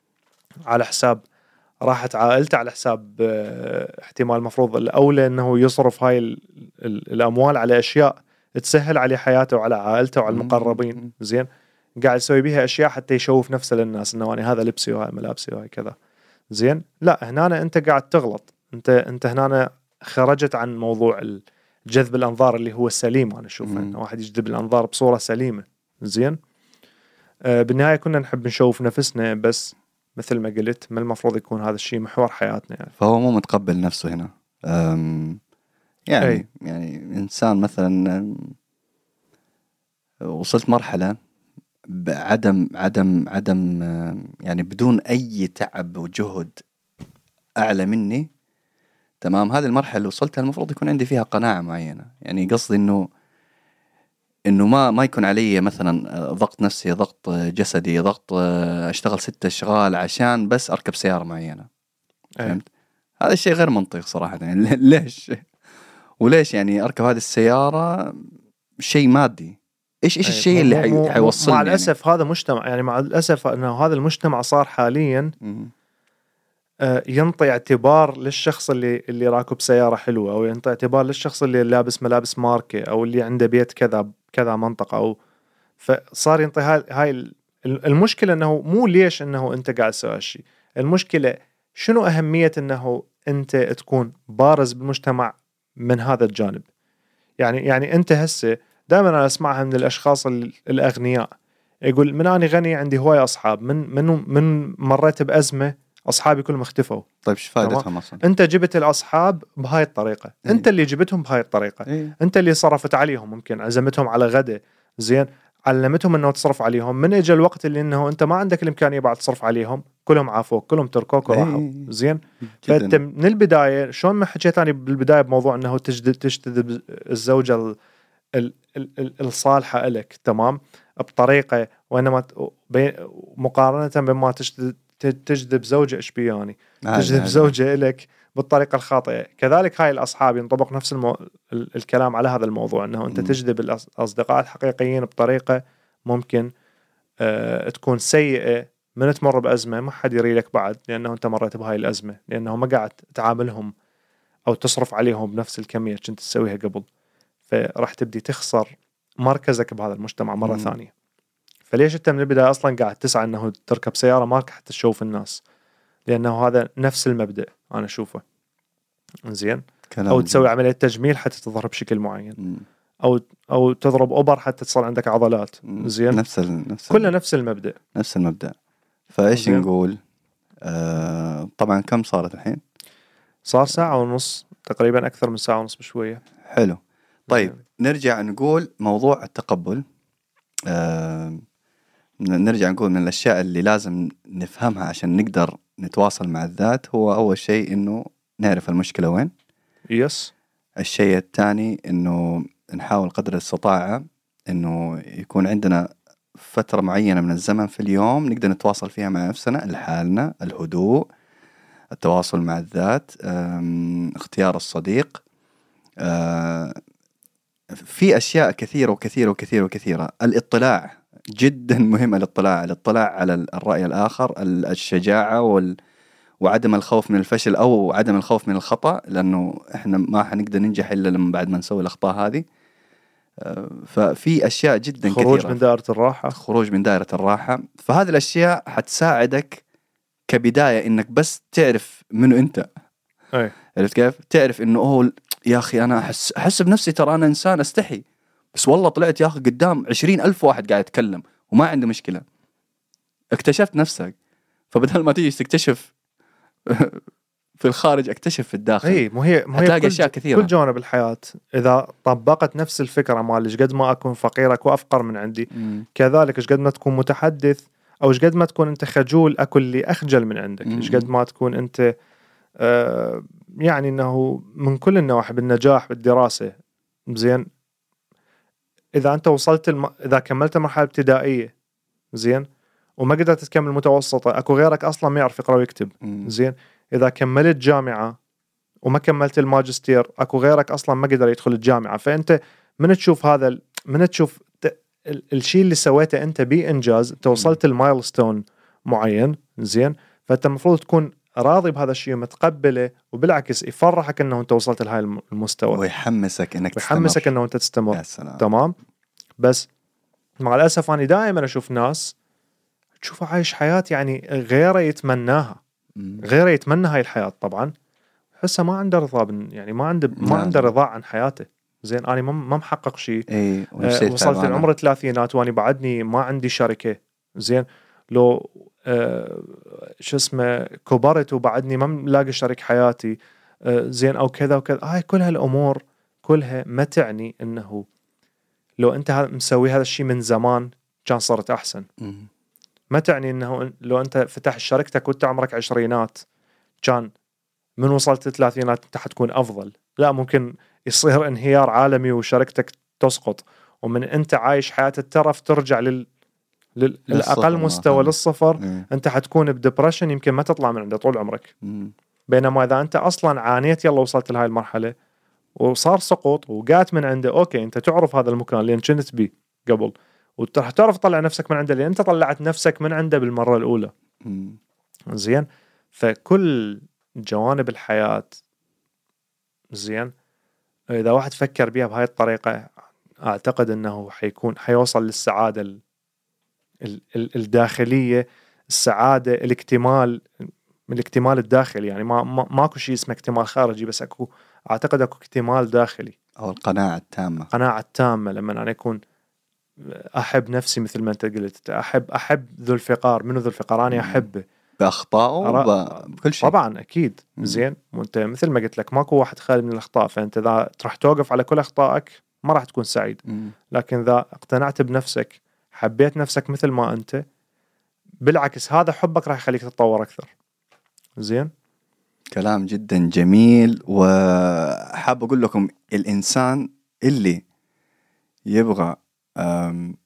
على حساب راحت عائلته، على حساب اه احتمال مفروض الأولى أنه يصرف هاي ال ال الأموال على أشياء تسهل عليه حياته وعلى عائلته وعلى المقربين، زين، قاعد يسوي بيها أشياء حتى يشوف نفسه للناس أنه أنا هذا لبسي وهاي ملابسي وهاي كذا، زين. لا، هنا أنت قاعد تغلط، أنت أنت هنا خرجت عن موضوع جذب الأنظار اللي هو السليم. أنا أشوف أنه واحد يجذب الأنظار بصورة سليمة، زين. آه بالنهاية كنا نحب نشوف نفسنا، بس مثل ما قلت ما المفروض يكون هذا الشيء محور حياتنا يعني. فهو مو متقبل نفسه هنا. يعني أي. يعني إنسان مثلا وصلت مرحلة بعدم عدم عدم يعني بدون أي تعب وجهد أعلى مني، تمام. هذه المرحلة اللي وصلتها المفروض يكون عندي فيها قناعة معينة، يعني قصدي إنه إنه ما ما يكون علي مثلا ضغط نفسي، ضغط جسدي، ضغط أشتغل ستة أشغال عشان بس أركب سيارة معينة. فهمت؟ هذا الشيء غير منطقي صراحة. يعني ليش وليش يعني أركب هذه السيارة؟ شيء مادي. إيش إيش الشيء اللي حي حيوصلني؟ مع الأسف يعني. هذا مجتمع، يعني مع الأسف إنه هذا المجتمع صار حاليا ينطي اعتبار للشخص اللي اللي راكب سيارة حلوة، أو ينطي اعتبار للشخص اللي لابس ملابس ماركة، أو اللي عنده بيت كذا كذا منطقة، أو فصار ينطي هاي هاي المشكلة. إنه مو ليش إنه أنت قاعد تسوي هالشيء، المشكلة شنو أهمية إنه أنت تكون بارز بالمجتمع من هذا الجانب. يعني يعني أنت هسه دائما أنا أسمعها من الأشخاص الأغنياء، يقول من أنا غني عندي هواي أصحاب، من من من مريت بأزمة أصحابي كلهم اختفوا. طيب شو فائدتهم أصلا؟ أنت جبت الأصحاب بهاي الطريقة، إيه؟ أنت اللي جبتهم بهاي الطريقة، إيه؟ أنت اللي صرفت عليهم، ممكن عزمتهم على غدا، زين، علمتهم إنه تصرف عليهم. من إجا الوقت اللي إنه أنت ما عندك الإمكانية بعد تصرف عليهم، كلهم عافوك، كلهم تركوك وراحوا. إيه؟ زين، جداً. فأنت من البداية شلون ما حكيت أنا بالبداية بموضوع إنه تجذب تجذب الزوجة ال ال ال الصالحة لك، تمام، بطريقة، وإنما مقارنة بما تجذب تجذب زوجة إيش بياني تجذب زوجة لك بالطريقة الخاطئة. كذلك هاي الأصحاب ينطبق نفس المو... الكلام على هذا الموضوع، أنه أنت تجذب الأصدقاء الحقيقيين بطريقة ممكن أه تكون سيئة، من تمر بأزمة ما حد يري لك بعد، لأنه أنت مريت بهاي الأزمة، لأنه ما قاعد تعاملهم أو تصرف عليهم بنفس الكمية كنت تسويها قبل، فرح تبدي تخسر مركزك بهذا المجتمع مرة م. ثانية. فليش أنت من البداية أصلاً قاعد تسعى أنه تركب سيارة ماركة حتى تشوف الناس؟ لأنه هذا نفس المبدأ أنا أشوفه. زين، أو تسوي جميل. عملية تجميل حتى تظهر بشكل معين، م. أو أو تضرب أوبر حتى تصير عندك عضلات. زين، نفس ال... نفس كله نفس المبدأ نفس المبدأ. فإيش زين. نقول آه... طبعا كم صارت الحين؟ صار ساعة ونص تقريبا، أكثر من ساعة ونص بشوية. حلو. طيب زين. نرجع نقول موضوع التقبل. آه... نرجع نقول من الأشياء اللي لازم نفهمها عشان نقدر نتواصل مع الذات، هو أول شيء إنه نعرف المشكلة وين. يس. الشيء الثاني إنه نحاول قدر الاستطاعة إنه يكون عندنا فترة معينة من الزمن في اليوم نقدر نتواصل فيها مع نفسنا لحالنا، الهدوء، التواصل مع الذات، اختيار الصديق. في أشياء كثيرة وكثيرة وكثيرة وكثيرة. الاطلاع جدا مهم، الاطلاع الاطلاع على الرأي الآخر، الشجاعة وال وعدم الخوف من الفشل أو عدم الخوف من الخطأ، لأنه إحنا ما حنقدر ننجح إلا لما بعد ما نسوي الأخطاء هذه. ففي أشياء جدا خروج كثيرة. خروج من دائرة الراحة خروج من دائرة الراحة. فهذه الأشياء حتساعدك كبداية إنك بس تعرف منو أنت. أي. عرفت كيف؟ تعرف إنه أوه يا أخي أنا أحس أحس بنفسي ترى أنا إنسان أستحي، بس والله طلعت يا أخي قدام عشرين ألف واحد قاعد يتكلم وما عنده مشكلة. اكتشفت نفسك. فبدل ما تيجي تكتشف في الخارج اكتشف في الداخل. اي مو هي مو هتلاقي اشياء كثيره. كل جوانب الحياه اذا طبقت نفس الفكره مال ايش قد ما اكون فقير اكو افقر من عندي، م. كذلك ايش قد ما تكون متحدث او ايش قد ما تكون انت خجول اكو اللي اخجل من عندك، ايش قد ما تكون انت آه يعني انه من كل النواحي بالنجاح بالدراسه. زين، اذا انت وصلت الم... اذا كملت مرحله ابتدائيه زين وما قدرت تكمل متوسطه، اكو غيرك اصلا ما يعرف يقرا ويكتب. م. زين، إذا كملت جامعة وما كملت الماجستير أكو غيرك أصلاً ما قدر يدخل الجامعة. فأنت من تشوف هذا من تشوف ت... ال... الشيء اللي سويته أنت بإنجاز، أنت وصلت المايلستون معين. زين، فأنت المفروض تكون راضي بهذا الشيء ومتقبله، وبالعكس يفرحك أنه أنت وصلت لهاي المستوى ويحمسك أنك تستمر. ويحمسك أنه أنت تستمر. تمام. بس مع الأسف أنا دائما أشوف ناس تشوفه عايش حياة يعني غيره يتمناها، غيره يتمنى هاي الحياة، طبعا حسه ما عنده رضا، يعني ما عنده ما عنده رضا عن حياته. زين، أنا ما محقق شيء. إيه، آه وصلت العمر الثلاثينات وأنا بعدني ما عندي شركة. زين، لو آه شو اسمه كبرت وبعدني ما ملاقي شريك حياتي. آه زين، أو كذا وكذا. هاي كل هالأمور كلها ما تعني إنه لو أنت مسوي هذا الشيء من زمان كان صارت أحسن. م. ما تعني إنه لو أنت فتح شركتك وأنت عمرك عشرينات كان من وصلت الثلاثينات أنت حتكون أفضل. لا، ممكن يصير انهيار عالمي وشركتك تسقط، ومن أنت عايش حياة الترف ترجع لل للأقل مستوى للصفر. م. أنت حتكون بديبريشن يمكن ما تطلع من عنده طول عمرك. م. بينما إذا أنت أصلا عانيت يلا وصلت لهاي المرحلة وصار سقوط وقعت من عنده، أوكي أنت تعرف هذا المكان اللي كنت بيه قبل، وتروح تعرف تطلع نفسك من عنده، لأن أنت طلعت نفسك من عنده بالمرة الأولى. م. زين، فكل جوانب الحياة زين إذا واحد فكر بيها بهاي الطريقة أعتقد أنه حيكون حيوصل للسعادة ال ال ال الداخلية، السعادة الاكتمال من الاكتمال الداخلي. يعني ما, ما ماكو شيء اسمه اكتمال خارجي، بس أكو أعتقد أكو اكتمال داخلي أو القناعة التامة. قناعة التامة لما أنا أكون أحب نفسي مثل ما أنت قلت، أحب أحب ذو الفقار. منو ذو الفقار؟ أنا أحبه بأخطائه بكل شيء طبعا أكيد. زين وأنت مثل ما قلت لك ماكو واحد خالي من الأخطاء، فأنت إذا راح توقف على كل أخطائك ما راح تكون سعيد. مم. لكن إذا اقتنعت بنفسك، حبيت نفسك مثل ما أنت، بالعكس هذا حبك راح يخليك تتطور أكثر. زين كلام جدا جميل. وحاب أقول لكم الإنسان اللي يبغى أم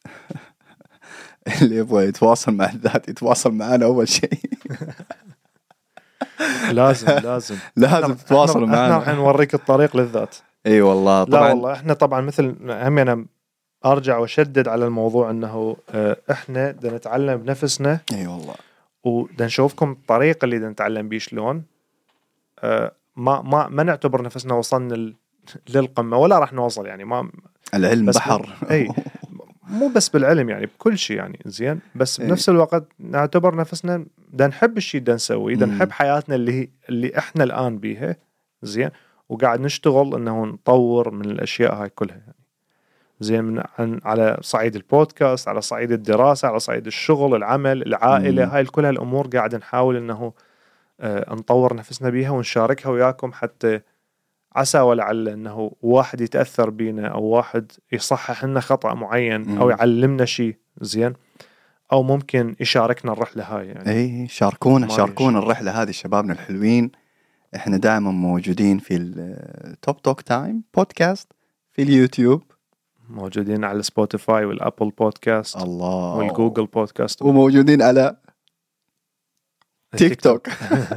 اللي يبغى يتواصل مع الذات يتواصل معنا أول شيء. لازم لازم لازم تتواصل معنا. احنا راح نوريك الطريق للذات. اي والله طبعا. لا والله احنا طبعا مثل هم انا ارجع واشدد على الموضوع انه احنا بدنا نتعلم بنفسنا. اي والله. وبدنا نشوفكم الطريقه اللي بدنا نتعلم بيه شلون. اه ما ما ما نعتبر نفسنا وصلنا للقمه ولا راح نوصل. يعني ما العلم بحر. اي مو بس بالعلم، يعني بكل شيء يعني. زين بس بنفس الوقت نعتبر نفسنا بدنا نحب الشيء بدنا نسويه، بدنا نحب حياتنا اللي هي اللي احنا الان بيها. زين وقاعد نشتغل انه نطور من الاشياء هاي كلها يعني. زين من عن على صعيد البودكاست، على صعيد الدراسه، على صعيد الشغل، العمل، العائله. مم. هاي كلها الامور قاعد نحاول انه آه نطور نفسنا بيها ونشاركها وياكم، حتى عسى ولعل انه واحد يتاثر بينا او واحد يصحح لنا خطا معين. مم. او يعلمنا شيء. زين او ممكن يشاركنا الرحله هاي يعني. اي شاركونا شاركونا الرحله هذه شبابنا الحلوين. احنا دائما موجودين في التوب توك تايم بودكاست في اليوتيوب، موجودين على سبوتيفاي والابل بودكاست الله والجوجل بودكاست، وموجودين على تيك توك.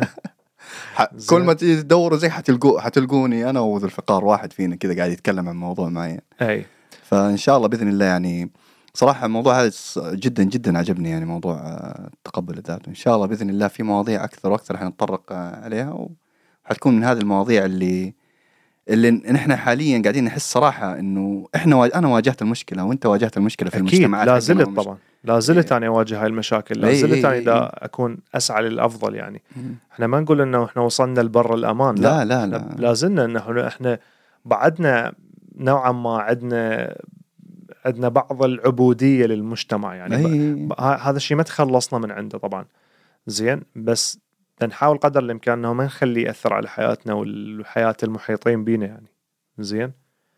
كل ما تدوروا زي حتلقوا حتلقوني انا وذو الفقار واحد فينا كذا قاعد يتكلم عن موضوع معين. اي فان شاء الله باذن الله. يعني صراحه الموضوع هذا جدا جدا عجبني، يعني موضوع تقبل الذات. ان شاء الله باذن الله في مواضيع اكثر واكثر حنتطرق عليها، وحتكون من هذه المواضيع اللي اللي نحن حاليا قاعدين نحس صراحه انه احنا و... انا واجهت المشكله وانت واجهت المشكله في المجتمعات. لا زلت طبعا لا زلت انا اواجه هاي المشاكل. لا زلت انا اذا اكون اسعى للافضل يعني. مم. احنا ما نقول انه احنا وصلنا لبر الامان. لا لا لا, لا. لازلنا انه احنا بعدنا نوعا ما عندنا عندنا بعض العبوديه للمجتمع يعني. ب... هذا الشيء ما تخلصنا من عنده طبعا. زين بس نحاول قدر الامكان انه ما نخليه ياثر على حياتنا والحياه المحيطين بينا يعني. زين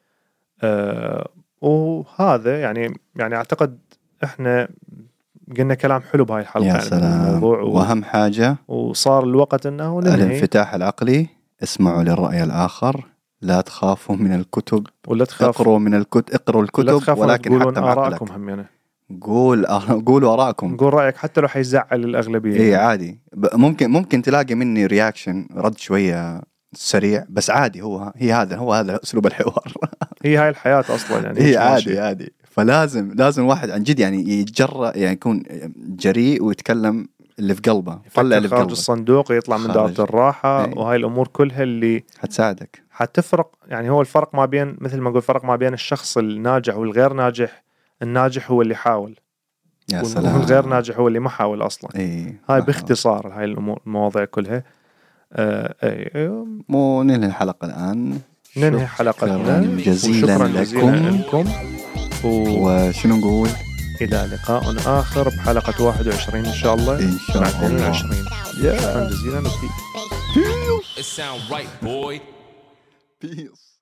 آه وهذا يعني يعني اعتقد احنا قلنا كلام حلو بهاي الحلقه. يا يعني سلام. الموضوع و... واهم حاجه وصار الوقت انه ننهي. الانفتاح العقلي. اسمعوا للراي الاخر، لا تخافوا من الكتب ولا تخافوا اقروا من الكتب اقروا الكتب ولكن حتى آراءكم هم يعني. قول قولوا آراءكم، قول رأيك حتى لو حيزعل الأغلبية. إيه عادي. ممكن ممكن تلاقي مني رياكشن رد شوية سريع، بس عادي. هو هي هذا هو هذا أسلوب الحوار. هي هاي الحياة أصلا يعني. هي عادي عادي. فلازم لازم واحد عن جد يعني يتجرأ، يعني يكون جريء ويتكلم اللي في قلبه، يطلع اللي في قلبه، خارج الصندوق، يطلع من دائرة الراحة. ايه. وهاي الأمور كلها اللي حتساعدك، حتفرق. يعني هو الفرق ما بين، مثل ما أقول، فرق ما بين الشخص الناجح والغير ناجح. الناجح هو اللي حاول، يا سلام. والغير ناجح هو اللي ما حاول أصلا. ايه. هاي باختصار هاي الأمور المواضيع كلها. آه ايه. مو ننهي الحلقة الآن. ننهي حلقتنا جزيلا لكم, لكم. و... وشنو نقول؟ إلى لقاء آخر بحلقة واحد وعشرين إن شاء الله. إن شاء الله. عشرين. شكرا جزيلا. It sound right, boy. Peace.